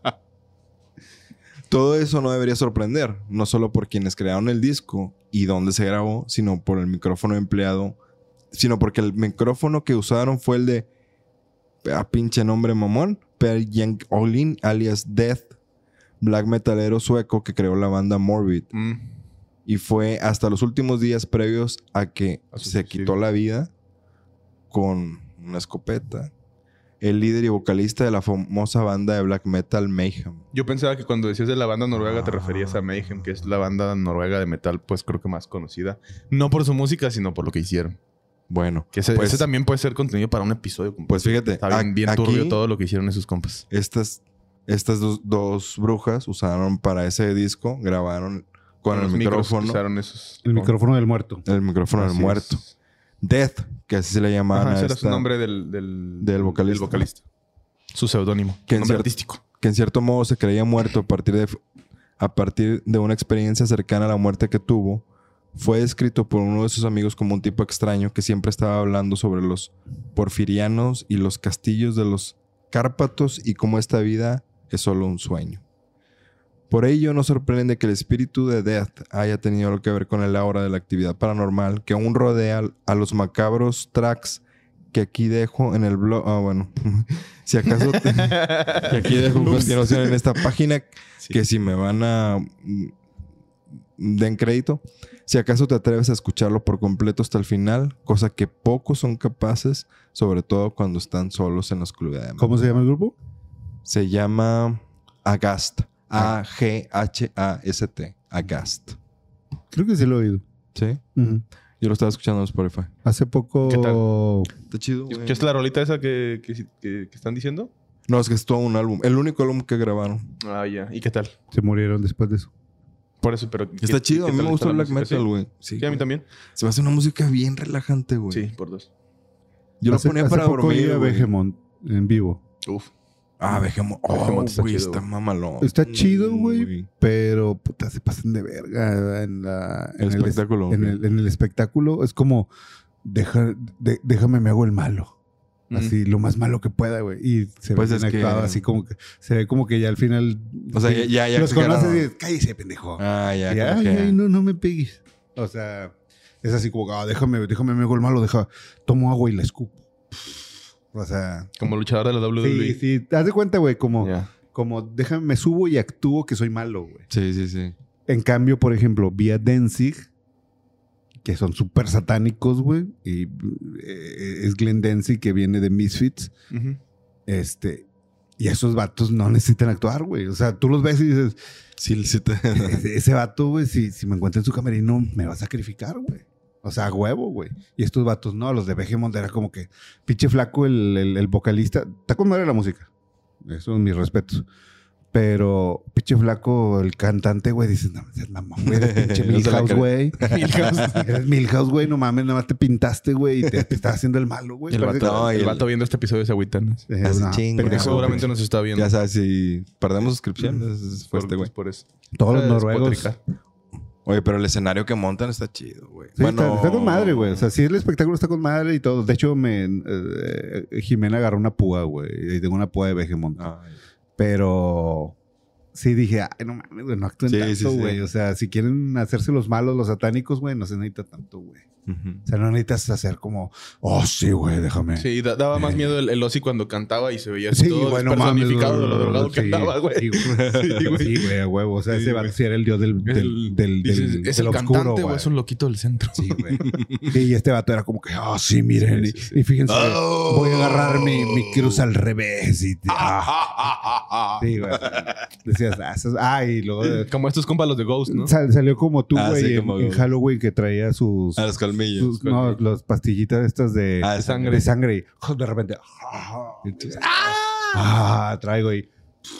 C: Todo eso no debería sorprender, no solo por quienes crearon el disco y dónde se grabó, sino por el micrófono empleado, sino porque el micrófono que usaron fue el de, a pinche nombre mamón, Per Jank Olin, alias Death, black metalero sueco que creó la banda Morbid.
B: Mm.
C: Y fue hasta los últimos días previos a que
B: A su
C: se
B: suicidio.
C: quitó la vida con una escopeta. El líder y vocalista de la famosa banda de black metal Mayhem.
B: Yo pensaba que cuando decías de la banda noruega te
C: Ah.
B: referías a Mayhem, que es la banda noruega de metal, pues creo que más conocida. No por su música, sino por lo que hicieron.
C: Bueno,
B: Que ese,
C: pues,
B: ese también puede ser contenido para un episodio. completo.
C: pues fíjate,
B: Está bien,
C: a-
B: bien
C: aquí
B: turbio todo lo que hicieron esos compas.
C: estas, estas dos, dos brujas usaron para ese disco, grabaron con, el
B: los micros
C: micrófono,
B: usaron esos.
D: El micrófono del muerto.
C: el micrófono del
B: Así
C: muerto.
B: es.
C: Death, que así se le llamaban
B: Ajá,
C: a
B: ese era su
C: esta-
B: nombre del, del,
C: del vocalista.
B: Su seudónimo.
C: Que
B: Nombre
C: en cier-
B: artístico.
C: que en cierto modo se creía muerto a partir de a partir de una experiencia cercana a la muerte que tuvo, fue descrito por uno de sus amigos como un tipo extraño que siempre estaba hablando sobre los porfirianos y los castillos de los Cárpatos y cómo esta vida es solo un sueño. Por ello no sorprende que el espíritu de Death haya tenido algo que ver con el aura de la actividad paranormal que aún rodea a los macabros tracks que aquí dejo en el blog. Ah, bueno. Si acaso te, que aquí dejo a continuación en esta página, sí. Que si me van a den crédito, si acaso te atreves a escucharlo por completo hasta el final, cosa que pocos son capaces, sobre todo cuando están solos en la oscuridad.
D: ¿Cómo se llama el grupo?
C: Se llama Aghast. A G H A S T. Aghast.
D: Creo que sí lo he oído.
C: ¿Sí?
D: Uh-huh.
C: Yo lo estaba escuchando en Spotify.
D: Hace poco...
B: ¿Qué tal?
C: Está chido, güey.
B: ¿Qué es la rolita esa que, que, que, que están diciendo?
C: No, es que es todo un álbum. El único álbum que grabaron.
B: Ah, ya. ¿Y qué tal?
D: Se murieron después de eso.
B: Por eso, pero...
C: Está
B: ¿qué,
C: chido.
B: qué
C: A mí
B: tal
C: me gusta
B: está
C: el
B: la
C: black
B: música?
C: metal, güey. Sí,
B: Sí, a mí también.
C: Se me hace una música bien relajante, güey.
B: Sí, por dos.
C: Yo
D: hace,
C: lo ponía
D: hace
C: para
D: poco
C: dormir,
D: vi a
C: güey.
D: Vegemont en vivo.
B: Uf.
C: Ah, Vegemont. Oh,
B: Vegemont está
C: güey,
B: chido,
C: está
B: güey.
C: mamalón.
D: Está chido, güey.
C: Uy.
D: Pero, puta, se pasan de verga en, la,
C: El
D: en
C: espectáculo,
D: En
C: güey.
D: el, en el espectáculo. Es como, deja, de- déjame, me hago el malo. Así, lo más malo que pueda, güey. Y se
C: Pues
D: ve
C: es
D: bien
C: que-
D: actuado, así como que... Se ve como que ya al final...
C: O sea,
D: sí,
C: ya- ya- ya
D: los
C: exageraron.
D: conoces y dices, cállese, pendejo.
C: Ah, ya.
D: Y,
C: como
D: ay,
C: que-
D: ay, no, no me pegues. O sea, es así como, ah, déjame, déjame, me hago el malo, deja, tomo agua y la escupo. O sea,
B: Como luchador de la W W E.
D: sí, sí, te das de cuenta, güey, como,
B: Ya.
D: como déjame, me subo y actúo que soy malo, güey.
C: Sí, sí, sí.
D: En cambio, por ejemplo, vi a Danzig, que son súper satánicos, güey, y eh, es Glenn Danzig que viene de Misfits,
B: Ujú.
D: este, y esos vatos no necesitan actuar, güey. O sea, tú los ves y dices,
C: Sí, sí te...
D: ese, ese vato, güey, si, si me encuentra en su camerino, me va a sacrificar, güey. O sea, a huevo, güey. Y estos vatos, no, los de Vegemont era como que pinche flaco el, el, el vocalista. Está con madre la música. Eso es mis respetos. Pero pinche flaco el cantante, güey, dices, no, es mamón, güey, eres pinche
C: No se la
D: Milhouse,
C: cree.
D: güey. Milhouse. Eres Milhouse, güey, no mames, nada más te pintaste, güey, y te, te estás haciendo el malo, güey.
B: El
D: Parece
B: vato,
C: No, y
B: el
C: el-
B: vato viendo este episodio se agüita, ¿no?
D: que- eh,
C: Así
D: no,
C: chingo,
D: pendejo,
B: Seguramente
D: güey.
B: nos está viendo.
C: Ya sabes, si perdemos suscripciones, es fue
B: Por,
C: este, güey.
B: por eso.
D: Todos los
B: Es
D: noruegos.
B: potrica.
C: Oye, pero el escenario que montan está chido, güey.
D: Sí, está, está con madre, güey. O sea, sí, el espectáculo está con madre y todo. De hecho, me, eh, Jimena agarró una púa, güey. Y tengo una púa de Vegemont.
C: Ay.
D: Pero sí dije, ay, no mames, güey, no actúen
C: Sí,
D: tanto,
C: sí, sí.
D: güey. O sea, si quieren hacerse los malos, los satánicos, güey, no se necesita tanto, güey.
C: Ujú.
D: O sea, no necesitas hacer como, oh, sí, güey, déjame.
B: Sí, da- daba más miedo el, el Ozzy cuando cantaba y se veía así
D: Sí,
B: todo
D: güey, no mames,
B: personificado de lo
D: güey,
B: drogado que
D: sí,
B: andaba, güey.
D: Sí, güey.
B: Sí, güey.
D: Sí, güey, a huevo. O sea,
B: Sí,
D: ese
B: güey.
D: vato sí era el dios del, del,
B: El-
D: del,
B: dices,
D: del,
B: ¿es
D: del
B: el
D: oscuro,
B: cantante o
D: güey.
B: es un loquito del centro?
D: Sí, güey. Sí, y este vato era como que, oh, sí, miren.
B: Sí,
D: y-
B: sí, sí.
D: Y, fíjense,
C: Oh.
D: voy a agarrar mi, mi cruz al revés. Y, ah. Sí, güey. Decías, ah, eso- ah, y luego eh,
B: Como estos compas los de Ghost, ¿no?
D: sal- salió como tú,
C: Ah,
D: güey,
C: sí,
D: en,
C: como-
D: en Halloween que traía sus,
C: A los colmillos.
D: sus no, las pastillitas estas de,
C: Ah,
D: de
B: sangre.
D: sangre. Y de repente,
C: Entonces-
D: ah, traigo y,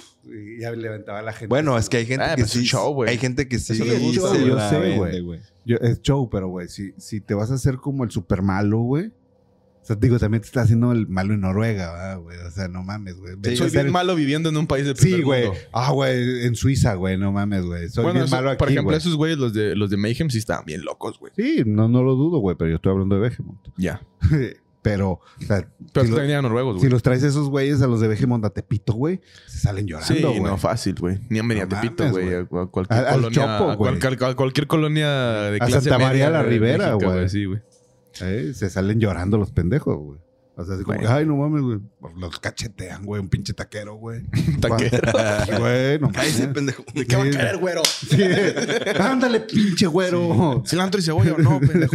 D: y ya levantaba a la gente.
C: Bueno, es que hay gente
B: Ah,
C: que
B: pues es
C: sí.
B: show, güey.
C: Hay gente que sí.
B: Eso le gusta,
C: se
D: yo
C: la
D: sé,
C: vende,
D: güey. Yo- es show, pero güey, si, si te vas a hacer como el super malo, güey. O sea, digo, también te estás haciendo el malo en Noruega, ¿verdad, güey? O sea, no mames, güey. Vete
B: Soy
D: a hacer-
B: bien malo viviendo en un país de
D: Sí,
B: primer
D: güey.
B: mundo.
D: Ah, güey, en Suiza, güey, no mames, güey. Soy
B: Bueno,
D: bien
B: eso-
D: malo aquí,
B: por ejemplo,
D: güey.
B: esos güeyes, los de, los de Mayhem, sí estaban bien locos, güey.
D: Sí, no, no lo dudo, güey, pero yo estoy hablando de Vegemont.
B: Ya.
D: Pero, o sea,
B: Pero
D: si, lo-
B: también eran noruegos,
D: si
B: güey.
D: los traes esos güeyes a los de Vegemont a Tepito, güey, se salen llorando,
B: Sí,
D: güey.
B: no fácil, güey. Ni a
D: No
B: Mediatepito,
D: mames,
B: güey. A,
D: güey.
B: a cualquier
D: Al- al
B: colonia.
D: Chopo,
B: a,
D: güey.
B: cual- a cualquier colonia de
D: A
B: clase
D: Santa María
B: media
D: la
B: de
D: Ribera,
B: México,
D: güey.
B: Sí, güey.
D: Eh, se salen llorando los pendejos, güey. O sea, así como,
B: Güey.
D: que, ay, no mames, güey. Los cachetean, güey, un pinche taquero, güey.
B: Taquero.
D: Sí, güey, no
C: Cállese,
D: mames.
C: pendejo.
B: ¿De qué va a querer, güero?
D: Sí. Ándale, pinche güero.
B: ¿Cilantro y cebolla o no, pendejo?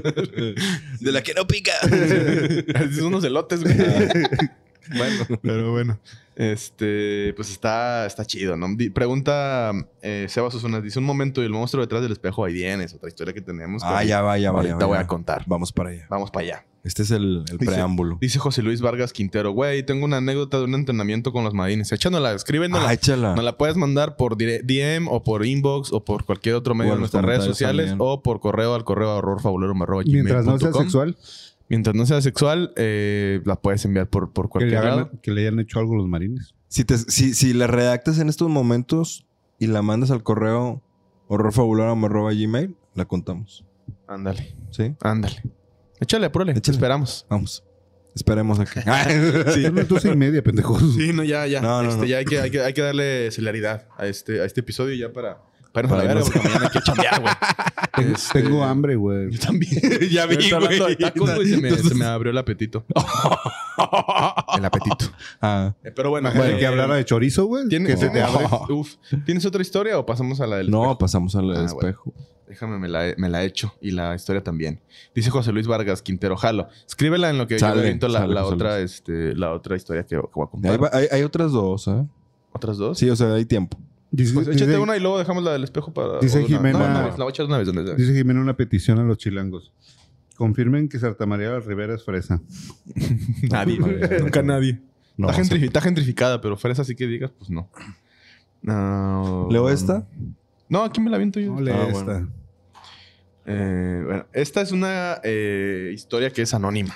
C: De la que no pica.
B: Son unos elotes, güey.
C: Bueno.
B: Pero bueno. Este, pues está, está chido, ¿no? Di- Pregunta eh, Sebas Osuna. Dice, un momento y el monstruo detrás del espejo, ahí vienes. Otra historia que tenemos. que
C: Ah, ya va, ya va.
B: ahorita
C: ya va,
B: voy
C: ya
B: a
C: va.
B: contar.
C: Vamos para allá.
B: Vamos para allá.
C: Este es el, el
B: Dice-
C: preámbulo.
B: Dice José Luis Vargas Quintero. Güey, tengo una anécdota de un entrenamiento con los marines. Échanosla, escríbenosla.
C: Ah, échala.
B: Nos la puedes mandar por dire- D M o por inbox o por cualquier otro medio
C: O
B: de
C: en los
B: nuestras redes
C: comentarios
B: sociales
C: también.
B: o por correo al correo horrorfabulero arroba
D: Mientras no sea
B: gmail punto com.
D: sexual,
B: Mientras no sea sexual, eh, la puedes enviar por, por
D: que le,
B: cualquier
D: hagan-
B: lado.
D: que le hayan hecho algo los marines.
C: Si, te, si, si la redactas en estos momentos, y la mandas al correo horrorfabularum arroba gmail, la contamos.
B: Ándale.
C: ¿Sí?
B: Ándale. Échale, apúrale. Te
C: Échale.
B: esperamos.
C: Vamos. Esperemos aquí.
B: Sí.
D: Son las doce y media, pendejos.
B: Sí, no, ya, ya.
C: No, no,
B: este,
C: no.
B: Ya hay que, hay, que, hay que darle celeridad a este, a este episodio ya para... Para irnos a
C: Para
B: la verga,
C: irnos.
B: porque mañana hay que chambear, güey.
D: Tengo,
B: Este,
D: tengo hambre, güey.
B: Yo también. Ya vi,
C: Estoy hablando
B: güey.
C: de tacos,
B: güey, se, me, se me abrió el apetito. El apetito.
C: Ah,
B: Eh, pero bueno.
D: Imagínate
B: eh,
D: que hablara de chorizo, güey.
B: ¿tiene-
D: Que se te
B: tiene-
D: abre.
B: Uf. ¿Tienes otra historia o pasamos a la del
C: no,
B: espejo?
C: pasamos al
B: Ah,
C: espejo.
B: Déjame, me la, me la echo. Y la historia también. Dice José Luis Vargas Quintero, jalo. Escríbela en lo que
C: Sale,
B: yo aviento la,
C: sale,
B: la
C: José
B: otra,
C: Luis.
B: este, la otra historia que, que voy a
C: Hay,
B: contar.
C: va- hay- hay otras dos, ¿eh?
B: ¿Otras dos?
C: Sí, o sea, hay tiempo.
D: Dice,
B: Pues échate
D: dice-
B: una y luego dejamos la del espejo para...
D: Dice
B: o una-
D: Jimena-
B: No, una vez, la voy a echar una vez. Una vez.
D: dice Jimena una petición a los chilangos. Confirmen que Santa María de la Ribera es fresa.
B: Nadie. Nunca nadie.
C: No,
B: está,
C: o sea,
B: gentrifi- está gentrificada, pero fresa así que digas, pues no. No.
C: ¿Leo esta?
B: No, aquí me la aviento yo.
D: No lee
C: Ah,
D: esta.
C: bueno.
B: Eh, bueno, esta es una eh, historia que es anónima.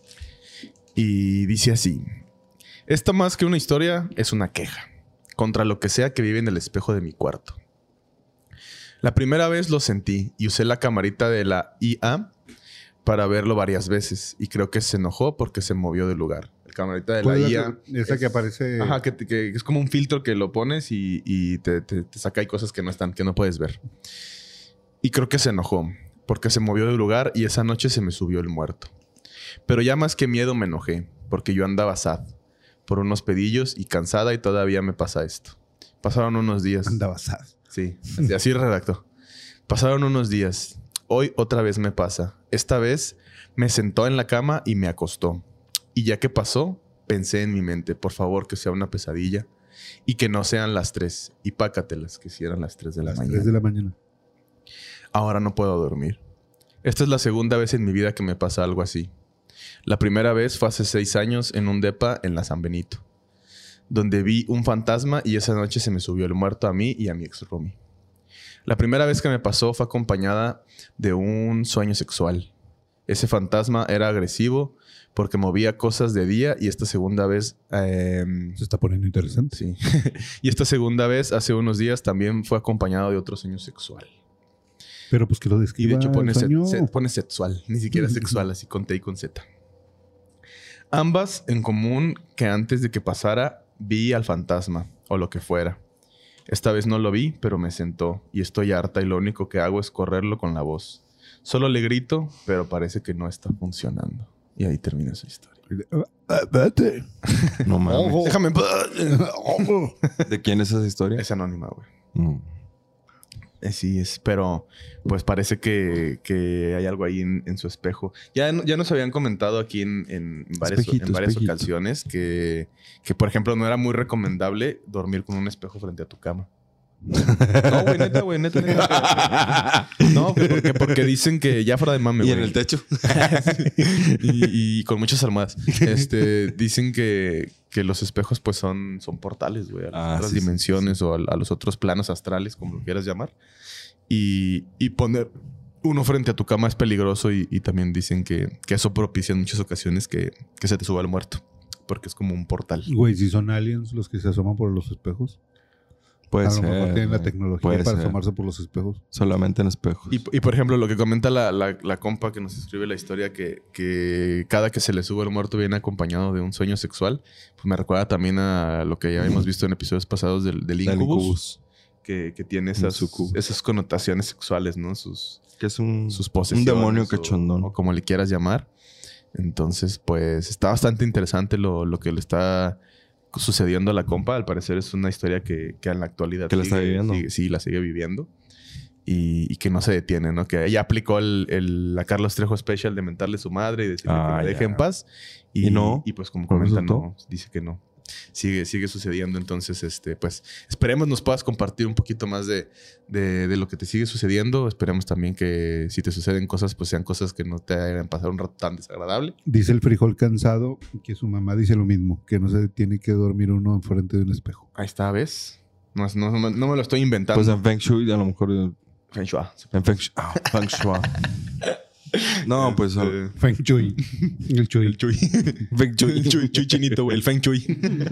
B: Y dice así. Esta más que una historia es una queja contra lo que sea que vive en el espejo de mi cuarto. La primera vez lo sentí y usé la camarita de la I A para verlo varias veces. Y creo que se enojó porque se movió del lugar. La camarita de la
D: ¿Cuál es
B: I
D: la
B: A...
D: que- esa que
B: es-
D: aparece.
B: Ajá, que, te- que es como un filtro que lo pones y, y te, te- te saca ahí cosas que no están, que no puedes ver. Y creo que se enojó porque se movió del lugar y esa noche se me subió el muerto. Pero ya más que miedo me enojé porque yo andaba sad por unos pedillos y cansada y todavía me pasa esto. Pasaron unos días.
D: Andaba sad.
B: Sí, así, así redactó. Pasaron unos días. Hoy otra vez me pasa. Esta vez me sentó en la cama y me acostó. Y ya que pasó, pensé en mi mente, por favor, que sea una pesadilla y que no sean las tres. Y pácatelas, que si eran las tres de la
D: Las
B: mañana.
D: tres de la mañana.
B: Ahora no puedo dormir. Esta es la segunda vez en mi vida que me pasa algo así. La primera vez fue hace seis años en un depa en la San Benito, donde vi un fantasma y esa noche se me subió el muerto a mí y a mi ex roomie. La primera vez que me pasó fue acompañada de un sueño sexual. Ese fantasma era agresivo porque movía cosas de día y esta segunda vez... eh,
D: Se está poniendo interesante.
B: sí. Y esta segunda vez, hace unos días, también fue acompañado de otro sueño sexual.
D: Pero pues que lo
B: Y
D: describa.
B: de hecho pone,
D: el
B: se-
D: sueño.
B: se- pone sexual, ni siquiera sexual, así con T y con Z. Ambas en común que antes de que pasara vi al fantasma o lo que fuera. Esta vez no lo vi, pero me sentó y estoy harta y lo único que hago es correrlo con la voz. Solo le grito, pero parece que no está funcionando. Y ahí termina su historia.
D: Ah, vete.
C: No mames.
B: Déjame en paz.
C: ¿De quién es esa historia?
B: Es anónima, güey.
C: Mm.
B: Eh, Sí, es, pero pues parece que, que hay algo ahí en, en su espejo. Ya, no- ya nos habían comentado aquí en, en varias,
C: Espejito,
B: en varias
C: espejito.
B: ocasiones que, que, por ejemplo, no era muy recomendable dormir con un espejo frente a tu cama. No, güey, neta, güey, neta, neta. No, que porque, porque dicen que ya fuera de mame,
C: ¿Y
B: güey.
C: en el techo?
B: y, y con muchas almohadas. Este, dicen que, que los espejos pues son, son portales, güey, a las
C: Ah,
B: otras
C: sí, sí,
B: dimensiones o a, a los otros planos astrales, como lo quieras llamar. Y, y poner uno frente a tu cama es peligroso y, y también dicen que, que eso propicia en muchas ocasiones que, que se te suba el muerto, porque es como un portal.
D: Güey, si son aliens los que se asoman por los espejos.
C: Puede
D: a lo
C: ser.
D: mejor tienen la
C: güey.
D: tecnología
C: Puede
D: para
C: ser.
D: asomarse por los espejos.
C: Solamente en espejos.
B: Y, y, por ejemplo, lo que comenta la, la, la compa que nos escribe la historia, que, que cada que se le sube el muerto viene acompañado de un sueño sexual, pues me recuerda también a lo que ya habíamos visto en episodios pasados del, del
C: Del
B: Incubus,
C: incubus.
B: que, que tiene esas,
C: sucubus.
B: esas connotaciones sexuales, ¿no? Sus,
C: Que es un,
B: sus
C: un
B: posesiones.
C: demonio
B: o-
C: cachondón.
B: O como le quieras llamar. Entonces, pues está bastante interesante lo, lo que le está sucediendo a la compa. Al parecer es una historia que, que en la actualidad
C: Que la está viviendo.
B: sigue- sí, la sigue viviendo. Y, y que no se detiene, ¿no? Que ella aplicó el, el- la Carlos Trejo Special de mentarle a su madre y decirle
C: Ah,
B: que me deje
C: ya.
B: en paz. Y,
C: ¿Y no?
B: Y pues como
C: ¿No
B: comenta,
C: resultó?
B: no. Dice que no. Sigue, sigue sucediendo. Entonces, este, pues esperemos nos puedas compartir un poquito más de, de, de lo que te sigue sucediendo. Esperemos también que si te suceden cosas, pues sean cosas que no te hagan pasar un rato tan desagradable.
D: Dice el frijol cansado que su mamá dice lo mismo, que no se tiene que dormir uno enfrente de un espejo.
B: Ahí está, ¿ves? No, es- no, no, no me lo estoy inventando.
C: Pues en Feng Shui, a lo mejor. En
B: Feng Shui.
C: Feng Shui. Ah, Feng Shui. No, pues...
B: Este,
D: Feng Shui. El Shui.
B: El Chuy.
C: Feng Shui.
B: El Chuy, Chuy chinito, güey. El Feng Chuy.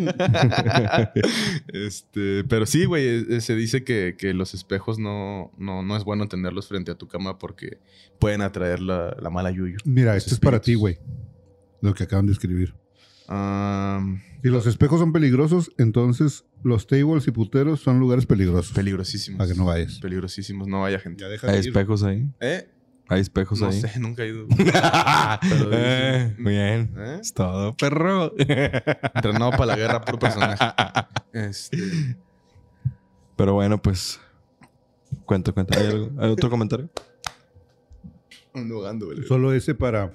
B: este, pero sí, güey. eh, Se dice que, que los espejos no, no, no es bueno tenerlos frente a tu cama porque pueden atraer la, la mala yuyu.
D: Mira,
B: Los
D: esto es para ti,
B: espíritus.
D: güey. Lo que acaban de escribir.
B: Am,
D: Si los espejos son peligrosos, entonces los tables y puteros son lugares peligrosos.
B: peligrosísimos.
D: Para que no vayas.
B: Peligrosísimos. No vaya gente.
D: Ya deja
C: ¿Hay
D: de ir.
C: espejos ahí?
B: ¿Eh?
C: ¿Hay espejos
B: No
C: ahí?
B: sé, nunca he ido.
C: Pero
B: dice-
C: bien.
B: ¿Eh?
C: Es todo, perro.
B: Entrenado para la guerra, puro personaje. Este,
C: Pero bueno, pues... Cuenta, cuenta. ¿Hay, algo? ¿Hay otro comentario?
B: ando ahogando, güey.
D: Solo ese para...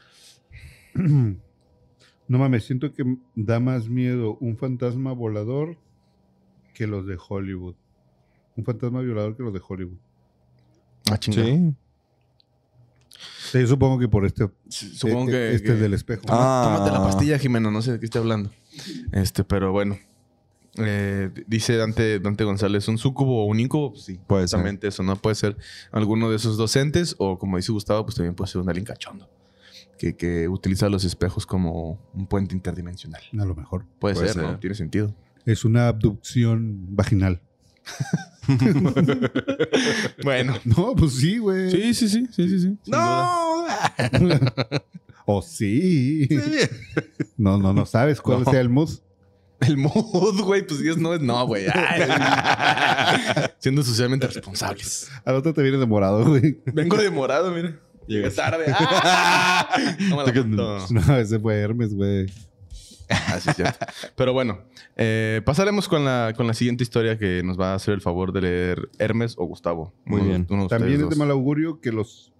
D: No mames, siento que da más miedo un fantasma volador que los de Hollywood. Un fantasma violador que los de Hollywood.
B: Ah, chingada.
C: Sí.
D: Sí, yo supongo que por este...
B: Sí, Supongo
D: eh,
B: que...
D: Este
B: que-
D: es del espejo.
C: Ah.
B: Tómate la pastilla, Jimena. No sé de qué esté hablando. Este, pero bueno. Eh, dice Dante, Dante González, ¿un súcubo o un incubo? Pues sí,
C: Puede ser.
B: exactamente eso. No puede ser alguno de esos docentes o, como dice Gustavo, pues también puede ser un alien cachondo que, que utiliza los espejos como un puente interdimensional.
D: A lo mejor.
B: Puede,
C: Puede
B: ser,
C: ser.
B: ¿no? Tiene sentido.
D: Es una abducción vaginal.
B: Bueno.
D: No, pues sí, güey.
B: Sí, sí, sí, sí, sí, sí. sin duda.
D: O sí. No, no, no sabes cuál
B: No.
D: sea el mood.
B: El mood, güey, pues Dios no es no, güey. Ay, siendo socialmente responsables.
D: Al otro te viene de morado, güey.
B: Vengo de morado, mira. Llegué
C: Llegas.
B: tarde. ¡Ah! No me la apunto.
D: No, ese fue Hermes, güey.
B: Ah, sí, es cierto. Pero bueno, eh, pasaremos con la, con la siguiente historia que nos va a hacer el favor de leer Hermes o Gustavo.
C: Muy
B: Uno-
C: bien.
B: uno de
D: También
B: ustedes
D: es de
B: dos.
D: mal augurio que los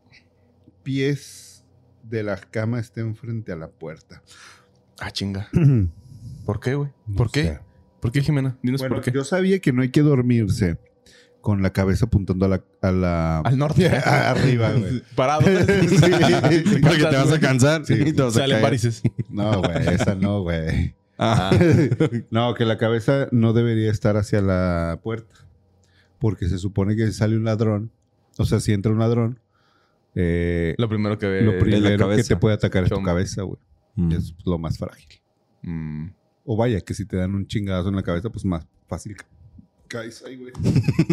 D: pies de la cama estén frente a la puerta.
B: Ah, chinga. ¿Por qué, güey?
D: No
B: ¿Por qué?
D: sé.
B: ¿Por qué, Jimena? Dinos
D: Bueno,
B: por qué.
D: yo sabía que no hay que dormirse con la cabeza apuntando a la... A la
B: Al norte.
D: Arriba, güey.
B: Parado.
C: Porque te vas a cansar.
D: Sí.
C: y te vas a
B: Salen
C: caer.
B: varices.
D: No, güey, esa no, güey.
C: Ah.
D: No, que la cabeza no debería estar hacia la puerta. Porque se supone que si sale un ladrón, o sea, si entra un ladrón, eh,
B: Lo primero que ve.
D: lo primero que
C: cabeza.
D: te puede atacar es tu
B: Chombo.
D: cabeza, güey.
C: Mm.
D: Es lo más frágil.
B: Mm.
D: O vaya, que si te dan un chingadazo en la cabeza, pues más fácil ca- caes ahí, güey.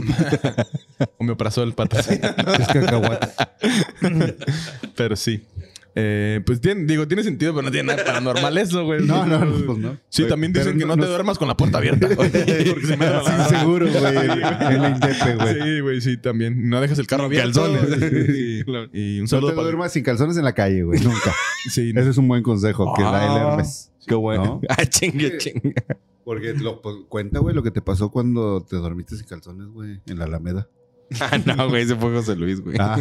B: Omeprazol, patrocina.
D: Es cacahuate.
B: Pero sí. Eh, pues tiene, digo, tiene sentido, pero no tiene nada paranormal eso, güey.
D: No, no, no, pues no.
B: Sí, también
D: Pero
B: dicen que no,
D: no-
B: te duermas con la puerta abierta. Porque se me da
D: Sí,
B: la-
D: seguro, güey. En la Indepe, güey.
B: Sí, güey, sí, también. No dejas el carro abierto.
C: calzones.
B: Sí. Y un
D: No
B: saludo
D: te
B: para...
D: duermas sin calzones en la calle, güey. Nunca.
B: Sí,
D: Ese es un buen consejo que da el Hermes.
C: Qué bueno.
D: ¿No?
C: Ah, chingue, chingue.
D: Porque lo, pues, cuenta, güey, lo que te pasó cuando te dormiste sin calzones, güey, en la Alameda.
C: Ah, no, güey, ese fue José Luis, güey.
D: Ah,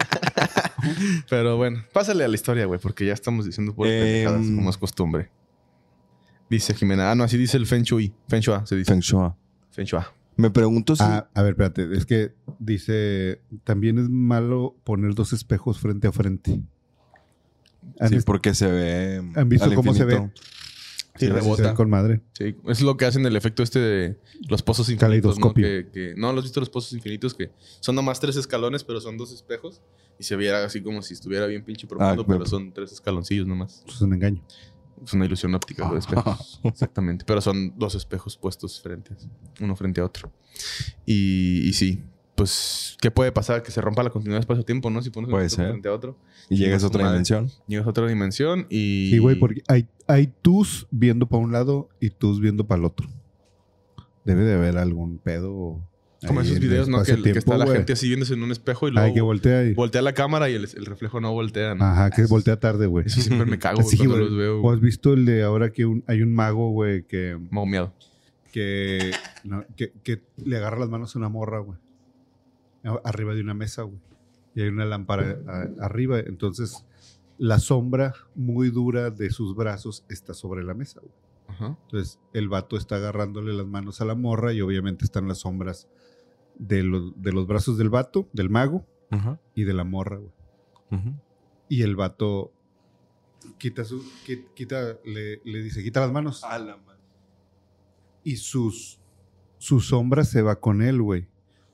B: Pero bueno, pásale a la historia, güey, porque ya estamos diciendo por
C: Em.
B: pendejadas, como es costumbre. Dice Jimena. Ah, no, así dice el Feng Shui. Feng Shui se dice.
C: Feng Shui.
B: Feng Shui.
C: Me pregunto si...
D: ah, a ver, espérate. Es que dice, también es malo poner dos espejos frente a frente. ¿Han,
C: sí,
D: est-
C: porque se ve...
D: ¿han visto
C: al
D: cómo se
C: infinito.
B: Sí,
D: se ve
B: rebota.
D: con madre?
B: Sí, es lo que hacen el efecto este de los pozos infinitos, ¿no?
D: Caleidoscopio.
B: Que, que- no, ¿lo has visto los pozos infinitos? Que son nomás tres escalones, pero son dos espejos. Y se viera así como si estuviera bien pinche profundo,
C: Ah,
B: pero
C: claro.
B: son tres escaloncillos nomás.
D: Eso es un engaño.
B: Es una ilusión óptica de espejos. Exactamente. Pero son dos espejos puestos frente, uno frente a otro. Y, y sí, pues, ¿qué puede pasar? Que se rompa la continuidad espacio-tiempo, ¿no? Si pones un
C: Puede
B: espejo
C: ser.
B: frente a otro.
C: Y llegas a
B: Chingas tu
C: otra
B: madre.
C: dimensión.
B: Llegas a otra dimensión y...
D: Sí, güey, porque hay, hay tus viendo para un lado y tus viendo para el otro. Debe de haber algún pedo.
B: Como
D: ahí
B: esos
D: en el
B: videos, ¿no? Que, que
D: espacio-tiempo,
B: está la
D: güey.
B: gente así viéndose en un espejo y luego
D: Ay, que voltea y...
B: voltea la cámara y el, el reflejo no voltea, ¿no?
D: Ajá, que voltea tarde, güey.
B: Eso siempre me cago güey,
D: Sí,
B: cuando
D: güey.
B: los veo.
D: ¿O has visto el de ahora que un- hay un mago, güey, que,
B: Momiado.
D: que, no, que, que le agarra las manos a una morra, güey? A- Arriba de una mesa, güey. Y hay una lámpara a- arriba. Entonces, la sombra muy dura de sus brazos está sobre la mesa, güey.
B: Ajá.
D: Entonces, el vato está agarrándole las manos a la morra y obviamente están las sombras de los, de los brazos del vato, del mago
C: Ajá.
D: y de la morra, güey.
C: Ujú.
D: Y el vato quita su, qui- quita, le, le dice, quita las manos. Y sus, su sombra se va con él, güey.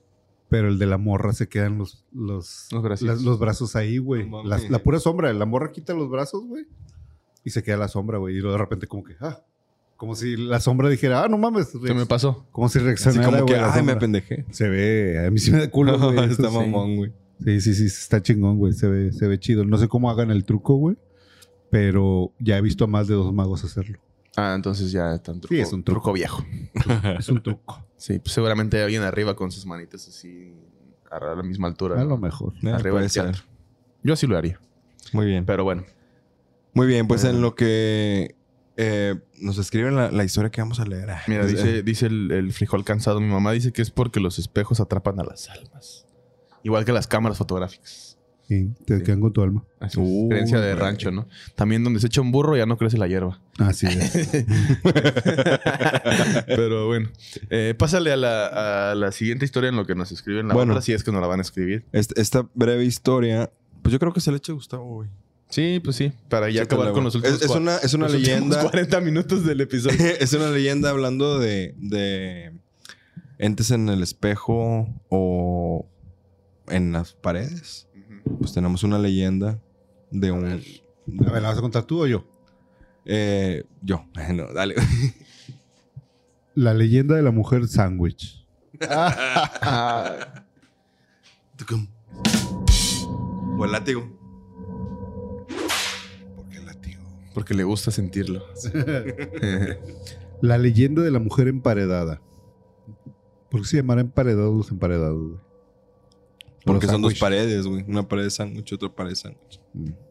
D: pero el de la morra se quedan los, los,
B: Los bracitos.
D: las- los brazos ahí, güey.
C: No
D: la,
C: mames.
D: la pura sombra. La morra quita los brazos, güey. Y se queda la sombra, güey. Y luego de repente como que, ah. Como si la sombra dijera, ah, no mames.
B: ¿Qué me pasó?
D: Como si
C: Así
D: reaccionara,
C: como que,
D: güey, la
C: ay, me
D: sombra.
C: apendejé.
D: Se ve, a mí sí me da culo, güey. eso
C: Está
D: sí.
C: mamón, güey.
D: Sí, sí, sí, está chingón, güey. Se ve, se ve chido. No sé cómo hagan el truco, güey. Pero ya he visto a más de dos magos hacerlo.
B: Ah, entonces ya está un truco,
D: Sí, es un truco.
B: truco viejo.
D: Es un truco.
B: Sí, pues seguramente hay alguien arriba con sus manitas así a la misma altura.
D: A
B: ¿no?
D: lo mejor.
C: Eh,
B: Arriba
C: puede
B: del
C: ser.
B: teatro. Yo sí lo haría.
C: Muy bien.
B: Pero bueno.
C: Muy bien, pues
B: Ah.
C: en lo que eh, nos escriben la, la historia que vamos a leer. Ah,
B: Mira,
C: pues,
B: dice,
C: eh,
B: dice el, el frijol cansado. Mi mamá dice que es porque los espejos atrapan a las almas. Igual que las cámaras fotográficas.
D: Sí, te
B: Sí.
D: quedan con tu alma.
B: Así es.
C: Uh,
B: Creencia de
C: güey.
B: rancho, ¿no? También donde se echa un burro ya no crece la hierba.
D: Así es.
B: Pero bueno. Eh, pásale a la, a la siguiente historia en lo que nos escriben la
C: Bueno.
B: otra, si es que nos la van a escribir.
C: Esta, esta breve historia, pues yo creo que se le echa a Gustavo, güey.
B: Sí, pues sí. Para ya
C: Chécala,
B: acabar con
C: güey.
B: los últimos...
C: Es, es
B: cua-
C: una, es una
B: los últimos
C: leyenda.
B: cuarenta minutos del episodio.
C: Es una leyenda hablando de, de entes en el espejo o en las paredes. Pues tenemos una leyenda de un...
D: A ver, ¿la vas a contar tú o yo?
C: Eh, yo. No, dale.
D: La leyenda de la mujer sándwich.
C: Tucum. O el látigo.
D: ¿Por qué latigo?
B: Porque le gusta sentirlo.
D: La leyenda de la mujer emparedada. ¿Por qué se llamará emparedados los emparedados, güey?
C: Porque
D: Los
C: son dos
D: sándwich.
C: paredes, güey. Una pared de sándwich, otra pared de sándwich.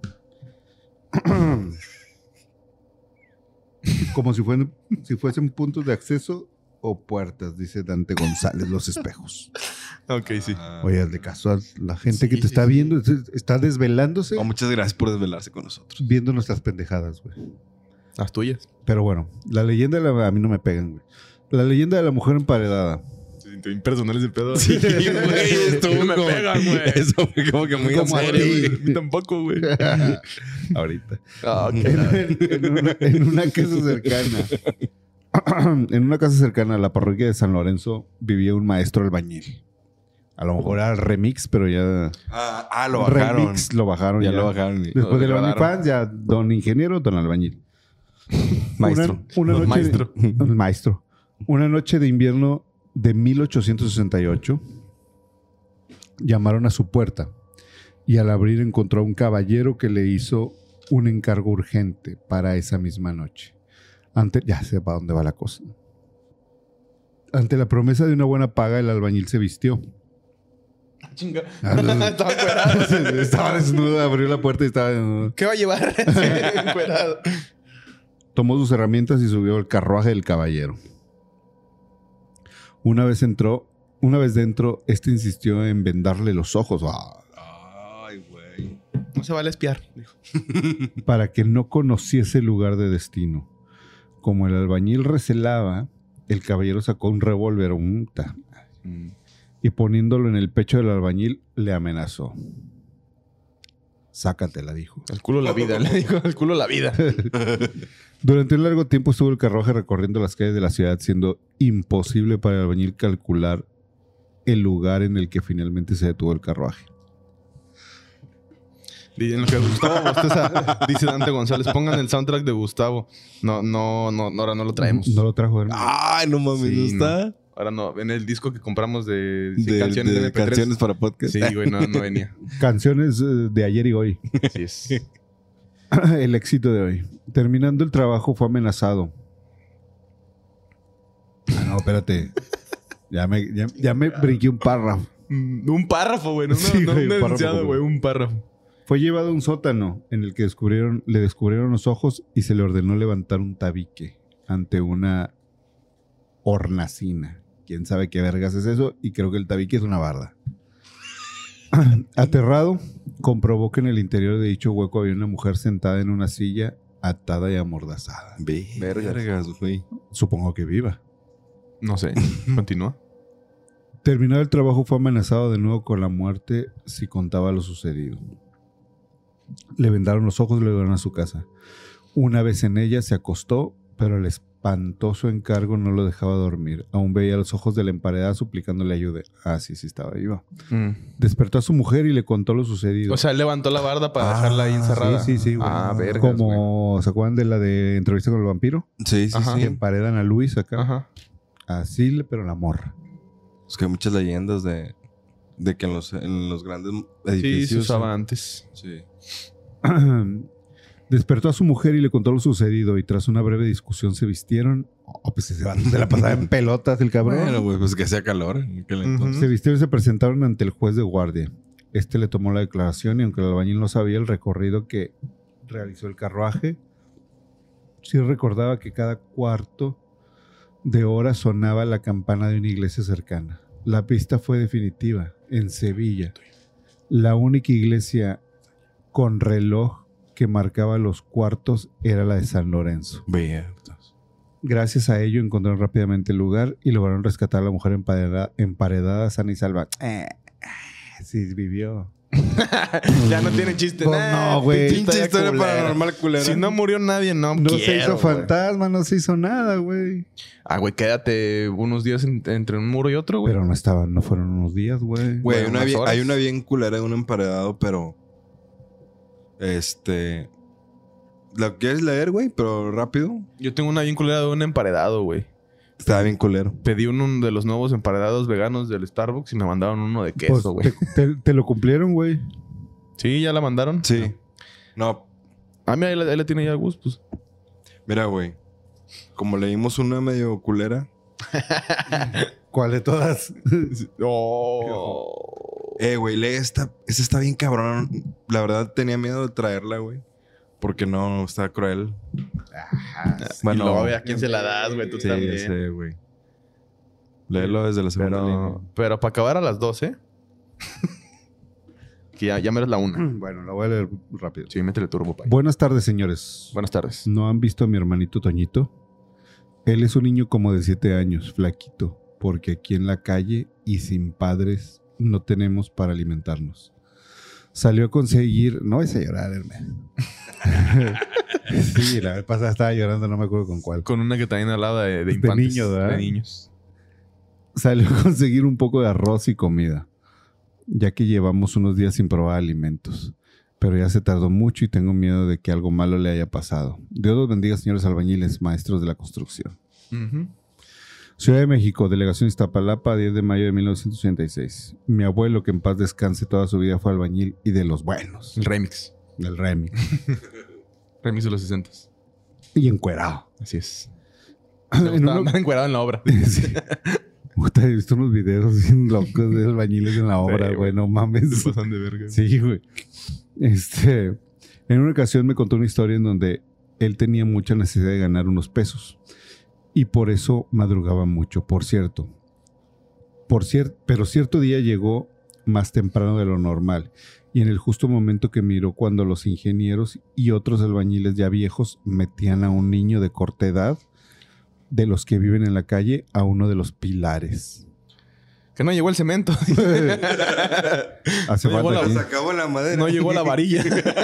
D: Como si fuesen, si fuesen puntos de acceso o puertas, dice Dante González, los espejos.
B: Ok, sí.
C: Ah.
D: Oye, de caso a la gente
B: Sí,
D: que te
B: sí,
D: está
B: sí.
D: viendo, es- está desvelándose,
C: Oh, muchas gracias por desvelarse con nosotros.
D: viendo nuestras pendejadas, güey.
B: Las tuyas.
D: Pero bueno, la leyenda de la... A mí no me pegan, güey. La leyenda de la mujer emparedada.
B: Impersonal ese pedo.
C: Sí, güey, estuvo
B: me
C: como-
B: pegan, güey.
C: Eso fue como que muy en
D: Como a
C: serio,
D: ti.
C: güey.
B: A mí tampoco, güey.
D: Ahorita.
B: Ah, ok.
D: En, en una, en una casa cercana. En una casa cercana a la parroquia de San Lorenzo vivía un maestro albañil. A lo mejor era el remix, pero ya...
C: Ah, ah, lo bajaron.
D: Remix lo bajaron.
C: Ya
D: Ya,
C: lo bajaron.
D: Después
B: Lo
D: del
B: degradaron.
D: OnlyFans, ya don ingeniero, don albañil.
C: Maestro.
D: Una, una
B: Don
D: noche
B: maestro.
D: De, maestro. Una noche de invierno de mil ochocientos sesenta y ocho, llamaron a su puerta y al abrir encontró a un caballero que le hizo un encargo urgente para esa misma noche. Ante, ya sé para dónde va la cosa. Ante la promesa de una buena paga, el albañil se vistió.
B: Chinga.
D: Ah, no.
B: Estaba encuerado.
D: Estaba desnudo, abrió la puerta y estaba desnudo.
B: ¿Qué va a llevar? Encuerado.
D: Tomó sus herramientas y subió al carruaje del caballero. Una vez entró, una vez dentro, este insistió en vendarle los ojos ah,
C: Ay, güey.
B: No se vale espiar. dijo.
D: para que no conociese el lugar de destino. Como el albañil recelaba, el caballero sacó un revólver un ta,
B: Mm.
D: y poniéndolo en el pecho del albañil, le amenazó. Sácatela, dijo.
B: El culo la vida. Le dijo el culo la vida.
D: Durante un largo tiempo estuvo el carruaje recorriendo las calles de la ciudad, siendo imposible para el albañil calcular el lugar en el que finalmente se detuvo el carruaje.
B: Dicen lo que Gustavo Bosteza, dice Dante González. Pongan el soundtrack de Gustavo. No, no, no, no, ahora no lo traemos.
D: No lo trajo, ¿eh?
C: Ay, no mames,
B: Sí,
C: ¿no está?
B: Ahora no. En el disco que compramos de, sí,
C: De,
B: canciones de,
C: de
B: M P tres.
C: canciones para podcast.
B: Sí, güey, no, no venía.
D: Canciones eh, de ayer y hoy.
B: Así es.
D: El éxito de hoy. Terminando el trabajo fue amenazado. Ah, no, espérate. Ya me, ya, ya me brinqué un párrafo.
B: Mm, Un párrafo, güey. No,
D: Sí,
B: no
D: güey,
B: un
D: un párrafo,
B: enunciado, güey. Un párrafo.
D: Fue llevado a un sótano en el que descubrieron, le descubrieron los ojos y se le ordenó levantar un tabique ante una hornacina. Quién sabe qué vergas es eso, y creo que el tabique es una barda. Aterrado, comprobó que en el interior de dicho hueco había una mujer sentada en una silla, atada y amordazada.
B: Vergas.
C: Vergas, güey.
D: Supongo que viva.
B: No sé. Continúa.
D: Terminado el trabajo, fue amenazado de nuevo con la muerte si contaba lo sucedido. Le vendaron los ojos y lo llevaron a su casa. Una vez en ella se acostó, pero el, es- espantoso encargo no lo dejaba dormir. Aún veía los ojos de la emparedada suplicándole ayuda. Ah, sí, sí estaba viva.
B: Mm.
D: Despertó a su mujer y le contó lo sucedido.
B: O sea, él levantó la barda para
C: Ah,
B: dejarla ahí encerrada.
D: sí, sí, sí, güey.
B: Ah, vergas, güey.
D: Como, ¿se acuerdan de la de entrevista con el vampiro?
C: Sí, sí,
B: Ajá.
D: Que
C: sí.
D: emparedan a Luis acá.
B: Ajá.
D: Así, le- pero la morra.
C: Es que hay muchas leyendas de, de que en los, en los grandes
B: Sí,
C: edificios...
B: se usaba antes.
C: Sí.
D: Despertó a su mujer y le contó lo sucedido. Y tras una breve discusión se vistieron. Oh, pues se van de la pasada en pelotas el cabrón.
C: Bueno, güey, pues que hacía calor en aquel
B: Ujú.
C: entonces.
D: Se vistieron y se presentaron ante el juez de guardia. Este le tomó la declaración y aunque el albañil no sabía el recorrido que realizó el carruaje, sí recordaba que cada cuarto de hora sonaba la campana de una iglesia cercana. La pista fue definitiva. En Sevilla, la única iglesia con reloj que marcaba los cuartos era la de San Lorenzo.
C: Veía.
D: Gracias a ello encontraron rápidamente el lugar y lograron rescatar a la mujer emparedada, emparedada sana y salva. Eh, sí, vivió.
B: Ya no tiene chiste.
D: Pues
B: Nah,
D: no, güey.
C: Pinche historia
B: culera.
C: paranormal culera.
B: Si no murió nadie, no,
D: No
B: quiero,
D: se hizo
B: güey.
D: fantasma, no se hizo nada, güey.
B: Ah, güey, quédate unos días en- entre un muro y otro, güey.
D: Pero no estaban, no fueron unos días, güey.
C: Güey, hay
B: Bueno,
C: una,
B: unas
C: bien,
B: horas.
C: hay una bien culera de un emparedado, pero... Este... ¿Lo quieres leer, güey? Pero rápido.
B: Yo tengo una bien culera de un emparedado, güey.
C: Estaba bien culero.
B: Pedí uno de los nuevos emparedados veganos del Starbucks y me mandaron uno de
D: Pues,
B: queso, güey.
D: te, te- te lo cumplieron, güey.
B: Sí, ya la mandaron.
C: Sí. No,
B: Ah, mira, ahí la, ahí la tiene ya Gus, pues.
C: mira, güey. Como leímos una medio culera...
D: ¿Cuál de todas?
B: Oh.
C: Eh, güey, lee esta. Esta está bien cabrón. La verdad tenía miedo de traerla, güey. Porque no, está cruel.
B: Bueno, y luego ve a quién se la das, güey. Tú
C: Sí,
B: también.
C: ya sé, güey. Léelo desde la segunda
B: Pero,
C: línea.
B: pero para acabar a las doce. Que ya, ya meres la una.
D: Bueno, la voy a leer rápido.
B: Sí, métele turbo, pa.
D: Buenas tardes, señores.
B: Buenas tardes.
D: ¿No han visto a mi hermanito Toñito? Él es un niño como de siete años, flaquito, porque aquí en la calle y sin padres no tenemos para alimentarnos. Salió a conseguir... No vais a llorar, hermano. Sí, la vez pasada estaba llorando, no me acuerdo con cuál.
B: Con una que también hablaba de, de
D: De
B: infantes.
D: niños, ¿verdad?
B: De niños.
D: Salió a conseguir un poco de arroz y comida, ya que llevamos unos días sin probar alimentos. Pero ya se tardó mucho y tengo miedo de que algo malo le haya pasado. Dios los bendiga, señores albañiles, maestros de la construcción.
B: Ujú.
D: Ciudad de México, Delegación Iztapalapa, diez de mayo de mil novecientos ochenta y seis. Mi abuelo, que en paz descanse toda su vida, fue albañil y de los buenos.
B: El remix.
D: El Remy.
B: Remix de los sesentas.
D: Y encuerado.
B: Así es.
D: En
B: Estaba
D: uno-
B: más encuerado en la obra.
D: Sí. Puta, he visto unos videos bien locos de albañiles en la obra,
B: Sí,
D: güey. No mames.
B: Se pasan de verga.
D: Sí, güey. Este, en una ocasión me contó una historia en donde él tenía mucha necesidad de ganar unos pesos y por eso madrugaba mucho, por cierto. Por cier- pero cierto día llegó más temprano de lo normal y en el justo momento que miró cuando los ingenieros y otros albañiles ya viejos metían a un niño de corta edad de los que viven en la calle a uno de los pilares.
B: Que no llegó el cemento.
D: Hace
B: No llegó
D: falta
B: la-
D: aquí.
C: Sacamos la madera.
B: No llegó la varilla.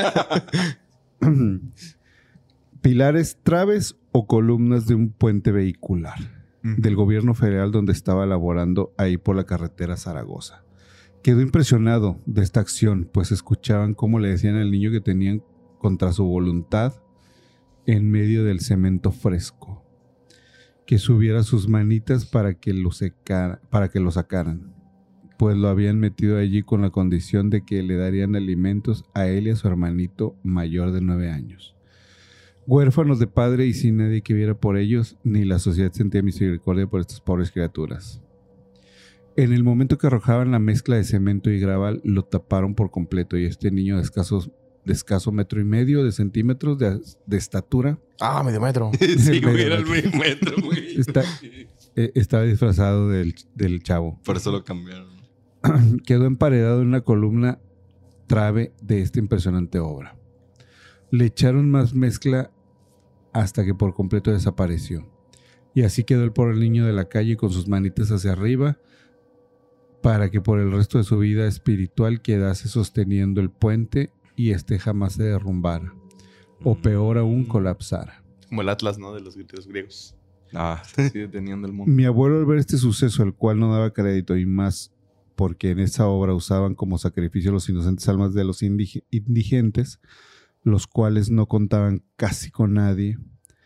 D: Pilares, traves o columnas de un puente vehicular del gobierno federal donde estaba laborando ahí por la carretera Zaragoza. Quedó impresionado de esta acción, pues escuchaban cómo le decían al niño que tenían contra su voluntad en medio del cemento fresco, que subiera sus manitas para que lo, secara, para que lo sacaran, pues lo habían metido allí con la condición de que le darían alimentos a él y a su hermanito mayor de nueve años. Huérfanos de padre y sin nadie que viera por ellos, ni la sociedad sentía misericordia por estas pobres criaturas. En el momento que arrojaban la mezcla de cemento y graval, lo taparon por completo y este niño de, escasos, de escaso metro y medio de centímetros de, de estatura
B: Ah, medio metro.
C: Sí, güey,
D: Medio
C: era el medio metro, güey.
D: está, eh, estaba disfrazado del, del chavo.
C: Por eso lo cambiaron.
D: Quedó emparedado en una columna trave de esta impresionante obra. Le echaron más mezcla hasta que por completo desapareció. Y así quedó el pobre niño de la calle con sus manitas hacia arriba para que por el resto de su vida espiritual quedase sosteniendo el puente y este jamás se derrumbara. O peor aún, colapsara.
B: Como el Atlas, ¿no? De los, de los griegos.
C: Ah,
B: Sigue teniendo el mundo.
D: Mi abuelo, al ver este suceso, al cual no daba crédito, y más porque en esa obra usaban como sacrificio los inocentes almas de los indig- indigentes, los cuales no contaban casi con nadie,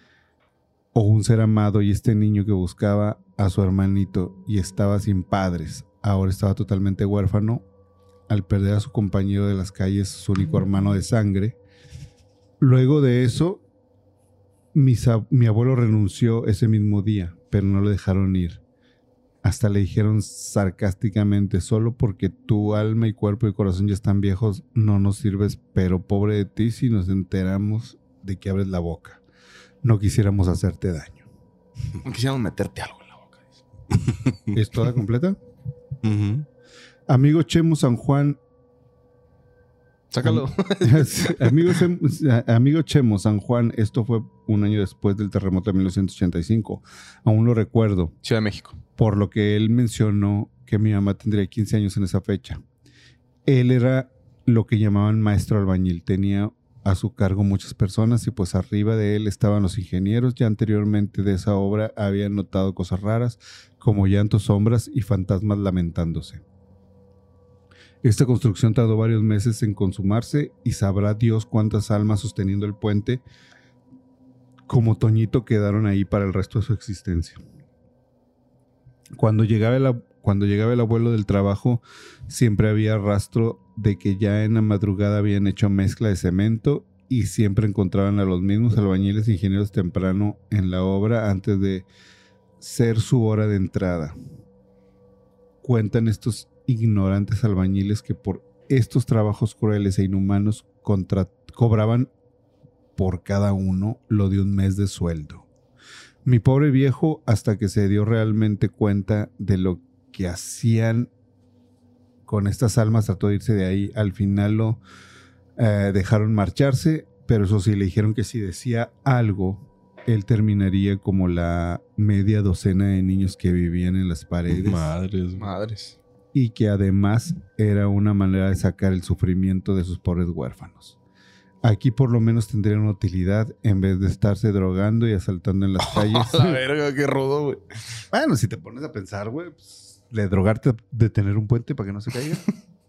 D: o un ser amado, y este niño que buscaba a su hermanito y estaba sin padres, ahora estaba totalmente huérfano, al perder a su compañero de las calles, su único hermano de sangre. Luego de eso, mis ab- mi abuelo renunció ese mismo día, pero no lo dejaron ir. Hasta le dijeron sarcásticamente: solo porque tu alma y cuerpo y corazón ya están viejos, no nos sirves, pero pobre de ti si nos enteramos de que abres la boca. No quisiéramos hacerte daño.
B: No quisiéramos meterte algo en la boca.
D: ¿Es toda completa?
C: uh-huh.
D: Amigo Chemo San Juan.
B: Sácalo.
D: Amigo, Chem- amigo Chemo San Juan, esto fue un año después del terremoto de mil novecientos ochenta y cinco. Aún lo recuerdo,
B: Ciudad de México.
D: por lo que él mencionó que mi mamá tendría quince años en esa fecha. Él era lo que llamaban maestro albañil. Tenía a su cargo muchas personas y pues arriba de él estaban los ingenieros. Ya anteriormente de esa obra habían notado cosas raras como llantos, sombras y fantasmas lamentándose. Esta construcción tardó varios meses en consumarse y sabrá Dios cuántas almas sosteniendo el puente como Toñito quedaron ahí para el resto de su existencia. Cuando llegaba el, cuando llegaba el abuelo del trabajo, siempre había rastro de que ya en la madrugada habían hecho mezcla de cemento y siempre encontraban a los mismos albañiles e ingenieros temprano en la obra antes de ser su hora de entrada. Cuentan estos ignorantes albañiles que por estos trabajos crueles e inhumanos contra- cobraban por cada uno lo de un mes de sueldo. Mi pobre viejo, hasta que se dio realmente cuenta de lo que hacían con estas almas, trató de irse de ahí. Al final lo eh, dejaron marcharse, pero eso sí, le dijeron que si decía algo, él terminaría como la media docena de niños que vivían en las paredes.
C: Madres.
B: Madres.
D: Y que además era una manera de sacar el sufrimiento de sus pobres huérfanos. Aquí por lo menos tendrían una utilidad en vez de estarse drogando y asaltando en las calles.
B: A la verga, qué rudo, güey.
D: Bueno, si te pones a pensar, güey, pues, de drogarte, de tener un puente para que no se caiga.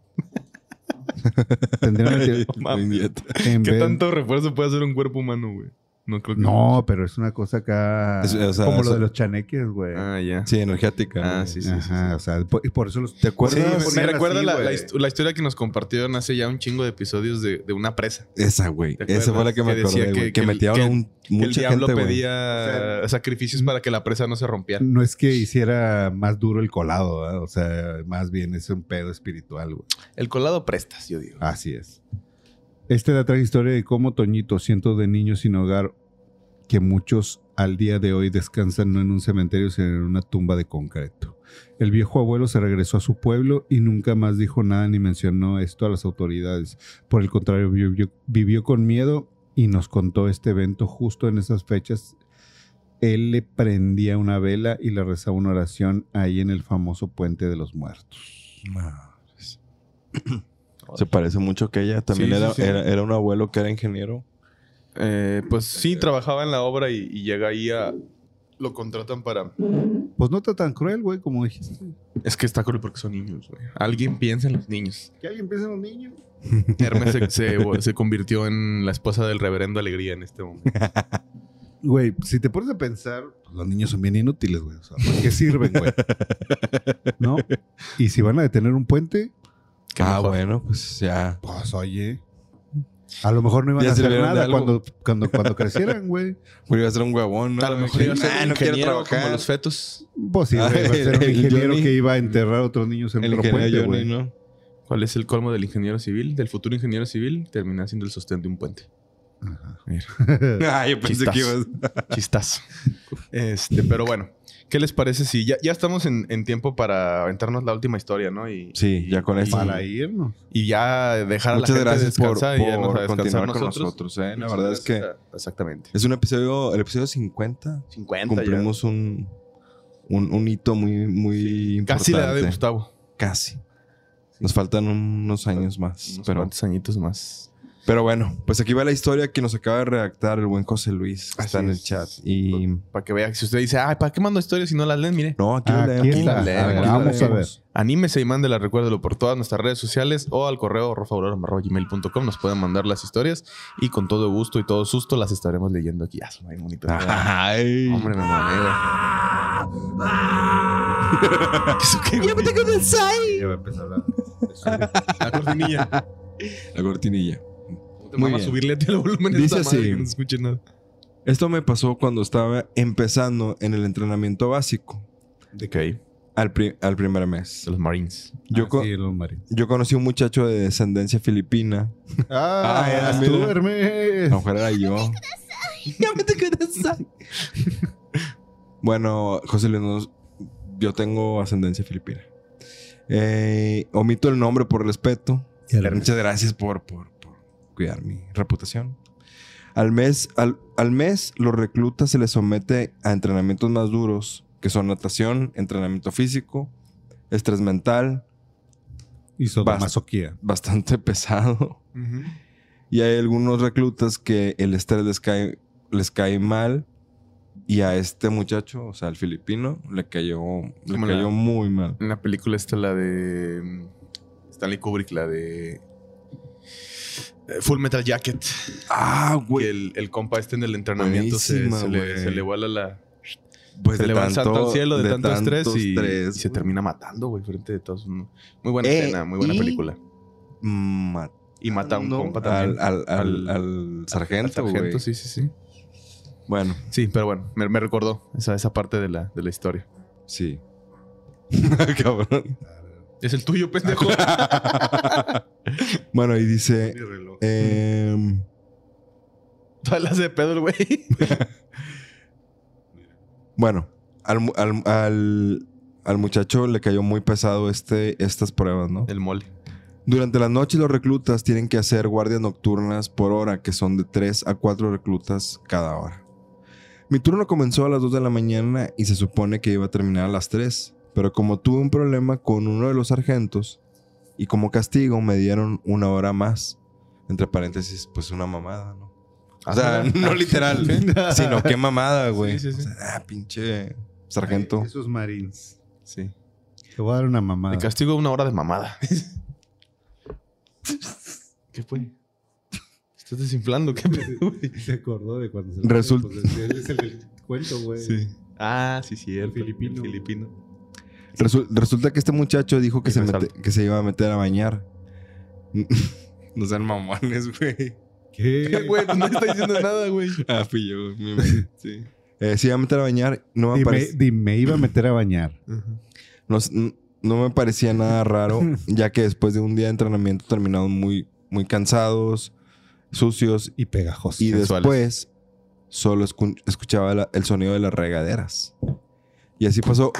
D: Tendrían una utilidad.
B: Mames.
D: En
B: ¿Qué
D: vez-
B: tanto refuerzo puede hacer un cuerpo humano, güey? No creo que...
D: No, pero es una cosa acá
C: Es- o sea,
D: como
C: eso-
D: lo de los chaneques, güey.
B: Ah, ya.
C: Sí, energética.
B: Ah,
C: ¿no?
B: sí, sí.
D: Ajá, o sea, por, y por eso los...
C: ¿Te acuerdas?
B: Sí, me- me
D: ponían
B: recuerda
D: así,
B: la,
D: güey.
B: la hist- la historia que nos compartieron hace ya un chingo de episodios de, de una presa.
C: Esa, güey.
B: ¿Te
C: Esa fue la que me
B: acuerdas? Que
C: acordé,
B: decía
C: güey.
B: que-
C: Que,
B: que el-
C: metían
B: que-
C: a un,
B: Que el
C: mucha
B: diablo
C: gente, güey.
B: pedía
D: O sea,
B: sacrificios para que la presa no se rompiera.
D: No es que hiciera más duro el colado, ¿verdad? O sea, más bien es un pedo espiritual, güey.
B: El colado prestas, yo digo.
D: Así es. Esta es la trágica historia de cómo Toñito, cientos de niños sin hogar, que muchos al día de hoy descansan no en un cementerio, sino en una tumba de concreto. El viejo abuelo se regresó a su pueblo y nunca más dijo nada ni mencionó esto a las autoridades. Por el contrario, vivió, vivió con miedo y nos contó este evento justo en esas fechas. Él le prendía una vela y le rezaba una oración ahí en el famoso Puente de los Muertos.
C: Madres. Se parece mucho que ella también
B: Sí, sí,
C: era,
B: sí.
C: Era, era un abuelo que era ingeniero.
B: Eh, pues sí, trabajaba en la obra y, y llega ahí a... Lo contratan para...
D: Pues no está tan cruel, güey, como dijiste.
B: Es que está cruel porque son niños, güey. Alguien piensa en los niños.
D: Que alguien piense en los niños.
B: Hermes se, se, se convirtió en la esposa del reverendo Alegría en este momento.
D: Güey, si te pones a pensar, pues los niños son bien inútiles, güey. O sea, ¿para qué sirven, güey? ¿No? Y si van a detener un puente,
B: Qué
C: Ah,
B: mejor.
C: bueno, pues ya.
D: pues oye. A lo mejor no iban
C: Ya
D: a hacer
C: sirvieron de
D: nada
C: algo.
D: cuando, cuando, cuando crecieran, güey.
C: Pues iba a ser un huevón, ¿no?
B: A lo mejor iba a ser
C: Ah,
B: un
C: no quiero
B: ingeniero
C: trabajar.
B: como los fetos.
D: Pues sí, güey,
C: Ah,
D: iba a ser un
C: el
D: ingeniero
C: Johnny.
D: que iba a enterrar a otros niños en
C: El
D: otro
C: ingeniero
D: puente,
C: Johnny,
D: güey.
C: ¿no?
B: ¿Cuál es el colmo del ingeniero civil? Del futuro ingeniero civil. Termina siendo el sostén de un puente.
D: Ajá.
B: Mira.
C: Ah, yo pensé
B: Chistazo.
C: que ibas...
B: Chistazo. Este, pero bueno. ¿Qué les parece si ya, ya estamos en, en tiempo para aventarnos la última historia, ¿no? Y,
C: Sí, ya con
B: y-
C: esto.
D: Para irnos.
B: Y ya dejar a
C: Muchas
B: la gente
C: gracias por,
B: descansar y irnos a
C: por
B: descansar
C: continuar con
B: nosotros.
C: nosotros. ¿eh? La
B: Muchas
C: verdad es que
B: gracias a- Exactamente.
C: es un episodio, el episodio cincuenta.
B: cincuenta
C: Cumplimos un, un, un hito muy, muy
B: ya.
C: importante.
B: Casi la edad de Gustavo.
C: Casi. Nos faltan unos años más.
B: Unos
C: pero
B: cuantos añitos más.
C: Pero bueno, pues aquí va la historia que nos acaba de redactar el buen José Luis. Que
B: Así
C: está en el
B: es.
C: chat. Y...
B: Para que vea, si usted dice, ay, ¿para qué mando historias si no las leen? Mire.
C: No, aquí lo
D: Aquí
C: leemos.
D: está.
B: la leemos,
D: A ver,
B: aquí la
D: vamos a ver.
C: leemos.
B: Anímese y mándela, recuérdelo, por todas nuestras redes sociales o al correo rofabularum arroba gmail punto com. Nos pueden mandar las historias y con todo gusto y todo susto las estaremos leyendo aquí. Ah, son bien bonitas.
C: Ay.
B: Hombre, me mamé, güey. ¿Eso qué, güey?
D: Ya va a empezar la...
B: La cortinilla.
C: La cortinilla.
B: Te
C: Muy
B: mama
C: bien.
B: subirle a ti el volumen a
C: Dice
B: esta madre
C: así.
B: que no se escuche nada.
C: Esto me pasó cuando estaba empezando en el entrenamiento básico.
B: Ok. De
C: Al, pri- al primer mes.
B: los Marines.
C: Yo,
D: Ah,
C: co-
D: sí, los marines.
C: yo conocí un muchacho de descendencia filipina.
D: Ah,
C: Ah,
D: eras
C: mira.
D: tú,
C: A
D: Hermes.
C: lo mejor era yo. Bueno, José Luis, nos- yo tengo ascendencia filipina. Eh, omito el nombre por respeto.
D: Hermes.
C: Muchas gracias por, por, por cuidar mi reputación. Al mes, al, al mes, los reclutas se les somete a entrenamientos más duros, que son natación, entrenamiento físico, estrés mental,
D: Y sodomasoquía.
C: bastante pesado. Y hay algunos reclutas que el estrés les cae, les cae mal. Y a este muchacho, o sea, al filipino, le cayó, le
B: Como
C: cayó
B: la-
C: muy mal.
B: En la película esta, la de mm, Stanley Kubrick, la de eh, Full Metal Jacket.
C: Ah,
B: Que
C: güey.
B: el, el compa este en el entrenamiento se,
C: Buenísima,
B: se le,
C: güey.
B: se le vuela la...
C: Pues
B: se
C: de
B: le va el santo
C: tanto-
B: al cielo de, tanto estrés
C: tanto
B: y,
C: estrés,
B: y se
C: güey.
B: termina matando, güey, frente de todos. Muy buena
C: Eh,
B: escena, muy buena
C: y-
B: película.
C: Matando
B: Y mata a un compa también.
C: Al, al, al,
B: Al-
C: al sargento,
B: Al
C: güey.
B: sí, sí, sí.
C: Bueno,
B: Sí, pero bueno, me, me recordó esa, esa parte de la, de la historia.
C: sí. Cabrón.
B: Es el tuyo, pendejo.
C: Bueno, y dice...
D: Mi reloj.
C: em,
B: Todas las de pedo el güey.
C: bueno, al, mu- al, al, al muchacho le cayó muy pesado este, estas pruebas, ¿no?
B: El mole.
C: Durante la noche los reclutas tienen que hacer guardias nocturnas por hora, que son de tres a cuatro reclutas cada hora. Mi turno comenzó a las dos de la mañana y se supone que iba a terminar a las tres, pero como tuve un problema con uno de los sargentos y como castigo me dieron una hora más. Entre paréntesis, pues una mamada, ¿no? O sea, no literal, sino qué mamada, güey.
B: Sí, sí, sí.
C: O sea, ah, pinche sargento.
D: Ay, esos marines.
B: Sí.
D: Te voy a dar una mamada.
B: Me castigo una hora de mamada. ¿Qué fue? ¿Estás desinflando? ¿Qué pedo, güey?
D: Se acordó de cuando se
C: Resulta-
D: Pues, él es el del cuento, güey.
B: Ah, sí, sí.
D: El filipino.
B: El filipino.
C: Resu- resulta que este muchacho dijo que
B: Y
C: se,
B: resalta.
C: mete- que se iba a meter a bañar. No sean mamones, güey.
D: ¿Qué?
B: Güey, pues no está diciendo nada, güey.
C: Ah, fui yo. mi- Sí. Eh, se iba a meter a bañar. No me,
D: Dime,
C: parec-
D: dime, iba a meter a bañar.
C: no, s- n- no me parecía nada raro, ya que después de un día de entrenamiento terminamos muy, muy cansados, sucios.
D: Y pegajoso.
C: Y
B: Sensuales.
C: después solo escu- escuchaba la- el sonido de las regaderas. Y así pasó.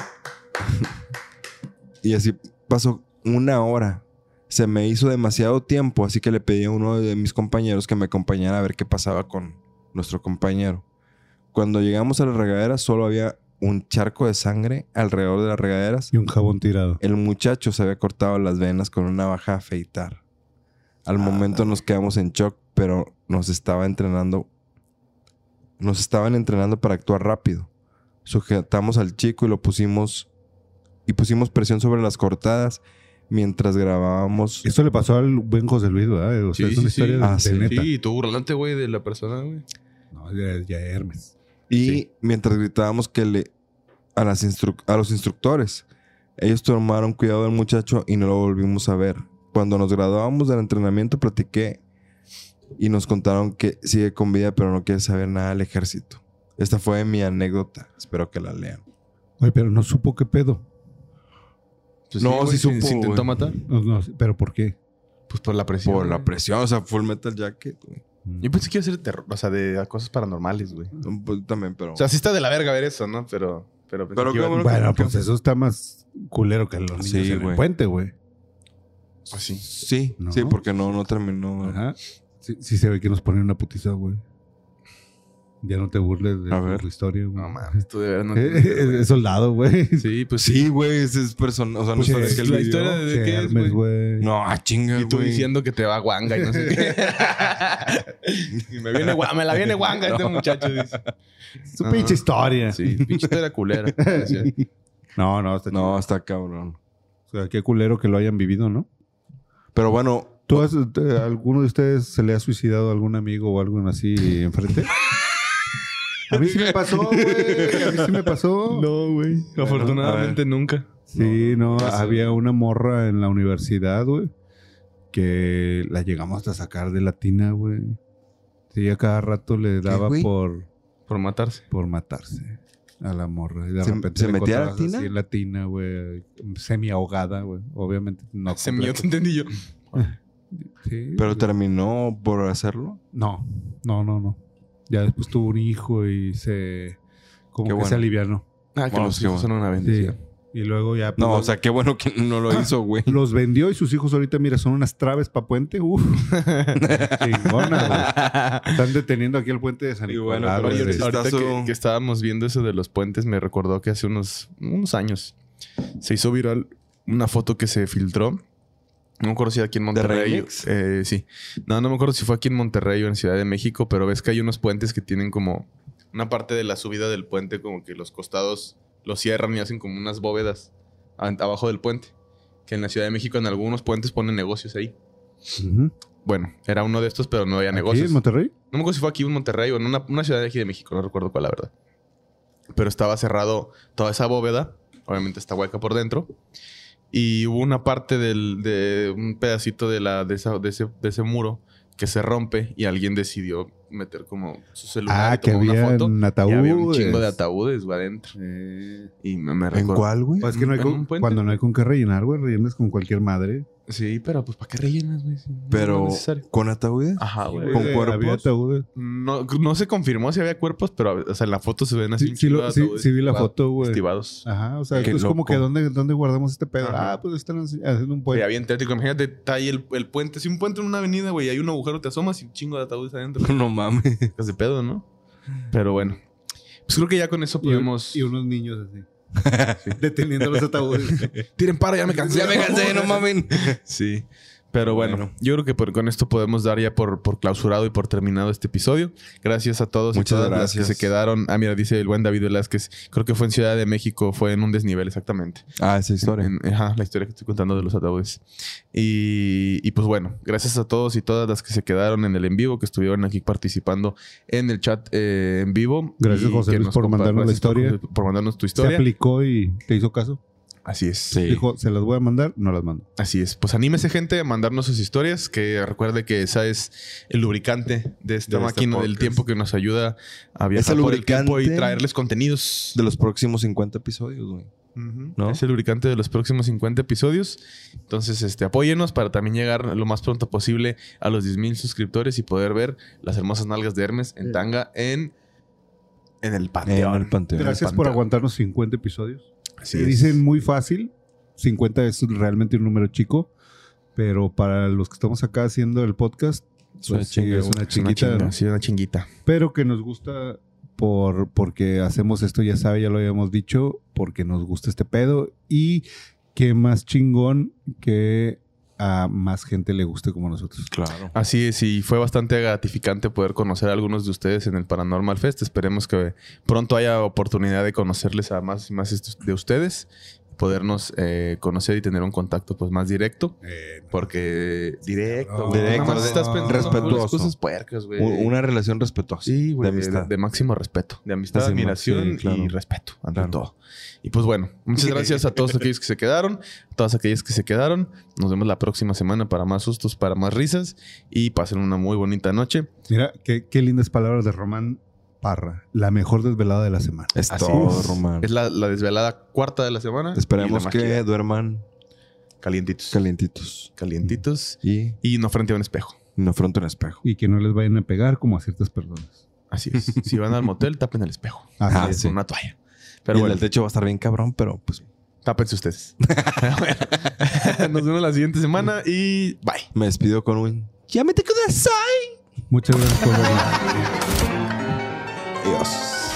C: y así pasó una hora. Se me hizo demasiado tiempo, así que le pedí a uno de mis compañeros que me acompañara a ver qué pasaba con nuestro compañero. Cuando llegamos a las regaderas, solo había un charco de sangre alrededor de las regaderas.
D: Y un jabón tirado.
C: El muchacho se había cortado las venas con una navaja a afeitar. Al momento nos quedamos en shock, pero nos estaba entrenando. Nos estaban entrenando para actuar rápido. Sujetamos al chico y lo pusimos y pusimos presión sobre las cortadas mientras grabábamos.
D: Esto le pasó al buen José Luis, ¿verdad? O sea,
B: Sí,
D: es una
B: sí,
D: historia
B: sí.
D: de,
C: Ah,
D: de
C: sí.
D: neta.
B: Sí, tú burlante, güey, de la persona, güey.
D: No, ya, ya Hermes.
C: Y
B: Sí.
C: mientras gritábamos que le a, las instru- a los instructores, ellos tomaron cuidado del muchacho y no lo volvimos a ver. Cuando nos graduábamos del entrenamiento, platiqué y nos contaron que sigue con vida, pero no quiere saber nada del ejército. Esta fue mi anécdota. Espero que la lean.
D: Oye, pero no supo qué pedo.
B: Pues
C: No,
B: güey,
C: sí supo,
B: ¿Se intentó
C: güey.
B: matar?
D: No, no, pero ¿por qué?
B: Pues por la presión.
C: Por la
B: güey.
C: presión, o sea, Full Metal Jacket, güey.
B: Yo pensé que iba a ser de terror, o sea, de cosas paranormales, güey.
C: Pues, también, pero...
B: O sea, sí está de la verga ver eso, ¿no? Pero... Pero, pensé
C: Pero
B: que iba-
C: qué bueno
D: Bueno,
C: que-
D: pues eso está más culero que los niños
C: Sí,
D: en el
C: güey.
D: puente, güey.
B: Pues sí.
C: sí,
D: ¿No?
C: sí, porque no, no terminó.
D: Ajá. Sí, sí se ve que nos ponen una putiza, güey. Ya no te burles de
C: A ver.
D: tu historia, güey.
B: No mames, tú de verdad no
D: Eh,
B: entiendes,
D: Es,
B: güey.
D: es soldado, güey.
B: Sí, pues sí.
C: Sí, güey, ese es persona. O sea, no
D: Pues,
C: sabes
D: es
C: que él
B: la
C: vivió.
B: historia de- ¿de qué es,
D: Hermes,
B: güey?
D: güey.
C: No, ah, chinga,
B: Y tú
C: güey.
B: diciendo que te va guanga y no sé qué. Y me viene guanga, me la viene guanga este muchacho, dice.
D: Su
B: Ajá.
D: pinche historia.
B: Sí, pinche historia culera. Decía.
D: No, no, está chido.
C: No, está cabrón.
D: O sea, qué culero que lo hayan vivido, ¿no?
C: Pero bueno,
D: ¿Tú has, te- ¿Alguno de ustedes se le ha suicidado a algún amigo o algo así enfrente? A mí sí me pasó, güey. A mí sí me pasó.
B: No, güey. Afortunadamente nunca.
D: Sí, no,
C: no sé.
D: había una morra en la universidad, güey, que la llegamos a sacar de la tina, güey. Sí, a cada rato le daba
C: güey?
D: por,
B: Por matarse.
D: por matarse a la morra. Y de
C: ¿Se-
D: repente
C: se
D: la
C: metía a la
D: encontrabas
C: tina?
D: así en la tina, güey, semi ahogada, güey. Obviamente no.
B: Se mío, te
D: completo.
B: entendí yo.
D: Sí,
C: pero
D: güey.
C: terminó por hacerlo.
D: No, no, no, no. Ya después tuvo un hijo y se... Como
C: Qué
D: que
C: bueno.
D: se alivianó.
B: Ah, que
C: Bueno,
B: los
C: qué
B: hijos son
C: bueno.
B: una
D: Sí.
B: bendición.
D: Y luego ya... pues,
C: No,
D: los-
C: o sea, qué bueno que no lo hizo, güey.
D: Los vendió y sus hijos ahorita, mira, son unas traves para puente. Uf. Chingona, güey. Están deteniendo aquí el puente de San
C: Y
D: Nicolás.
C: bueno, pero
D: güey.
C: ahorita-
B: Ahorita
C: Chistazo.
B: que, que estábamos viendo eso de los puentes, me recordó que hace unos, unos años se hizo viral una foto que se filtró. No me acuerdo si aquí en Monterrey.
C: Remix?
B: Eh, sí. No, no me acuerdo si fue aquí en Monterrey o en Ciudad de México, pero ves que hay unos puentes que tienen como una parte de la subida del puente, como que los costados los cierran y hacen como unas bóvedas a- abajo del puente. Que en la Ciudad de México en algunos puentes ponen negocios ahí.
D: Ujú.
B: Bueno, era uno de estos, pero no había
D: ¿Aquí
B: negocios.
D: en Monterrey?
B: No me acuerdo si fue aquí en Monterrey o en una, una ciudad de aquí de México, no recuerdo cuál, la verdad. Pero estaba cerrado toda esa bóveda. Obviamente está hueca por dentro. Y hubo una parte del, de un pedacito de, la, de, esa- de ese, de ese muro que se rompe y alguien decidió meter como su celular
D: Ah,
B: y
D: que
B: tomó una
D: había
B: foto.
D: en
B: Y había un
D: ataúdes.
B: chingo de ataúdes güey, adentro.
D: Eh,
B: Y me, me
C: ¿En
B: recordó.
C: cuál, güey?
D: pues es que no hay
B: ¿En
D: con-
B: un puente?
D: cuando no hay con qué rellenar, güey, rellenas con cualquier madre.
B: Sí, pero pues ¿para qué rellenas, güey? Si no
C: Pero,
B: es necesario.
C: ¿con ataúdes?
B: Ajá, güey.
C: ¿Con
D: Eh,
C: cuerpos?
D: Había ataúdes.
B: No, no se confirmó si había cuerpos, pero o sea, en la foto se ven así
D: Sí,
B: un
D: sí,
B: chingo
D: lo-
B: de
D: sí,
B: ataúdes
D: sí vi la
B: estivados-
D: foto, güey.
B: estivados.
D: Ajá, o sea,
C: Qué
D: esto es como
C: loco.
D: que ¿dónde, ¿dónde guardamos este pedo?
B: Ajá.
D: Ah, pues están haciendo un
B: Sí,
D: puente.
B: bien tétrico. Imagínate, está ahí el, el puente. Si un puente en una avenida, güey, hay un agujero, te asomas y un chingo de ataúdes adentro.
C: No mames.
B: Es de pedo, ¿no? Pero bueno. Pues creo que ya con eso
D: Y-
B: podemos...
D: Y, unos niños así. Deteniendo los ataúdes.
B: Tiren para, ya me cansé.
C: Ya me cansé, no mamen.
B: Sí. Pero bueno,
C: Bueno.
B: yo creo que por- con esto podemos dar ya por, por clausurado y por terminado este episodio. Gracias a todos y
C: Muchas
B: todas las
C: gracias.
B: que se quedaron. Ah, mira, dice el buen David Velázquez. Creo que fue en Ciudad de México, fue en un desnivel, exactamente.
C: Ah, esa historia.
B: En- ajá, la historia que estoy contando de los ataúdes. Y, y pues bueno, gracias a todos y todas las que se quedaron en el en vivo, que estuvieron aquí participando en el chat eh, en vivo.
D: Gracias,
B: Y
D: José
B: que
D: Luis,
B: nos
D: por
B: compa-
D: mandarnos la
B: gracias por-
D: historia.
B: Por, mandarnos tu
D: Se
B: historia.
D: aplicó y te hizo caso.
B: Así es.
C: Sí.
D: Dijo, se las voy a mandar, no las mando.
B: Así es. Pues anímese, gente, a mandarnos sus historias. Que recuerde que esa es el lubricante de esta
C: De este
B: máquina del
C: podcast.
B: tiempo que nos ayuda a viajar
C: el
B: por el tiempo y
C: lubricante
B: traerles contenidos.
C: De los próximos cincuenta episodios, güey.
B: Ujú.
C: ¿No?
B: Es el lubricante de los próximos cincuenta episodios. Entonces, este, apóyenos para también llegar lo más pronto posible a los diez mil suscriptores y poder ver las hermosas nalgas de Hermes en tanga en, en el Panteón.
C: En el Panteón.
D: Gracias por
B: Panteón.
D: aguantarnos cincuenta episodios.
B: Así
D: Se
B: es.
D: dicen muy fácil. cincuenta es realmente un número chico. Pero para los que estamos acá haciendo el podcast,
C: Es una
D: pues sí,
C: chinga,
D: es una
B: Es una
D: chiquita.
B: chinga,
D: ¿no?
B: sí, una chinguita.
D: Pero que nos gusta por porque hacemos esto, ya sabe, ya lo habíamos dicho, porque nos gusta este pedo. Y qué más chingón que a más gente le guste como nosotros.
C: Claro.
B: Así es, y fue bastante gratificante poder conocer a algunos de ustedes en el Paranormal Fest. Esperemos que pronto haya oportunidad de conocerles a más y más de ustedes, podernos eh, conocer y tener un contacto pues más directo. Porque directo,
D: No,
B: güey.
C: directo,
B: Nada más
C: de-
B: estás pensando
C: respetuoso.
B: en las cosas puercas, güey.
C: U- Una relación respetuosa.
B: Sí, güey,
C: de
B: de,
C: amistad.
B: de máximo respeto. De amistad,
C: Así,
B: admiración
C: sí, claro.
B: y respeto, ante
C: Claro.
B: todo. Y pues bueno, muchas gracias a todos aquellos que se quedaron, a todas aquellas que se quedaron. Nos vemos la próxima semana para más sustos, para más risas y pasen una muy bonita noche.
D: Mira, qué, qué lindas palabras de Román Parra. La mejor desvelada de la semana.
C: Es
B: Así
C: todo,
B: es.
C: Román.
B: Es la, la desvelada cuarta de la semana.
C: Esperemos
B: y la más
C: que
B: chida.
C: duerman
B: Calientitos.
C: calientitos.
B: Calientitos.
C: Y
B: Y no frente a un espejo.
C: no frente a un espejo.
D: Y que no les vayan a pegar como a ciertas personas.
B: Así es. Si van al motel, tapen el espejo.
D: Así
C: Ah,
D: es.
C: sí.
B: Con una toalla.
C: Pero
B: Pero
C: y
B: bueno,
C: el del techo va a estar bien cabrón, pero pues
B: tápense ustedes. Nos vemos la siguiente semana y bye.
C: me despido con un... ¡Ya me te kudasai!
D: Muchas gracias por vernos.
C: Adiós.